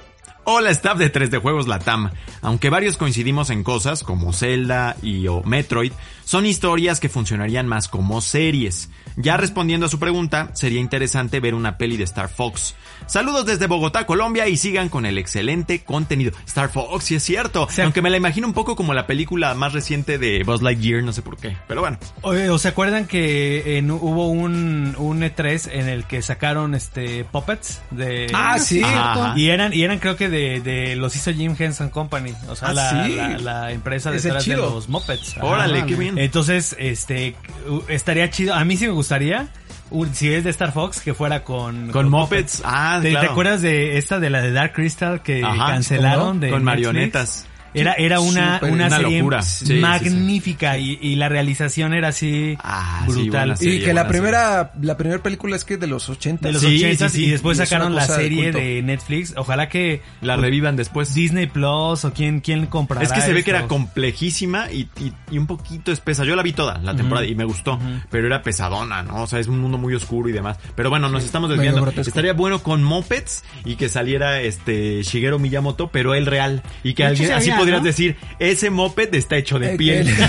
[SPEAKER 3] Hola staff de tres D Juegos Latam. Aunque varios coincidimos en cosas como Zelda y o Metroid, son historias que funcionarían más como series. Ya respondiendo a su pregunta, sería interesante ver una peli de Star Fox. Saludos desde Bogotá, Colombia, y sigan con el excelente contenido. Star Fox, sí es cierto, o sea, aunque me la imagino un poco como la película más reciente de Buzz Lightyear, no sé por qué, pero bueno.
[SPEAKER 4] ¿O, o se acuerdan que en, hubo un, un E tres en el que sacaron este puppets de...
[SPEAKER 6] Ah, sí.
[SPEAKER 3] Ajá.
[SPEAKER 4] Y eran, y eran creo que de, de los hizo Jim Henson Company, o sea,
[SPEAKER 6] Ah,
[SPEAKER 4] la,
[SPEAKER 6] sí.
[SPEAKER 4] la, la empresa
[SPEAKER 6] Ese
[SPEAKER 4] detrás de
[SPEAKER 6] chido.
[SPEAKER 4] los Muppets. Ajá.
[SPEAKER 3] Órale, qué bien.
[SPEAKER 4] Entonces, este, u- estaría chido. A mí sí me gustaría, un- si es de Star Fox, que fuera con...
[SPEAKER 3] Con Muppets, ah,
[SPEAKER 4] ¿Te,
[SPEAKER 3] claro.
[SPEAKER 4] ¿Te acuerdas de esta, de la de Dark Crystal que
[SPEAKER 3] Ajá,
[SPEAKER 4] cancelaron?
[SPEAKER 3] ¿cómo no?
[SPEAKER 4] De
[SPEAKER 3] Con
[SPEAKER 4] Netflix?
[SPEAKER 3] marionetas.
[SPEAKER 4] Era, era una,
[SPEAKER 6] Súper,
[SPEAKER 4] una,
[SPEAKER 3] una
[SPEAKER 4] serie
[SPEAKER 3] locura. Sí, sí,
[SPEAKER 4] magnífica Y, y la realización era así
[SPEAKER 3] Ah, sí,
[SPEAKER 4] brutal.
[SPEAKER 3] buena
[SPEAKER 6] Y
[SPEAKER 3] serie,
[SPEAKER 6] que la
[SPEAKER 3] buena
[SPEAKER 6] primera, la primera película es que de los ochenta.
[SPEAKER 4] de los
[SPEAKER 3] Sí,
[SPEAKER 4] ochentas
[SPEAKER 3] sí, sí.
[SPEAKER 4] y después
[SPEAKER 6] Y es
[SPEAKER 4] sacaron
[SPEAKER 6] una
[SPEAKER 4] la
[SPEAKER 6] cosa de
[SPEAKER 4] serie
[SPEAKER 6] culto.
[SPEAKER 4] de Netflix. Ojalá que
[SPEAKER 3] La revivan después.
[SPEAKER 4] Disney Plus o quién, quién comprará.
[SPEAKER 3] Es que se ve que
[SPEAKER 4] esto.
[SPEAKER 3] era complejísima y, y, y un poquito espesa. Yo la vi toda la temporada y me gustó, pero era pesadona, ¿no? O sea, es un mundo muy oscuro y demás. Pero bueno, nos estamos
[SPEAKER 6] medio
[SPEAKER 3] desviando.
[SPEAKER 6] grotesco.
[SPEAKER 3] Estaría bueno con Muppets y que saliera este Shigeru Miyamoto, pero él real. Y que
[SPEAKER 5] De hecho,
[SPEAKER 3] alguien,
[SPEAKER 5] sí
[SPEAKER 3] así
[SPEAKER 5] había,
[SPEAKER 3] podrías
[SPEAKER 5] ¿no?
[SPEAKER 3] decir, ese Muppet está hecho de
[SPEAKER 6] Eh,
[SPEAKER 3] piel.
[SPEAKER 6] que-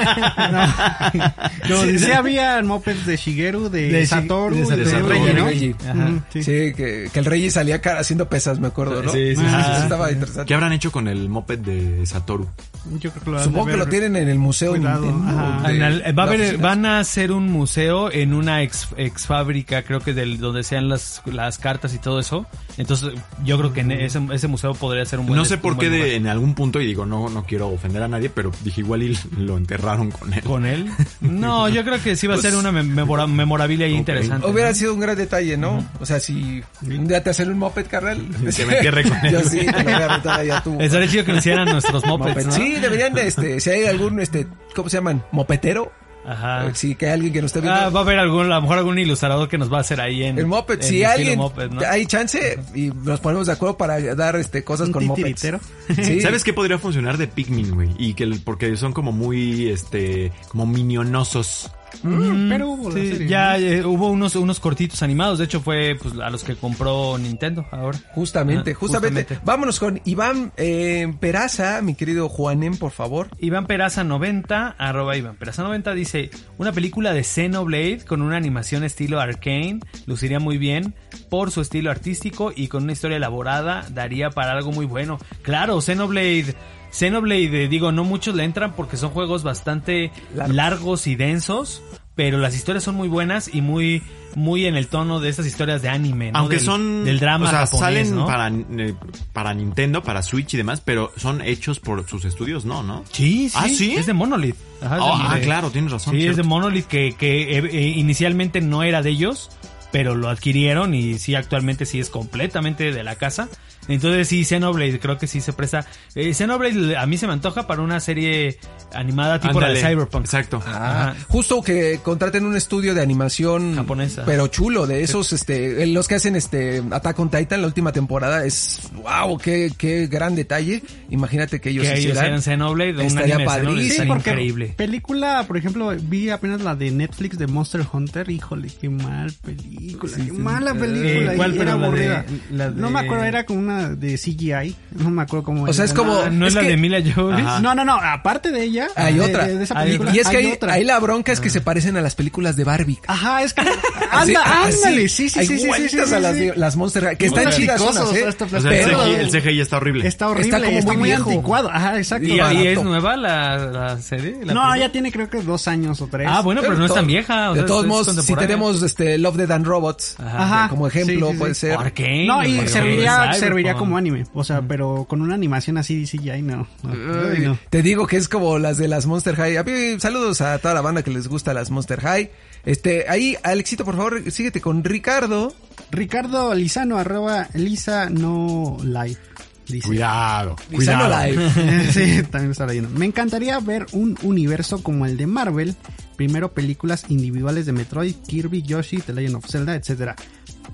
[SPEAKER 5] No, sí había mopeds de Shigeru, de,
[SPEAKER 4] De Shi-
[SPEAKER 5] Satoru,
[SPEAKER 4] de
[SPEAKER 5] y
[SPEAKER 4] Satoru,
[SPEAKER 5] de
[SPEAKER 3] Satoru,
[SPEAKER 5] Reggie, ¿no?
[SPEAKER 6] Reggie.
[SPEAKER 4] Ajá.
[SPEAKER 5] Ujú, sí.
[SPEAKER 6] Sí, que, que el Rey salía cara haciendo pesas, me acuerdo, ¿no?
[SPEAKER 3] Sí, sí, sí,
[SPEAKER 6] Ah,
[SPEAKER 3] sí, sí.
[SPEAKER 6] estaba interesante.
[SPEAKER 3] ¿Qué habrán hecho con el Muppet de Satoru?
[SPEAKER 5] Yo creo que lo han
[SPEAKER 6] Supongo
[SPEAKER 5] de
[SPEAKER 6] que lo
[SPEAKER 5] haber-
[SPEAKER 6] tienen en el museo
[SPEAKER 5] Cuidado,
[SPEAKER 6] Nintendo.
[SPEAKER 5] ajá.
[SPEAKER 6] de
[SPEAKER 4] En el- va a haber-
[SPEAKER 6] las oficinas.
[SPEAKER 4] van a hacer un museo en una ex, ex fábrica, creo que del donde sean las, las cartas y todo eso. Entonces, yo creo que en ese, ese museo podría ser un buen
[SPEAKER 3] No sé
[SPEAKER 4] un
[SPEAKER 3] por qué
[SPEAKER 4] buen
[SPEAKER 3] de,
[SPEAKER 4] lugar.
[SPEAKER 3] en algún punto, y digo, no, no quiero ofender a nadie, pero dije igual y lo enterraron con él.
[SPEAKER 4] ¿Con él? No, yo creo que sí va a ser una mem- memora- memorabilia ahí
[SPEAKER 3] Ok.
[SPEAKER 4] interesante.
[SPEAKER 6] Hubiera
[SPEAKER 4] ¿no?
[SPEAKER 6] sido un gran detalle, ¿no? O sea, si un día te hacen un moped, carnal.
[SPEAKER 3] Que me entierre con él.
[SPEAKER 6] Yo sí, te lo voy a rentar allá tú.
[SPEAKER 4] Estaría chido que nos hicieran nuestros mopeds,
[SPEAKER 6] Moped.
[SPEAKER 4] ¿no?
[SPEAKER 6] Sí, deberían de, este, si hay algún, este, ¿cómo se llaman? Mopetero.
[SPEAKER 4] Ajá.
[SPEAKER 6] Sí, que hay alguien que nos esté viendo.
[SPEAKER 4] Ah, va a haber algún, a lo mejor algún ilustrador que nos va a hacer ahí en
[SPEAKER 6] El moped,
[SPEAKER 4] en
[SPEAKER 6] si
[SPEAKER 4] estilo
[SPEAKER 6] alguien
[SPEAKER 4] moped, ¿no?
[SPEAKER 6] hay chance y nos ponemos de acuerdo para dar este cosas
[SPEAKER 5] Un
[SPEAKER 6] con mopeds.
[SPEAKER 5] titiritero.
[SPEAKER 6] Sí.
[SPEAKER 3] ¿Sabes qué podría funcionar de Pikmin, güey? Y que el- porque son como muy, este, como minionosos.
[SPEAKER 5] Mm, pero hubo la
[SPEAKER 4] Sí,
[SPEAKER 5] serie,
[SPEAKER 4] ya
[SPEAKER 5] ¿no?
[SPEAKER 4] eh, hubo unos unos cortitos animados, de hecho fue pues a los que compró Nintendo ahora.
[SPEAKER 6] Justamente,
[SPEAKER 4] Ah,
[SPEAKER 6] justamente,
[SPEAKER 4] justamente.
[SPEAKER 6] Vámonos con Iván eh, Peraza, mi querido Juanem, por favor.
[SPEAKER 4] Iván Peraza noventa, arroba Iván Peraza noventa, dice, una película de Xenoblade con una animación estilo arcane, luciría muy bien por su estilo artístico y con una historia elaborada, daría para algo muy bueno. Claro, Xenoblade, Xenoblade, eh, digo, no muchos le entran porque son juegos bastante
[SPEAKER 6] Largos.
[SPEAKER 4] largos y densos, pero las historias son muy buenas y muy muy en el tono de estas historias de anime, ¿no?
[SPEAKER 3] Aunque
[SPEAKER 4] Del-
[SPEAKER 3] son,
[SPEAKER 4] del drama
[SPEAKER 3] o sea,
[SPEAKER 4] japonés,
[SPEAKER 3] salen
[SPEAKER 4] ¿no?
[SPEAKER 3] para, eh, para Nintendo, para Switch y demás, pero son hechos por sus estudios, no, ¿no?
[SPEAKER 4] Sí, sí,
[SPEAKER 3] ¿Ah, sí?
[SPEAKER 4] es de Monolith. Ajá, es
[SPEAKER 3] Oh,
[SPEAKER 4] de-
[SPEAKER 3] ah,
[SPEAKER 4] de-
[SPEAKER 3] claro, tienes razón.
[SPEAKER 4] Sí, es
[SPEAKER 3] cierto.
[SPEAKER 4] de Monolith que, que eh, eh, inicialmente no era de ellos, pero lo adquirieron y sí, actualmente sí es completamente de la casa. Entonces sí, Xenoblade creo que sí se presta. Eh, Xenoblade a mí se me antoja para una serie animada tipo
[SPEAKER 3] Ándale,
[SPEAKER 4] la de Cyberpunk.
[SPEAKER 3] Exacto.
[SPEAKER 6] Ah,
[SPEAKER 4] Ajá.
[SPEAKER 6] justo que contraten un estudio de animación
[SPEAKER 4] Japonesa.
[SPEAKER 6] pero chulo, de esos, este, los que hacen este Attack on Titan la última temporada, es wow, qué, qué gran detalle. Imagínate que ellos
[SPEAKER 4] Que ellos
[SPEAKER 6] hicieran.
[SPEAKER 4] eran Xenoblade, un
[SPEAKER 6] Estaría
[SPEAKER 4] anime de Xenoblade,
[SPEAKER 6] padrísimo.
[SPEAKER 5] Sí,
[SPEAKER 4] estaría
[SPEAKER 5] porque
[SPEAKER 4] increíble.
[SPEAKER 5] película, por ejemplo, vi apenas la de Netflix de Monster Hunter. Híjole, qué mal película, qué mala película.
[SPEAKER 4] Eh, ¿cuál?
[SPEAKER 5] y
[SPEAKER 4] Pero
[SPEAKER 5] era
[SPEAKER 4] la de-
[SPEAKER 5] aburrida.
[SPEAKER 4] la de-
[SPEAKER 5] No me acuerdo, era como una de C G I. No me acuerdo cómo
[SPEAKER 6] O sea,
[SPEAKER 5] era.
[SPEAKER 6] es como-
[SPEAKER 4] Ah, ¿no es,
[SPEAKER 6] es
[SPEAKER 4] la
[SPEAKER 6] que-
[SPEAKER 4] de Mila Jovovich?
[SPEAKER 3] Ajá.
[SPEAKER 5] No, no, no, aparte de ella.
[SPEAKER 6] Hay
[SPEAKER 5] de-
[SPEAKER 6] otra.
[SPEAKER 5] De, de esa
[SPEAKER 4] Hay
[SPEAKER 5] película.
[SPEAKER 6] Y es que
[SPEAKER 5] hay
[SPEAKER 6] ahí,
[SPEAKER 5] otra.
[SPEAKER 6] ahí la bronca es que se parecen a las películas de Barbie.
[SPEAKER 5] Ajá, es que.
[SPEAKER 6] Así-
[SPEAKER 5] Anda,
[SPEAKER 6] así,
[SPEAKER 5] ándale, sí, sí,
[SPEAKER 6] hay
[SPEAKER 5] sí, sí, sí,
[SPEAKER 6] igualitas
[SPEAKER 5] sí,
[SPEAKER 6] a las,
[SPEAKER 5] sí.
[SPEAKER 6] de- las Monster High, que están
[SPEAKER 5] Unas
[SPEAKER 6] chidas
[SPEAKER 5] picosas,
[SPEAKER 6] unas, ¿eh?
[SPEAKER 5] estas
[SPEAKER 3] O sea, el,
[SPEAKER 5] Pero-
[SPEAKER 3] C G I, el C G I está horrible.
[SPEAKER 5] Está horrible,
[SPEAKER 6] Está como
[SPEAKER 5] está
[SPEAKER 6] muy
[SPEAKER 5] muy
[SPEAKER 6] viejo.
[SPEAKER 5] anticuado. Ajá, exacto.
[SPEAKER 4] ¿Y, y
[SPEAKER 6] barato.
[SPEAKER 4] es nueva la, la serie? ¿La
[SPEAKER 5] No,
[SPEAKER 4] película?
[SPEAKER 5] ya tiene creo que dos años o tres.
[SPEAKER 4] Ah, bueno, pero no es tan vieja. O
[SPEAKER 6] De
[SPEAKER 4] sea,
[SPEAKER 6] todos
[SPEAKER 4] es
[SPEAKER 6] modos, si
[SPEAKER 4] contemporánea.
[SPEAKER 6] tenemos este Love, Death and Robots,
[SPEAKER 4] Ajá.
[SPEAKER 6] que como ejemplo
[SPEAKER 5] Sí, sí,
[SPEAKER 6] puede
[SPEAKER 5] sí.
[SPEAKER 6] ser.
[SPEAKER 4] Arcane.
[SPEAKER 5] No, y
[SPEAKER 4] Cyberpunk.
[SPEAKER 5] serviría, serviría como anime. O sea, pero con una animación así C G I, no. no,
[SPEAKER 6] Ay,
[SPEAKER 5] no.
[SPEAKER 6] Te digo que es como las de las Monster High. A mí, saludos a toda la banda que les gusta las Monster High. Este, ahí, Alexito, por favor, síguete con Ricardo.
[SPEAKER 5] Ricardo Lizano, arroba Lisa no live. Dice.
[SPEAKER 3] Cuidado.
[SPEAKER 6] Lizano Live.
[SPEAKER 5] Sí, también está leyendo. Me encantaría ver un universo como el de Marvel. Primero películas individuales de Metroid, Kirby, Yoshi, The Legend of Zelda, etcétera.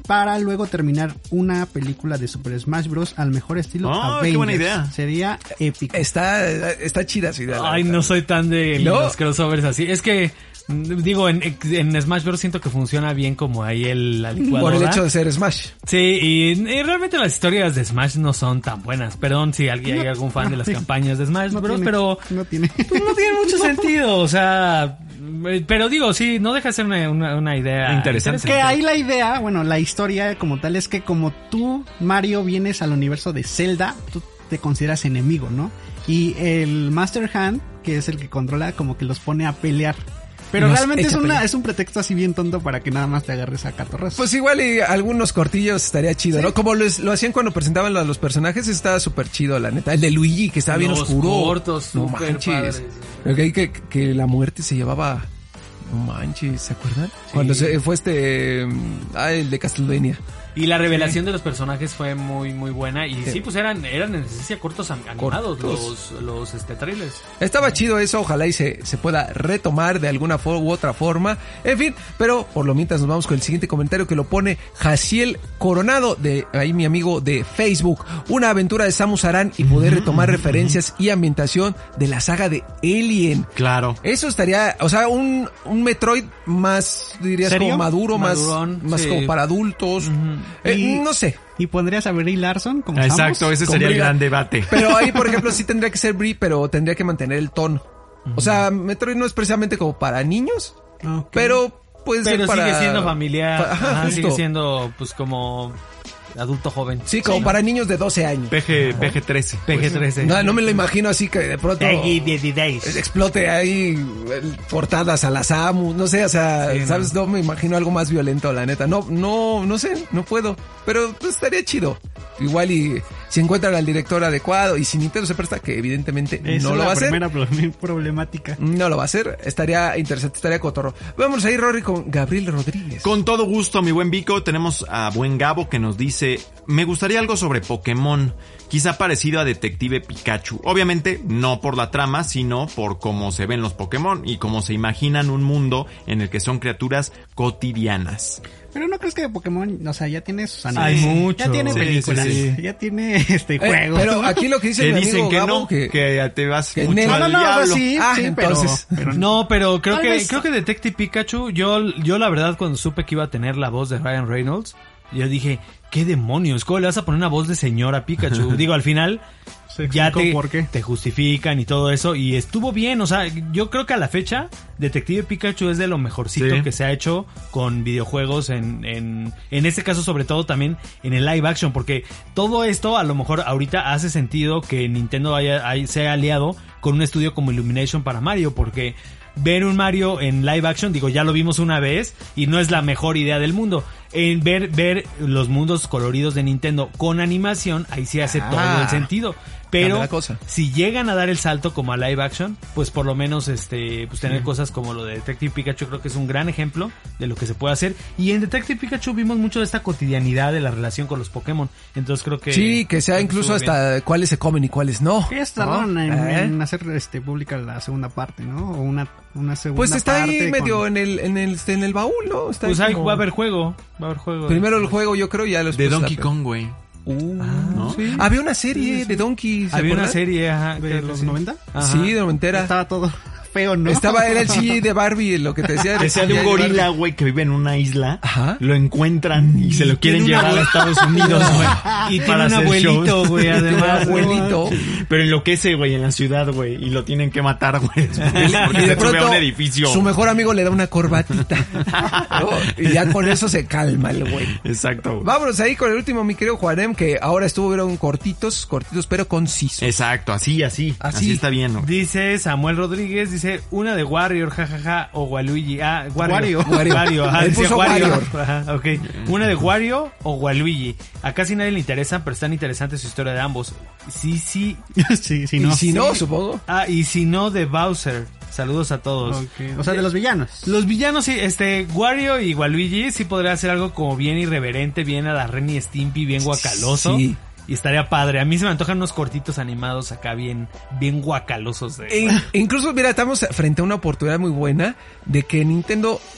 [SPEAKER 5] para luego terminar una película de Super Smash Bros. Al mejor estilo
[SPEAKER 3] Oh,
[SPEAKER 5] Avengers.
[SPEAKER 3] qué buena idea.
[SPEAKER 5] Sería épico.
[SPEAKER 6] Está, está chida su idea.
[SPEAKER 4] Ay, no soy tan de
[SPEAKER 6] ¿No?
[SPEAKER 4] los crossovers así. Es que, digo, en, en Smash Bros. Siento que funciona bien como ahí el, la licuadora.
[SPEAKER 6] Por el hecho de ser Smash.
[SPEAKER 4] Sí, y, y realmente las historias de Smash no son tan buenas. Perdón si alguien, hay algún fan de las campañas de Smash
[SPEAKER 5] No
[SPEAKER 4] Bros,
[SPEAKER 5] tiene,
[SPEAKER 4] pero
[SPEAKER 5] no tiene.
[SPEAKER 4] pues no tiene mucho sentido. O sea, pero digo, sí, no deja de ser una, una, una idea
[SPEAKER 3] Interesante.
[SPEAKER 5] Que ahí la idea, bueno, la historia como tal es que como tú, Mario, vienes al universo de Zelda, tú te consideras enemigo, ¿no? Y el Master Hand, que es el que controla, como que los pone a pelear. Pero
[SPEAKER 6] Los
[SPEAKER 5] realmente es
[SPEAKER 6] echa a
[SPEAKER 5] una
[SPEAKER 6] pelear.
[SPEAKER 5] es un pretexto así bien tonto para que nada más te agarres a catorrazos.
[SPEAKER 6] Pues igual y algunos cortillos estaría chido,
[SPEAKER 5] Sí.
[SPEAKER 6] ¿no? Como lo, lo hacían cuando presentaban a los personajes, estaba súper chido, la neta. El de Luigi, que estaba bien
[SPEAKER 4] Los
[SPEAKER 6] oscuro.
[SPEAKER 4] cortos,
[SPEAKER 6] no
[SPEAKER 4] súper
[SPEAKER 6] manches.
[SPEAKER 4] padres.
[SPEAKER 6] Ok, que, que la muerte se llevaba... No manches, ¿se acuerdan? Cuando se fue este... Ah, el de Castlevania.
[SPEAKER 4] Y la revelación de los personajes fue muy muy buena y sí, pues eran eran en esencia cortos am- animados
[SPEAKER 6] Cortos.
[SPEAKER 4] los los este trailers.
[SPEAKER 6] Estaba chido eso, ojalá y se, se pueda retomar de alguna fo- u otra forma. En fin, pero por lo mientras nos vamos con el siguiente comentario que lo pone Jaciel Coronado, de ahí mi amigo de Facebook. Una aventura de Samus Aran y poder retomar referencias y ambientación de la saga de Alien.
[SPEAKER 3] Claro.
[SPEAKER 6] Eso estaría, o sea, un, un Metroid más, dirías,
[SPEAKER 5] ¿Serio?
[SPEAKER 6] como maduro,
[SPEAKER 4] Madurón,
[SPEAKER 6] más, más
[SPEAKER 4] sí.
[SPEAKER 6] como para adultos. Eh,
[SPEAKER 5] Y-
[SPEAKER 6] no sé.
[SPEAKER 5] ¿Y pondrías a Brie Larson como
[SPEAKER 3] Exacto,
[SPEAKER 5] Samus?
[SPEAKER 3] ese
[SPEAKER 6] Con
[SPEAKER 3] sería el
[SPEAKER 6] Brie-
[SPEAKER 3] gran debate.
[SPEAKER 6] Pero ahí, por ejemplo, sí tendría que ser Brie, pero tendría que mantener el tono. O sea, Metroid no es precisamente como para niños,
[SPEAKER 5] Ok.
[SPEAKER 6] pero puede
[SPEAKER 4] Pero
[SPEAKER 6] ser para...
[SPEAKER 4] sigue siendo familiar,
[SPEAKER 6] pa- ajá,
[SPEAKER 4] ajá,
[SPEAKER 6] justo.
[SPEAKER 4] sigue siendo pues como adulto joven.
[SPEAKER 6] Sí, como para niños de doce años.
[SPEAKER 3] P G, P G trece.
[SPEAKER 4] P G trece.
[SPEAKER 6] No, no me lo imagino así que de pronto
[SPEAKER 4] Peggy dieciséis.
[SPEAKER 6] explote ahí eh, cortadas a la Samus, no sé, o sea,
[SPEAKER 4] Sí, no.
[SPEAKER 6] ¿sabes? No me imagino algo más violento, la neta. No, no, no sé, no puedo. Pero pues, estaría chido. Igual y si encuentran al director adecuado y si Nintendo se presta, que evidentemente
[SPEAKER 5] Esa
[SPEAKER 6] no
[SPEAKER 5] es
[SPEAKER 6] lo va a
[SPEAKER 5] la
[SPEAKER 6] hacer.
[SPEAKER 5] primera pro- problemática.
[SPEAKER 6] No lo va a hacer. Estaría interesante, estaría cotorro. Vamos a ir, Rory, con Gabriel Rodríguez.
[SPEAKER 3] Con todo gusto, mi buen Vico, tenemos a buen Gabo que nos dice, me gustaría algo sobre Pokémon, quizá parecido a Detective Pikachu. Obviamente no por la trama, sino por cómo se ven los Pokémon y cómo se imaginan un mundo en el que son criaturas cotidianas.
[SPEAKER 5] Pero no crees que Pokémon, o sea, ya tiene sus
[SPEAKER 4] Hay
[SPEAKER 5] animes.
[SPEAKER 4] mucho.
[SPEAKER 5] Ya tiene
[SPEAKER 3] Sí,
[SPEAKER 5] películas.
[SPEAKER 3] sí,
[SPEAKER 5] Ya tiene este
[SPEAKER 6] Eh,
[SPEAKER 5] juego.
[SPEAKER 6] pero aquí lo que dice
[SPEAKER 3] Que
[SPEAKER 6] mi
[SPEAKER 3] dicen
[SPEAKER 6] amigo
[SPEAKER 3] que
[SPEAKER 6] Gabo,
[SPEAKER 3] no,
[SPEAKER 6] que,
[SPEAKER 3] que, te vas
[SPEAKER 6] que
[SPEAKER 3] mucho
[SPEAKER 6] neta-
[SPEAKER 3] al
[SPEAKER 5] no, no, no,
[SPEAKER 3] diablo.
[SPEAKER 5] sí,
[SPEAKER 6] Ah,
[SPEAKER 5] sí, pero-
[SPEAKER 6] entonces.
[SPEAKER 5] pero,
[SPEAKER 4] No, pero creo
[SPEAKER 5] Tal
[SPEAKER 4] que
[SPEAKER 5] vez-
[SPEAKER 4] creo que Detective Pikachu, yo yo la verdad cuando supe que iba a tener la voz de Ryan Reynolds, yo dije, ¿qué demonios? ¿Cómo le vas a poner una voz de señora Pikachu? Digo, al final
[SPEAKER 5] Se
[SPEAKER 4] ya
[SPEAKER 5] explicó
[SPEAKER 4] te,
[SPEAKER 5] por qué.
[SPEAKER 4] te justifican y todo eso y estuvo bien, o sea, yo creo que a la fecha Detective Pikachu es de lo mejorcito
[SPEAKER 3] Sí.
[SPEAKER 4] que se ha hecho con videojuegos en, en en este caso sobre todo también en el live action, porque todo esto a lo mejor ahorita hace sentido que Nintendo haya, haya- se haya aliado con un estudio como Illumination para Mario, porque ver un Mario en live action, digo, ya lo vimos una vez y no es la mejor idea del mundo. En ver, ver los mundos coloridos de Nintendo con animación, ahí sí hace
[SPEAKER 6] Ah.
[SPEAKER 4] todo el sentido.
[SPEAKER 6] Cambia
[SPEAKER 4] Pero
[SPEAKER 6] la cosa.
[SPEAKER 4] si llegan a dar el salto como a live action, pues por lo menos este, pues tener cosas como lo de Detective Pikachu creo que es un gran ejemplo de lo que se puede hacer. Y en Detective Pikachu vimos mucho de esta cotidianidad de la relación con los Pokémon. Entonces creo que...
[SPEAKER 6] sí, que sea
[SPEAKER 4] creo
[SPEAKER 6] incluso
[SPEAKER 4] estuvo bien.
[SPEAKER 6] hasta cuáles se comen y cuáles no.
[SPEAKER 5] Ya tardaron
[SPEAKER 6] ¿no?
[SPEAKER 5] en,
[SPEAKER 6] ¿Eh?
[SPEAKER 5] en hacer este pública la segunda parte, ¿no? O una, una segunda
[SPEAKER 6] Pues está
[SPEAKER 5] parte
[SPEAKER 6] ahí medio
[SPEAKER 5] con-
[SPEAKER 6] en el en el en el baúl, ¿no? Está ahí
[SPEAKER 4] Pues ahí
[SPEAKER 6] como-
[SPEAKER 4] va a haber juego, va a haber juego.
[SPEAKER 6] primero el juego, yo creo, y ya los
[SPEAKER 3] De Donkey Kong, güey.
[SPEAKER 6] Uh,
[SPEAKER 3] ¿no?
[SPEAKER 6] sí. Había una serie de Donkey, ¿se
[SPEAKER 4] Había una
[SPEAKER 6] acuerdan?
[SPEAKER 4] serie, ajá,
[SPEAKER 5] de
[SPEAKER 4] creo que
[SPEAKER 5] los
[SPEAKER 4] sí.
[SPEAKER 5] noventa.
[SPEAKER 4] Ajá.
[SPEAKER 6] Sí, de noventera.
[SPEAKER 5] Estaba todo feo, ¿no?
[SPEAKER 6] Estaba, era el C G de Barbie, lo que te decía.
[SPEAKER 3] Decía de un gorila, güey, que vive en una isla.
[SPEAKER 6] Ajá.
[SPEAKER 3] Lo encuentran y se lo quieren
[SPEAKER 4] tiene un
[SPEAKER 3] llevar a
[SPEAKER 4] abue-
[SPEAKER 3] Estados Unidos, güey.
[SPEAKER 4] Y tiene
[SPEAKER 3] para
[SPEAKER 4] un
[SPEAKER 3] hacer
[SPEAKER 4] abuelito,
[SPEAKER 3] shows.
[SPEAKER 4] güey, además.
[SPEAKER 6] Un abuelito.
[SPEAKER 3] Pero enloquece, güey, en la ciudad, güey. Y lo tienen que matar, güey. Porque
[SPEAKER 6] Y
[SPEAKER 3] se sube a un edificio.
[SPEAKER 6] su mejor amigo le da una corbatita. ¿no? Y ya con eso se calma el güey.
[SPEAKER 3] Exacto. güey.
[SPEAKER 6] Vámonos ahí con el último, mi querido Juanem, que ahora estuvieron cortitos, cortitos, pero concisos.
[SPEAKER 3] Exacto, así, así.
[SPEAKER 6] Así.
[SPEAKER 3] Así, está bien, güey.
[SPEAKER 4] Dice Samuel Rodríguez, dice una de Warrior, jajaja, o Waluigi. Ah, Wario.
[SPEAKER 6] Wario.
[SPEAKER 4] Wario, ajá,
[SPEAKER 6] Él
[SPEAKER 4] decía
[SPEAKER 6] puso
[SPEAKER 4] Warrior.
[SPEAKER 6] Warrior.
[SPEAKER 4] Ajá, ok. Una de Wario o Waluigi. A casi nadie le interesa, pero es tan interesante su historia de ambos. Sí, sí.
[SPEAKER 5] sí, sí,
[SPEAKER 6] Y
[SPEAKER 5] no.
[SPEAKER 6] si no, supongo.
[SPEAKER 4] Ah, y si no, de Bowser. Saludos a todos.
[SPEAKER 5] Ok. O sea, de los villanos.
[SPEAKER 4] Los villanos, sí, este, Wario y Waluigi sí podría hacer algo como bien irreverente, bien a la Ren y Stimpy, bien guacaloso.
[SPEAKER 6] Sí.
[SPEAKER 4] Y estaría padre. A mí se me antojan unos cortitos animados acá bien, bien guacalosos. De...
[SPEAKER 6] E- incluso, mira, estamos frente a una oportunidad muy buena de que Nintendo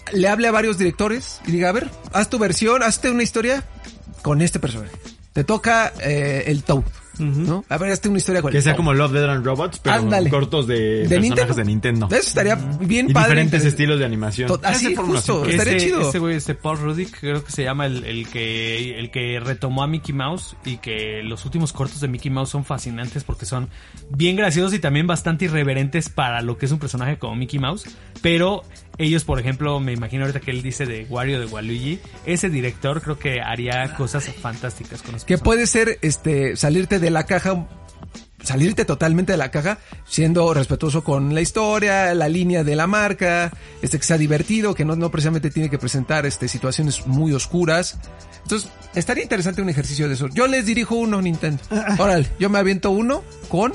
[SPEAKER 6] le hable a varios directores y diga, a ver, haz tu versión, hazte una historia con este personaje. Te toca eh, el Toad, uh-huh. ¿no? A ver, hazte una historia con
[SPEAKER 3] que
[SPEAKER 6] el
[SPEAKER 3] sea
[SPEAKER 6] Toad.
[SPEAKER 3] como Love, Death and Robots, pero
[SPEAKER 6] Ándale.
[SPEAKER 3] cortos de,
[SPEAKER 6] ¿De
[SPEAKER 3] personajes
[SPEAKER 6] Nintendo?
[SPEAKER 3] de Nintendo.
[SPEAKER 6] Eso estaría bien
[SPEAKER 3] y
[SPEAKER 6] padre.
[SPEAKER 3] diferentes
[SPEAKER 6] entre...
[SPEAKER 3] estilos de animación.
[SPEAKER 6] Tot- así, justo, estaría
[SPEAKER 4] este,
[SPEAKER 6] chido.
[SPEAKER 4] Este güey, este Paul Rudick, creo que se llama el, el que el que retomó a Mickey Mouse y que los últimos cortos de Mickey Mouse son fascinantes porque son bien graciosos y también bastante irreverentes para lo que es un personaje como Mickey Mouse, pero ellos, por ejemplo, me imagino ahorita que él dice de Wario de Waluigi, ese director creo que haría cosas fantásticas con los
[SPEAKER 6] Que
[SPEAKER 4] personajes.
[SPEAKER 6] puede ser este salirte de la caja, salirte totalmente de la caja, siendo respetuoso con la historia, la línea de la marca, este que sea divertido, que no, no precisamente tiene que presentar este situaciones muy oscuras. Entonces, estaría interesante un ejercicio de eso. Yo les dirijo uno, Nintendo. Órale, yo me aviento uno con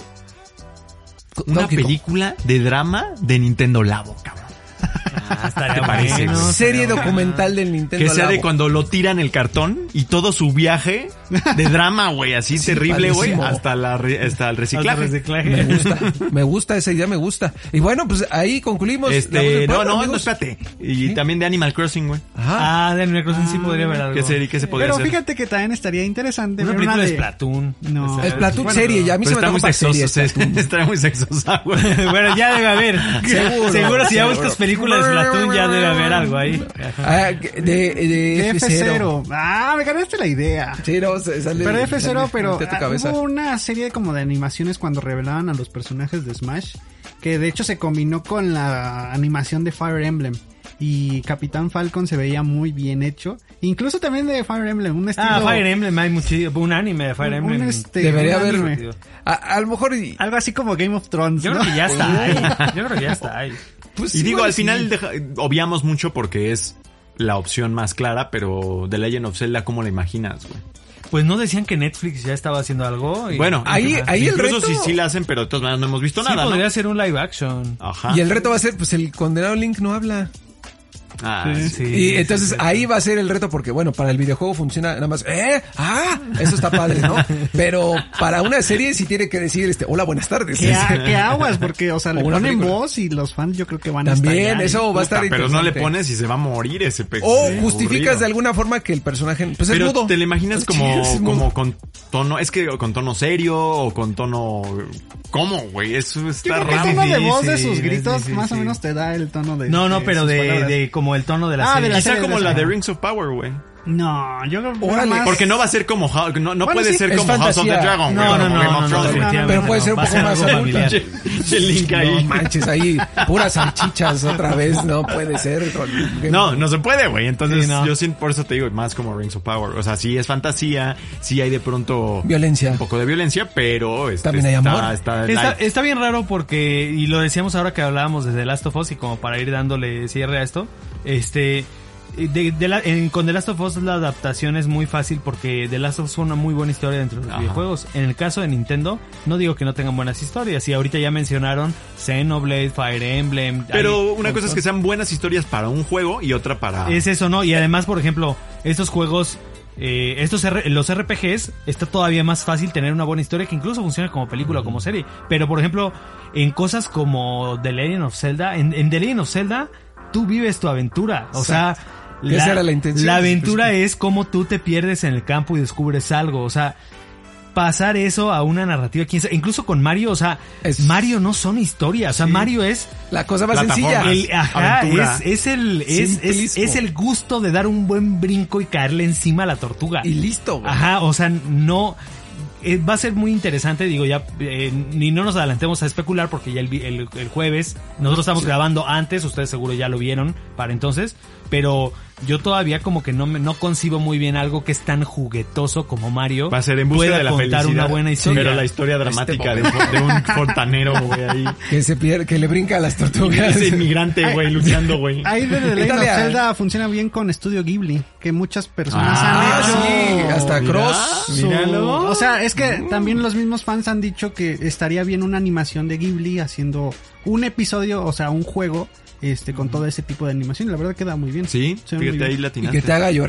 [SPEAKER 3] Una
[SPEAKER 6] Donkey Kong.
[SPEAKER 3] película de drama de Nintendo Labo, cabrón.
[SPEAKER 4] Ah, estaría
[SPEAKER 3] ¿Te parece,
[SPEAKER 4] bueno,
[SPEAKER 3] güey?
[SPEAKER 6] Serie
[SPEAKER 4] estaría
[SPEAKER 6] documental del Nintendo
[SPEAKER 3] Que sea de
[SPEAKER 6] Labo.
[SPEAKER 3] cuando lo tiran el cartón y todo su viaje de drama, güey, así
[SPEAKER 6] Sí,
[SPEAKER 3] terrible, güey,
[SPEAKER 6] padrísimo.
[SPEAKER 3] hasta la re- hasta el reciclaje.
[SPEAKER 4] Al reciclaje.
[SPEAKER 6] Me gusta, me gusta esa idea, me gusta. Y bueno, pues ahí concluimos. La voz
[SPEAKER 3] Este,
[SPEAKER 6] del
[SPEAKER 3] no,
[SPEAKER 6] pueblo,
[SPEAKER 3] no, no,
[SPEAKER 6] amigos.
[SPEAKER 3] espérate. Y
[SPEAKER 6] ¿Sí?
[SPEAKER 3] también de Animal Crossing, güey.
[SPEAKER 6] Ajá.
[SPEAKER 4] Ah, de Animal Crossing sí podría haber algo.
[SPEAKER 3] ¿Qué serie, qué se podría
[SPEAKER 5] Pero
[SPEAKER 3] hacer?
[SPEAKER 5] fíjate que también estaría interesante
[SPEAKER 4] Una
[SPEAKER 5] ver
[SPEAKER 4] película de
[SPEAKER 5] de...
[SPEAKER 4] Splatoon.
[SPEAKER 5] No.
[SPEAKER 6] Es Splatoon
[SPEAKER 5] Bueno,
[SPEAKER 6] serie, ya a mí
[SPEAKER 3] Pero
[SPEAKER 6] se me
[SPEAKER 3] está muy
[SPEAKER 6] toca
[SPEAKER 3] sexoso,
[SPEAKER 6] serie.
[SPEAKER 3] se-
[SPEAKER 6] Splatoon.
[SPEAKER 3] está muy sexosa, güey.
[SPEAKER 4] Bueno, ya debe haber.
[SPEAKER 6] Seguro,
[SPEAKER 4] Seguro, si ya
[SPEAKER 6] seguro.
[SPEAKER 4] buscas películas de Splatoon, ya debe haber algo ahí.
[SPEAKER 6] Ah, de, de,
[SPEAKER 5] De
[SPEAKER 6] F
[SPEAKER 5] F cero. Ah, me ganaste la idea.
[SPEAKER 6] Sí, no, se- sale,
[SPEAKER 5] Pero F cero,
[SPEAKER 6] sale
[SPEAKER 5] pero
[SPEAKER 6] de tu
[SPEAKER 5] ah,
[SPEAKER 6] cabeza.
[SPEAKER 5] hubo una serie como de animaciones cuando revelaban a los personajes de Smash, que de hecho se combinó con la animación de Fire Emblem. Y Capitán Falcon se veía muy bien hecho. Incluso también de Fire Emblem, un estilo...
[SPEAKER 4] Ah, Fire Emblem, hay muchísimo, un anime de Fire
[SPEAKER 5] un- un
[SPEAKER 4] Emblem.
[SPEAKER 5] este,
[SPEAKER 6] Debería
[SPEAKER 5] un
[SPEAKER 6] haber.
[SPEAKER 5] anime.
[SPEAKER 6] A, a lo mejor. y-
[SPEAKER 5] Algo así como Game of Thrones,
[SPEAKER 4] Yo
[SPEAKER 5] ¿no?
[SPEAKER 4] creo que ya está ahí. Yo creo que ya está ahí.
[SPEAKER 6] Pues,
[SPEAKER 3] Y digo,
[SPEAKER 6] igual
[SPEAKER 3] al
[SPEAKER 6] sí.
[SPEAKER 3] final deja- obviamos mucho porque es la opción más clara, pero The Legend of Zelda, ¿cómo la imaginas, güey?
[SPEAKER 4] Pues no decían que Netflix ya estaba haciendo algo. Y-
[SPEAKER 3] Bueno,
[SPEAKER 6] Ahí-
[SPEAKER 3] incluso-
[SPEAKER 6] ahí el
[SPEAKER 3] incluso
[SPEAKER 6] reto-
[SPEAKER 3] si sí la hacen, pero de todas maneras no hemos visto
[SPEAKER 4] sí
[SPEAKER 3] nada,
[SPEAKER 4] podría
[SPEAKER 3] ¿no?
[SPEAKER 4] ser un live action.
[SPEAKER 3] Ajá.
[SPEAKER 6] Y el reto va a ser, pues el condenado Link no habla.
[SPEAKER 3] Ah,
[SPEAKER 4] Sí,
[SPEAKER 3] sí.
[SPEAKER 4] sí,
[SPEAKER 6] Y
[SPEAKER 4] sí,
[SPEAKER 6] entonces
[SPEAKER 4] sí.
[SPEAKER 6] ahí va a ser el reto porque, bueno, para el videojuego funciona nada más, ¿eh? ¡Ah! Eso está padre, ¿no? Pero para una serie sí tiene que decir, este, hola, buenas tardes.
[SPEAKER 5] Que, a- que aguas, porque, o sea, le
[SPEAKER 6] O una
[SPEAKER 5] ponen
[SPEAKER 6] película.
[SPEAKER 5] voz y los fans yo creo que van a
[SPEAKER 6] También,
[SPEAKER 5] estallar.
[SPEAKER 6] eso va a estar
[SPEAKER 3] Puta, pero no le
[SPEAKER 6] interesante.
[SPEAKER 3] pones y se va a morir ese pez.
[SPEAKER 6] O
[SPEAKER 3] Sí,
[SPEAKER 6] justificas
[SPEAKER 3] aburrido.
[SPEAKER 6] de alguna forma que el personaje, pues es
[SPEAKER 3] Pero
[SPEAKER 6] mudo.
[SPEAKER 3] te lo imaginas como,
[SPEAKER 6] Sí, es mudo.
[SPEAKER 3] como con tono, es que con tono serio o con tono, ¿cómo, güey? Eso
[SPEAKER 5] Yo
[SPEAKER 3] está
[SPEAKER 5] creo que el
[SPEAKER 3] raro.
[SPEAKER 5] tono de voz de
[SPEAKER 4] difícil,
[SPEAKER 5] sus
[SPEAKER 4] es
[SPEAKER 5] gritos
[SPEAKER 4] difícil.
[SPEAKER 5] más o menos te da el tono de...
[SPEAKER 4] No, no, pero
[SPEAKER 5] sus
[SPEAKER 4] de,
[SPEAKER 5] palabras.
[SPEAKER 4] de como el tono de la
[SPEAKER 5] Ah, de
[SPEAKER 4] serie.
[SPEAKER 5] la
[SPEAKER 3] Quizá
[SPEAKER 5] serie
[SPEAKER 3] como
[SPEAKER 5] de
[SPEAKER 3] la
[SPEAKER 5] esa.
[SPEAKER 3] de Rings of Power, güey.
[SPEAKER 5] No, yo creo que
[SPEAKER 6] Órale.
[SPEAKER 5] más...
[SPEAKER 3] Porque no va a ser como, House- no, no
[SPEAKER 5] Bueno,
[SPEAKER 3] puede
[SPEAKER 5] sí,
[SPEAKER 3] ser
[SPEAKER 6] es
[SPEAKER 3] como House of the
[SPEAKER 6] fantasía.
[SPEAKER 3] Dragon,
[SPEAKER 4] No,
[SPEAKER 3] güey.
[SPEAKER 4] no,
[SPEAKER 3] como
[SPEAKER 4] no,
[SPEAKER 3] Game
[SPEAKER 4] no,
[SPEAKER 3] of
[SPEAKER 4] no,
[SPEAKER 3] Thrones.
[SPEAKER 4] definitivamente
[SPEAKER 6] Pero puede
[SPEAKER 4] no.
[SPEAKER 6] ser un
[SPEAKER 4] Va a
[SPEAKER 6] poco más
[SPEAKER 4] algo
[SPEAKER 6] adulta.
[SPEAKER 4] familiar.
[SPEAKER 3] El link ahí.
[SPEAKER 6] No manches, ahí puras salchichas otra vez, no puede ser.
[SPEAKER 3] No, no se puede, güey. Entonces,
[SPEAKER 4] Sí, no.
[SPEAKER 3] yo siento, por eso te digo, más como Rings of Power. O sea, sí es fantasía, sí hay de pronto
[SPEAKER 6] Violencia.
[SPEAKER 3] un poco de violencia, pero este,
[SPEAKER 6] También hay
[SPEAKER 3] está,
[SPEAKER 6] amor.
[SPEAKER 3] está
[SPEAKER 4] Está,
[SPEAKER 3] light.
[SPEAKER 4] está bien raro porque, y lo decíamos ahora que hablábamos de The Last of Us y como para ir dándole cierre a esto, este, de, de la- en- con The Last of Us la adaptación es muy fácil porque The Last of Us fue una muy buena historia dentro de los
[SPEAKER 3] Ajá.
[SPEAKER 4] videojuegos. En el caso de Nintendo, no digo que no tengan buenas historias, y ahorita ya mencionaron Xenoblade, Fire Emblem.
[SPEAKER 3] Pero
[SPEAKER 4] hay-
[SPEAKER 3] una cosa es que sean buenas historias para un juego y otra para...
[SPEAKER 4] Es eso, ¿no? Y además, por ejemplo, estos juegos, eh, estos R- los R P Gs, está todavía más fácil tener una buena historia que incluso funcione como película o como serie. Pero, por ejemplo, en cosas como The Legend of Zelda, en, en The Legend of Zelda, tú vives tu aventura. O sea,
[SPEAKER 6] Que esa era la intención
[SPEAKER 4] la
[SPEAKER 6] desde el
[SPEAKER 4] aventura
[SPEAKER 6] principio.
[SPEAKER 4] es cómo tú te pierdes en el campo y descubres algo. O sea, pasar eso a una narrativa, quién sabe, incluso con Mario, o sea,
[SPEAKER 6] Es-
[SPEAKER 4] Mario no son historias, o sea,
[SPEAKER 6] Sí.
[SPEAKER 4] Mario es
[SPEAKER 6] La cosa más
[SPEAKER 3] Plataforma.
[SPEAKER 6] sencilla.
[SPEAKER 4] el, ajá,
[SPEAKER 3] aventura.
[SPEAKER 4] es, es el es, es,
[SPEAKER 6] Simplismo.
[SPEAKER 4] es el gusto de dar un buen brinco y caerle encima a la tortuga.
[SPEAKER 6] Y listo, güey.
[SPEAKER 4] Ajá, o sea, no eh, va a ser muy interesante, digo, ya eh, ni no nos adelantemos a especular porque ya el, vi- el, el jueves nosotros estamos grabando antes, ustedes seguro ya lo vieron para entonces, pero yo todavía como que no me, no concibo muy bien algo que es tan juguetoso como Mario.
[SPEAKER 3] Va a ser en busca
[SPEAKER 4] pueda
[SPEAKER 3] de la
[SPEAKER 4] contar
[SPEAKER 3] felicidad.
[SPEAKER 4] una buena historia.
[SPEAKER 3] Pero la historia dramática de, un, de un fontanero, güey, ahí.
[SPEAKER 6] Que se pierde, que le brinca a las tortugas.
[SPEAKER 3] Ese inmigrante, güey, luchando, güey.
[SPEAKER 5] Ahí de The Legend of
[SPEAKER 6] Italia.
[SPEAKER 5] Zelda funciona bien con Estudio Ghibli, que muchas personas
[SPEAKER 3] Ah,
[SPEAKER 5] han hecho...
[SPEAKER 6] sí, hasta
[SPEAKER 3] Mira,
[SPEAKER 6] Cross.
[SPEAKER 5] su-
[SPEAKER 3] míralo.
[SPEAKER 5] O sea, es que también los mismos fans han dicho que estaría bien una animación de Ghibli haciendo un episodio, o sea, un juego, este, con todo ese tipo de animación. Y la verdad queda muy bien.
[SPEAKER 3] Sí,
[SPEAKER 5] Se ve muy
[SPEAKER 3] fíjate ahí
[SPEAKER 5] bien.
[SPEAKER 6] Y
[SPEAKER 3] latinaste.
[SPEAKER 6] que te haga llorar.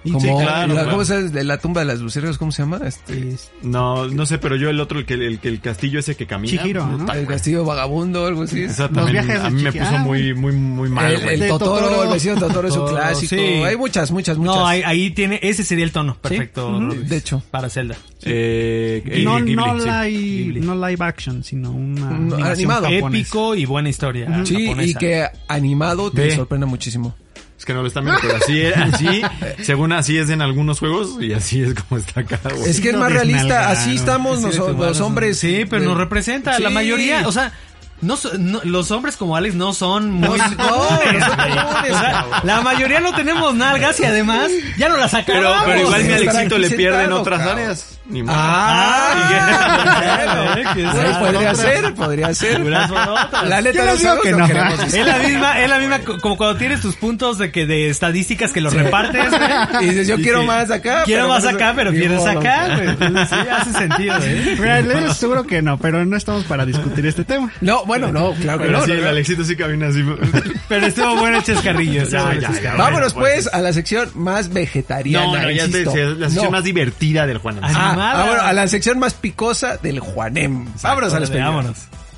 [SPEAKER 6] Como,
[SPEAKER 3] sí, claro,
[SPEAKER 6] la,
[SPEAKER 3] claro.
[SPEAKER 6] ¿Cómo se llama? La tumba de las luciérnagas, ¿cómo se llama? Este,
[SPEAKER 3] No, no sé, pero yo el otro, el que el, que el castillo ese que camina.
[SPEAKER 5] Chihiro, ¿no?
[SPEAKER 3] puta,
[SPEAKER 6] el castillo vagabundo, algo así.
[SPEAKER 3] Esa
[SPEAKER 5] Los
[SPEAKER 3] también
[SPEAKER 5] viajes de
[SPEAKER 3] a mí me
[SPEAKER 5] Chihiro.
[SPEAKER 3] puso
[SPEAKER 5] Ah,
[SPEAKER 3] muy, muy, muy mal,
[SPEAKER 6] El,
[SPEAKER 3] güey.
[SPEAKER 6] el
[SPEAKER 5] De
[SPEAKER 6] Totoro,
[SPEAKER 5] Totoro.
[SPEAKER 6] el vecino Totoro es un
[SPEAKER 4] Totoro,
[SPEAKER 6] clásico.
[SPEAKER 4] sí.
[SPEAKER 6] Hay muchas, muchas, muchas.
[SPEAKER 4] No, ahí, ahí tiene, ese sería el tono perfecto.
[SPEAKER 6] Ujú,
[SPEAKER 4] Rodríguez,
[SPEAKER 6] de hecho.
[SPEAKER 4] para Zelda.
[SPEAKER 3] Eh, eh,
[SPEAKER 5] No,
[SPEAKER 3] Ghibli,
[SPEAKER 5] no,
[SPEAKER 3] sí.
[SPEAKER 5] live,
[SPEAKER 4] Ghibli.
[SPEAKER 5] no live action, sino una
[SPEAKER 6] No,
[SPEAKER 5] animación
[SPEAKER 6] animado.
[SPEAKER 5] japonesa.
[SPEAKER 4] Épico y buena historia.
[SPEAKER 6] Sí,
[SPEAKER 4] japonesa.
[SPEAKER 6] y que animado te
[SPEAKER 3] Ve.
[SPEAKER 6] sorprende muchísimo.
[SPEAKER 3] Es que no lo están viendo, pero así, es- así, según así es en algunos juegos y así es como está acá, güey.
[SPEAKER 6] Es que es
[SPEAKER 5] Lo
[SPEAKER 6] más realista,
[SPEAKER 5] desnalgaron.
[SPEAKER 6] así estamos
[SPEAKER 4] Sí,
[SPEAKER 6] nosotros,
[SPEAKER 4] de
[SPEAKER 6] los hombres.
[SPEAKER 4] Sí, pero
[SPEAKER 6] de-
[SPEAKER 4] nos representa. La
[SPEAKER 6] Sí.
[SPEAKER 4] mayoría, o sea, no, so- no- los hombres como Alex no son muy...
[SPEAKER 6] No, no,
[SPEAKER 4] comunes,
[SPEAKER 6] no son
[SPEAKER 4] güey.
[SPEAKER 6] comunes,
[SPEAKER 4] O sea,
[SPEAKER 6] cabrón.
[SPEAKER 4] la mayoría no tenemos nalgas y además ya no las
[SPEAKER 3] Pero,
[SPEAKER 4] sacamos.
[SPEAKER 3] pero igual mi
[SPEAKER 6] Estar
[SPEAKER 3] Alexito
[SPEAKER 6] aquí
[SPEAKER 3] le pierde en
[SPEAKER 6] sentado,
[SPEAKER 3] otras
[SPEAKER 6] cabrón.
[SPEAKER 3] áreas. Ni modo.
[SPEAKER 6] Ah,
[SPEAKER 4] Eh, que
[SPEAKER 6] sí,
[SPEAKER 4] sea-
[SPEAKER 6] podría ser, podría ser.
[SPEAKER 4] Unas por otras.
[SPEAKER 6] La neta
[SPEAKER 5] Yo
[SPEAKER 6] no
[SPEAKER 5] les digo
[SPEAKER 6] sabemos,
[SPEAKER 5] que
[SPEAKER 6] no
[SPEAKER 5] no.
[SPEAKER 6] queremos eso.
[SPEAKER 4] Es la misma, es la misma co- como cuando tienes tus puntos de que de estadísticas que los repartes, güey.
[SPEAKER 6] Y dices, yo
[SPEAKER 4] Y
[SPEAKER 6] quiero
[SPEAKER 4] que
[SPEAKER 6] más acá.
[SPEAKER 4] Quiero
[SPEAKER 6] pero
[SPEAKER 4] más
[SPEAKER 6] bueno,
[SPEAKER 4] acá, pero
[SPEAKER 6] ni
[SPEAKER 4] pierdes
[SPEAKER 6] modo.
[SPEAKER 4] acá, güey. Entonces, sí, hace sentido, ¿eh?
[SPEAKER 5] Mira, les aseguro que no, pero no estamos para discutir este tema.
[SPEAKER 6] No, bueno, no, claro que
[SPEAKER 3] Pero
[SPEAKER 6] no.
[SPEAKER 3] sí,
[SPEAKER 6] no,
[SPEAKER 3] el
[SPEAKER 6] no.
[SPEAKER 3] Alexito sí camina así.
[SPEAKER 4] Pero estuvo bueno el chascarrillo. estuvo
[SPEAKER 3] Ya,
[SPEAKER 4] bueno el
[SPEAKER 3] ya,
[SPEAKER 4] chascarrillo.
[SPEAKER 3] ya.
[SPEAKER 6] Vámonos
[SPEAKER 3] Bueno,
[SPEAKER 6] pues a la sección más vegetariana.
[SPEAKER 3] No, no, ya te,
[SPEAKER 6] insisto.
[SPEAKER 3] es la sección
[SPEAKER 6] No.
[SPEAKER 3] más divertida del Juan.
[SPEAKER 4] Ah,
[SPEAKER 6] Ah,
[SPEAKER 4] animada.
[SPEAKER 6] ah, bueno, a la sección más picosa del Juanem. Vámonos a la
[SPEAKER 4] Órale, vámonos.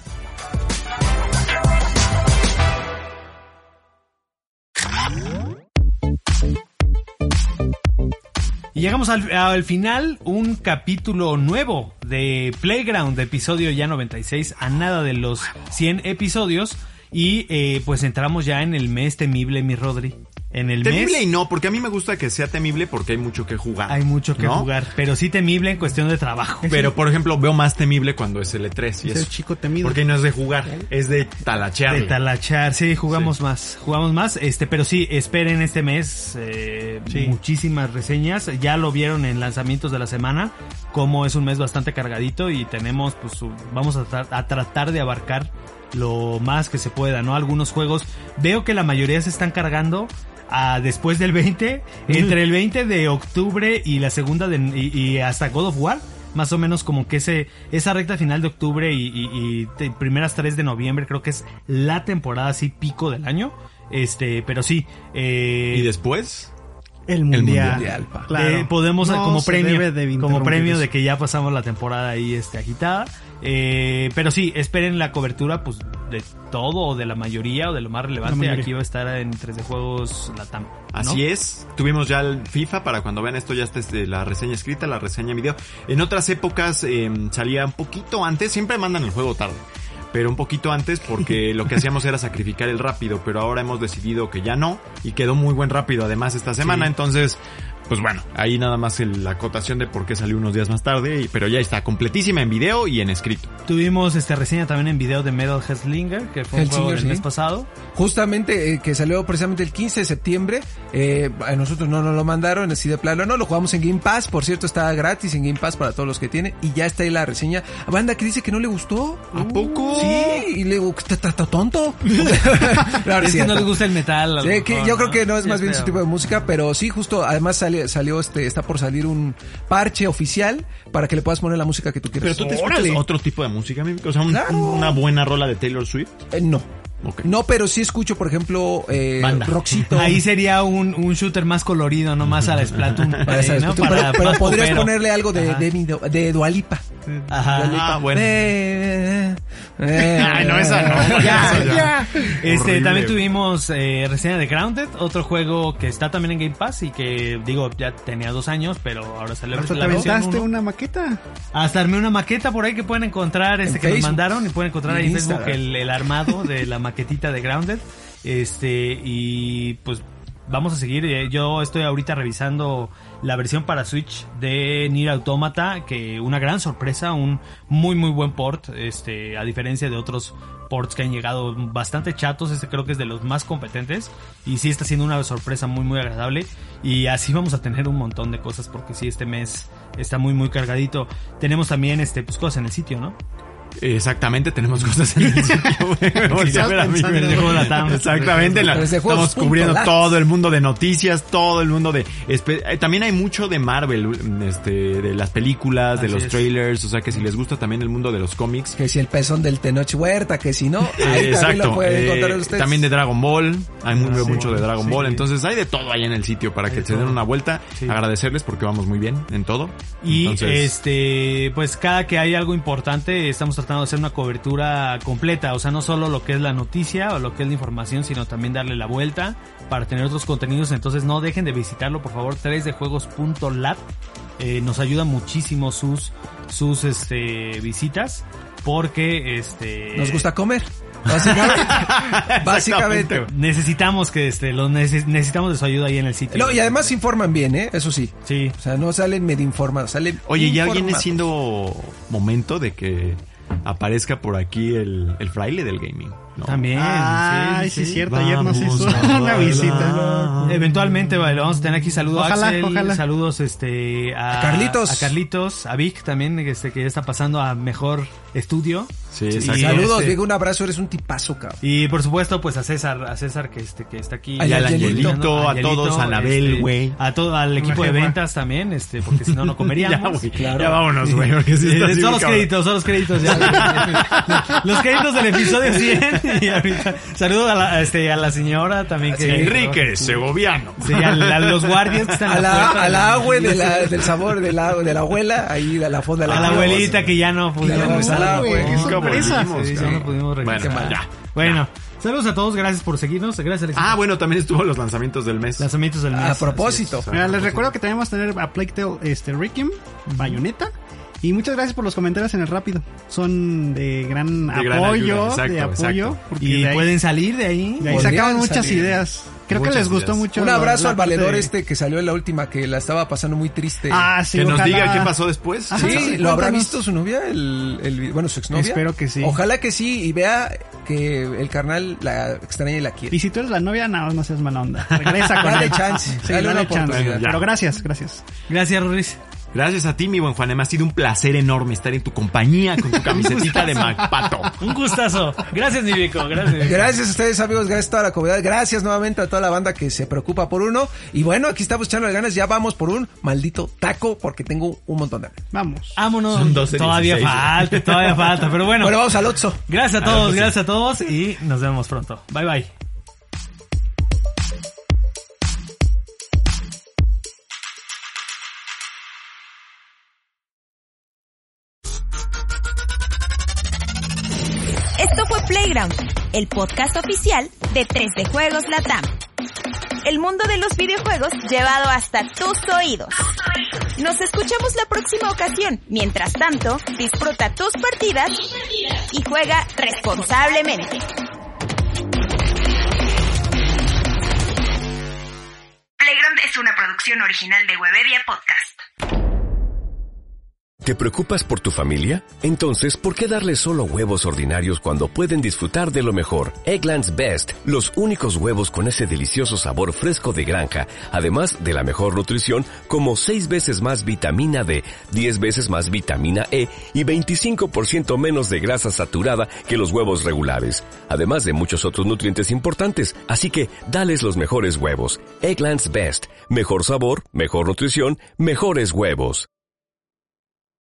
[SPEAKER 4] Y llegamos al, al final, un capítulo nuevo de Playground, de episodio ya noventa y seis, a nada de los cien episodios. Y eh, pues entramos ya en el mes temible, mi Rodri. En el
[SPEAKER 3] Temible
[SPEAKER 4] mes
[SPEAKER 3] y no, porque a mí me gusta que sea temible porque hay mucho que jugar.
[SPEAKER 4] hay mucho que
[SPEAKER 3] ¿no?
[SPEAKER 4] jugar, pero sí temible en cuestión de trabajo.
[SPEAKER 3] Pero, por ejemplo, veo más temible cuando es el E tres. Y
[SPEAKER 5] Es
[SPEAKER 3] eso.
[SPEAKER 5] el chico temido.
[SPEAKER 3] Porque no es de jugar, es de talachear.
[SPEAKER 4] De talachar, sí, jugamos más, jugamos más, este, pero sí, esperen este mes eh,
[SPEAKER 5] Sí.
[SPEAKER 4] muchísimas reseñas, ya lo vieron en lanzamientos de la semana, como es un mes bastante cargadito y tenemos, pues, su- vamos a, tra- a tratar de abarcar lo más que se pueda, ¿no? Algunos juegos, veo que la mayoría se están cargando a después del veinte, entre el veinte de octubre y la segunda de, y, y hasta God of War. Más o menos como que ese esa recta final de octubre y, y, y te- primeras tres de noviembre creo que es la temporada así pico del año. Este, pero sí. Eh,
[SPEAKER 3] ¿Y después?
[SPEAKER 5] El mundial.
[SPEAKER 6] mundial, pa.
[SPEAKER 5] Claro.
[SPEAKER 4] eh, podemos
[SPEAKER 5] No
[SPEAKER 4] como
[SPEAKER 5] se
[SPEAKER 4] premio
[SPEAKER 5] debe de
[SPEAKER 4] como premio
[SPEAKER 5] interrumpir
[SPEAKER 4] de
[SPEAKER 5] eso.
[SPEAKER 4] que ya pasamos la temporada ahí este agitada. Eh, pero sí, esperen la cobertura pues de todo o de la mayoría o de lo más relevante.
[SPEAKER 5] mayoría.
[SPEAKER 4] Aquí va a estar en tres D Juegos Latam. ¿no?
[SPEAKER 3] Así es, tuvimos ya el FIFA, para cuando vean esto ya está este, la reseña escrita, la reseña en video. En otras épocas eh, salía un poquito antes, siempre mandan el juego tarde, pero un poquito antes porque lo que hacíamos era sacrificar el rápido, pero ahora hemos decidido que ya no, y quedó muy buen rápido además esta semana,
[SPEAKER 4] Sí.
[SPEAKER 3] entonces... Pues bueno, ahí nada más el- la acotación de por qué salió unos días más tarde, y- pero ya está completísima en video y en escrito.
[SPEAKER 4] Tuvimos este reseña también en video de Metal Hellslinger, que fue un juego
[SPEAKER 6] Hellslinger,
[SPEAKER 4] del
[SPEAKER 6] sí.
[SPEAKER 4] mes pasado.
[SPEAKER 6] Justamente, eh, que salió precisamente el quince de septiembre. Eh, a nosotros no nos lo mandaron, así de plano. No, lo jugamos en Game Pass. Por cierto, está gratis en Game Pass para todos los que tienen. Y ya está ahí la reseña. Banda que dice que no le gustó.
[SPEAKER 3] ¿A poco?
[SPEAKER 6] Sí, y le digo, ¿está está- está tonto? Claro,
[SPEAKER 4] Es
[SPEAKER 6] sí,
[SPEAKER 4] que no
[SPEAKER 6] está-
[SPEAKER 4] les gusta el metal. a lo
[SPEAKER 6] Sí, que
[SPEAKER 4] mejor,
[SPEAKER 6] yo creo
[SPEAKER 4] ¿no?
[SPEAKER 6] que no es
[SPEAKER 4] Sí,
[SPEAKER 6] más bien su
[SPEAKER 4] feo.
[SPEAKER 6] tipo de música, pero sí, justo, además salió, salió este, está por salir un parche oficial para que le puedas poner la música que tú quieras.
[SPEAKER 3] Pero tú te escuchas
[SPEAKER 6] Órale.
[SPEAKER 3] otro tipo de música, amigo? O sea, un-
[SPEAKER 6] Claro.
[SPEAKER 3] una buena rola de Taylor Swift.
[SPEAKER 6] Eh, no.
[SPEAKER 3] Ok.
[SPEAKER 6] No, pero sí escucho, por ejemplo, eh,
[SPEAKER 3] Banda.
[SPEAKER 6] Rockcito.
[SPEAKER 4] Ahí sería un, un shooter más colorido, no más a la Splatoon.
[SPEAKER 6] Para esa
[SPEAKER 4] eh, ¿no?
[SPEAKER 6] discusión,
[SPEAKER 4] Para-
[SPEAKER 6] pero, pero
[SPEAKER 4] más
[SPEAKER 6] podrías
[SPEAKER 4] popero.
[SPEAKER 6] ponerle algo de,
[SPEAKER 4] Ajá.
[SPEAKER 6] de, de, de Dua Lipa.
[SPEAKER 4] Ajá.
[SPEAKER 3] Ah, bueno.
[SPEAKER 6] Eh, eh,
[SPEAKER 3] Ay, no, esa no.
[SPEAKER 6] Ya,
[SPEAKER 3] Eso ya.
[SPEAKER 6] ya.
[SPEAKER 4] Este,
[SPEAKER 3] Horrible.
[SPEAKER 4] también tuvimos eh, reseña de Grounded, otro juego que está también en Game Pass y que, digo, ya tenía dos años, pero ahora salió
[SPEAKER 5] Hasta te
[SPEAKER 4] la versión
[SPEAKER 5] aventaste
[SPEAKER 4] uno.
[SPEAKER 5] una maqueta.
[SPEAKER 4] Hasta armé una maqueta por ahí que pueden encontrar, este
[SPEAKER 6] En
[SPEAKER 4] que nos
[SPEAKER 6] Facebook.
[SPEAKER 4] mandaron y pueden encontrar
[SPEAKER 6] Y
[SPEAKER 4] ahí
[SPEAKER 6] en
[SPEAKER 4] en Facebook
[SPEAKER 6] Instagram.
[SPEAKER 4] el, el armado de la maquetita de Grounded. Este, y pues vamos a seguir. eh, Yo estoy ahorita revisando la versión para Switch de Nier Automata, que una gran sorpresa, un muy muy buen port, este, a diferencia de otros ports que han llegado bastante chatos, este creo que es de los más competentes y sí está siendo una sorpresa muy muy agradable, y así vamos a tener un montón de cosas porque sí, este mes está muy muy cargadito. Tenemos también este pues cosas en el sitio, ¿no?
[SPEAKER 3] Exactamente, tenemos cosas en el sitio. Volví a ver a mí,
[SPEAKER 5] pensando en
[SPEAKER 3] de
[SPEAKER 5] juego
[SPEAKER 3] Latam. Exactamente, la-
[SPEAKER 6] Desde juegos
[SPEAKER 3] estamos cubriendo
[SPEAKER 6] punto lat.
[SPEAKER 3] todo el mundo de noticias, todo el mundo de... espe- eh, También hay mucho de Marvel, este, de las películas, de
[SPEAKER 4] Así
[SPEAKER 3] los
[SPEAKER 4] es.
[SPEAKER 3] trailers, o sea que si les gusta también el mundo de los cómics.
[SPEAKER 6] Que si el pezón del Tenoch Huerta, que si no, ahí también
[SPEAKER 3] Exacto,
[SPEAKER 6] lo pueden
[SPEAKER 3] eh,
[SPEAKER 6] encontrar ustedes.
[SPEAKER 3] también de Dragon Ball, hay muy,
[SPEAKER 4] Ah, sí,
[SPEAKER 3] mucho de Dragon
[SPEAKER 4] sí.
[SPEAKER 3] Ball, entonces hay de todo ahí en el sitio para que
[SPEAKER 4] de
[SPEAKER 3] se den
[SPEAKER 4] todo.
[SPEAKER 3] una vuelta,
[SPEAKER 4] Sí.
[SPEAKER 3] agradecerles porque vamos muy bien en todo.
[SPEAKER 4] Y
[SPEAKER 3] Entonces,
[SPEAKER 4] este, pues cada que hay algo importante, estamos tratando de hacer una cobertura completa, o sea, no solo lo que es la noticia o lo que es la información, sino también darle la vuelta para tener otros contenidos. Entonces no dejen de visitarlo, por favor, tres de juegos punto lat. Eh, nos ayuda muchísimo sus, sus este, visitas, porque este...
[SPEAKER 6] Nos gusta comer. Básicamente. Básicamente.
[SPEAKER 3] Exactamente.
[SPEAKER 4] Necesitamos que este, los neces- necesitamos de su ayuda ahí en el sitio.
[SPEAKER 6] No, y además se informan bien, ¿eh? Eso sí.
[SPEAKER 4] Sí.
[SPEAKER 6] O sea, no salen medio informados, salen
[SPEAKER 3] Oye, ya viene
[SPEAKER 6] informados.
[SPEAKER 3] siendo momento de que aparezca por aquí el, el fraile del gaming, ¿no?
[SPEAKER 4] También.
[SPEAKER 5] Ay, sí, es cierto. Ayer nos
[SPEAKER 3] Vamos
[SPEAKER 5] hizo
[SPEAKER 3] a
[SPEAKER 5] una
[SPEAKER 3] bailar.
[SPEAKER 5] visita.
[SPEAKER 4] Eventualmente vale, vamos a tener aquí saludos
[SPEAKER 5] Ojalá,
[SPEAKER 4] a Axel,
[SPEAKER 5] ojalá.
[SPEAKER 4] saludos este a,
[SPEAKER 6] A Carlitos.
[SPEAKER 4] a Carlitos, a Vic también, este, que ya está pasando a mejor estudio.
[SPEAKER 3] Sí,
[SPEAKER 4] Sí,
[SPEAKER 3] exacto.
[SPEAKER 6] Saludos,
[SPEAKER 4] este-
[SPEAKER 6] Diego, un abrazo, eres un tipazo, cabrón.
[SPEAKER 4] Y por supuesto, pues a César, a César que este que está aquí.
[SPEAKER 6] Ay,
[SPEAKER 3] Y al
[SPEAKER 6] Angelito,
[SPEAKER 3] Angelito, a todos, a Anabel,
[SPEAKER 4] este,
[SPEAKER 3] güey.
[SPEAKER 4] a todo al equipo de
[SPEAKER 5] jefa.
[SPEAKER 4] ventas también, este, porque si no no
[SPEAKER 3] Ya,
[SPEAKER 4] comeríamos.
[SPEAKER 3] güey,
[SPEAKER 6] Claro.
[SPEAKER 3] ya vámonos, güey, porque sí está
[SPEAKER 4] Eh,
[SPEAKER 3] así
[SPEAKER 4] son
[SPEAKER 3] muy
[SPEAKER 4] los
[SPEAKER 3] cabrón.
[SPEAKER 4] créditos, son los créditos ya. Los créditos del episodio cien. Y ahorita, saludos a la, este, a la señora también que...
[SPEAKER 3] Enrique Segoviano.
[SPEAKER 4] Sí, a, a los guardias que están
[SPEAKER 6] A
[SPEAKER 4] en
[SPEAKER 6] la,
[SPEAKER 4] puerta.
[SPEAKER 6] a la agua de la, del sabor de la, de la abuela, ahí a la fonda de
[SPEAKER 4] A la abuelita que ya no pudimos.
[SPEAKER 6] Ya no está,
[SPEAKER 5] Uy,
[SPEAKER 6] güey.
[SPEAKER 5] qué
[SPEAKER 3] Nunca
[SPEAKER 5] sorpresa.
[SPEAKER 3] volvimos,
[SPEAKER 4] Sí, ya
[SPEAKER 3] cabrón.
[SPEAKER 4] no pudimos regresar.
[SPEAKER 3] Bueno, ya.
[SPEAKER 4] Bueno, saludos a todos, gracias por seguirnos, gracias Alex.
[SPEAKER 3] Ah, bueno, también estuvo los lanzamientos del mes.
[SPEAKER 4] Lanzamientos del mes.
[SPEAKER 6] A propósito.
[SPEAKER 3] Así es.
[SPEAKER 5] Mira, les recuerdo que tenemos que tener a Plague Tale, este, Requiem, Bayonetta. Y muchas gracias por los comentarios en el rápido. Son de gran
[SPEAKER 3] De gran
[SPEAKER 5] apoyo,
[SPEAKER 3] ayuda, exacto,
[SPEAKER 5] de apoyo.
[SPEAKER 3] exacto.
[SPEAKER 5] Porque
[SPEAKER 4] Y
[SPEAKER 5] de ahí,
[SPEAKER 4] pueden salir de ahí.
[SPEAKER 5] de ahí
[SPEAKER 6] podrían
[SPEAKER 5] sacaban muchas
[SPEAKER 6] salir.
[SPEAKER 5] ideas. Creo
[SPEAKER 3] Muchas
[SPEAKER 5] que les gustó
[SPEAKER 3] ideas.
[SPEAKER 5] mucho.
[SPEAKER 6] Un
[SPEAKER 5] la-
[SPEAKER 6] abrazo
[SPEAKER 5] la
[SPEAKER 6] al
[SPEAKER 5] parte
[SPEAKER 6] valedor
[SPEAKER 5] de-
[SPEAKER 6] este que salió en la última, que la estaba pasando muy triste.
[SPEAKER 5] Ah, sí,
[SPEAKER 3] Que nos
[SPEAKER 5] ojalá.
[SPEAKER 3] diga qué pasó después.
[SPEAKER 5] Ajá,
[SPEAKER 6] Sí,
[SPEAKER 5] sí,
[SPEAKER 6] ¿lo habrá
[SPEAKER 5] cuéntanos.
[SPEAKER 6] visto su novia? El, el, bueno, su exnovia.
[SPEAKER 5] Espero que sí.
[SPEAKER 6] Ojalá que sí, y vea que el carnal la extraña y la quiere.
[SPEAKER 5] Y si tú eres la novia, no, no seas mala onda. Regresa con
[SPEAKER 6] Dale
[SPEAKER 5] él.
[SPEAKER 6] chance,
[SPEAKER 5] Sí,
[SPEAKER 6] dale
[SPEAKER 5] dale,
[SPEAKER 6] una
[SPEAKER 5] chance.
[SPEAKER 6] oportunidad.
[SPEAKER 3] Ya.
[SPEAKER 5] Pero gracias, gracias.
[SPEAKER 4] Gracias, Ruiz.
[SPEAKER 3] Gracias a ti, mi buen Juan. Me ha sido un placer enorme estar en tu compañía con tu camisetita de Macpato.
[SPEAKER 4] Un gustazo. Gracias, Nibico. Gracias.
[SPEAKER 6] Gracias a ustedes, amigos, gracias a toda la comunidad, gracias nuevamente a toda la banda que se preocupa por uno. Y bueno, aquí estamos echando ganas, ya vamos por un maldito taco porque tengo un montón de hambre.
[SPEAKER 5] Vamos.
[SPEAKER 4] Vámonos.
[SPEAKER 3] Son doce
[SPEAKER 4] Todavía
[SPEAKER 3] dieciséis.
[SPEAKER 4] falta, todavía falta. Pero bueno,
[SPEAKER 6] Bueno, vamos al Otso.
[SPEAKER 4] gracias a todos, gracias a todos y nos vemos pronto. Bye, bye.
[SPEAKER 2] Esto fue Playground, el podcast oficial de tres D Juegos Latam. El mundo de los videojuegos llevado hasta tus oídos. Nos escuchamos la próxima ocasión. Mientras tanto, disfruta tus partidas y juega responsablemente. Playground es una producción original de Webedia Podcast.
[SPEAKER 8] ¿Te preocupas por tu familia? Entonces, ¿por qué darles solo huevos ordinarios cuando pueden disfrutar de lo mejor? Eggland's Best, los únicos huevos con ese delicioso sabor fresco de granja, además de la mejor nutrición, como seis veces más vitamina D, diez veces más vitamina E y veinticinco por ciento menos de grasa saturada que los huevos regulares, además de muchos otros nutrientes importantes. Así que, dales los mejores huevos. Eggland's Best, mejor sabor, mejor nutrición, mejores huevos.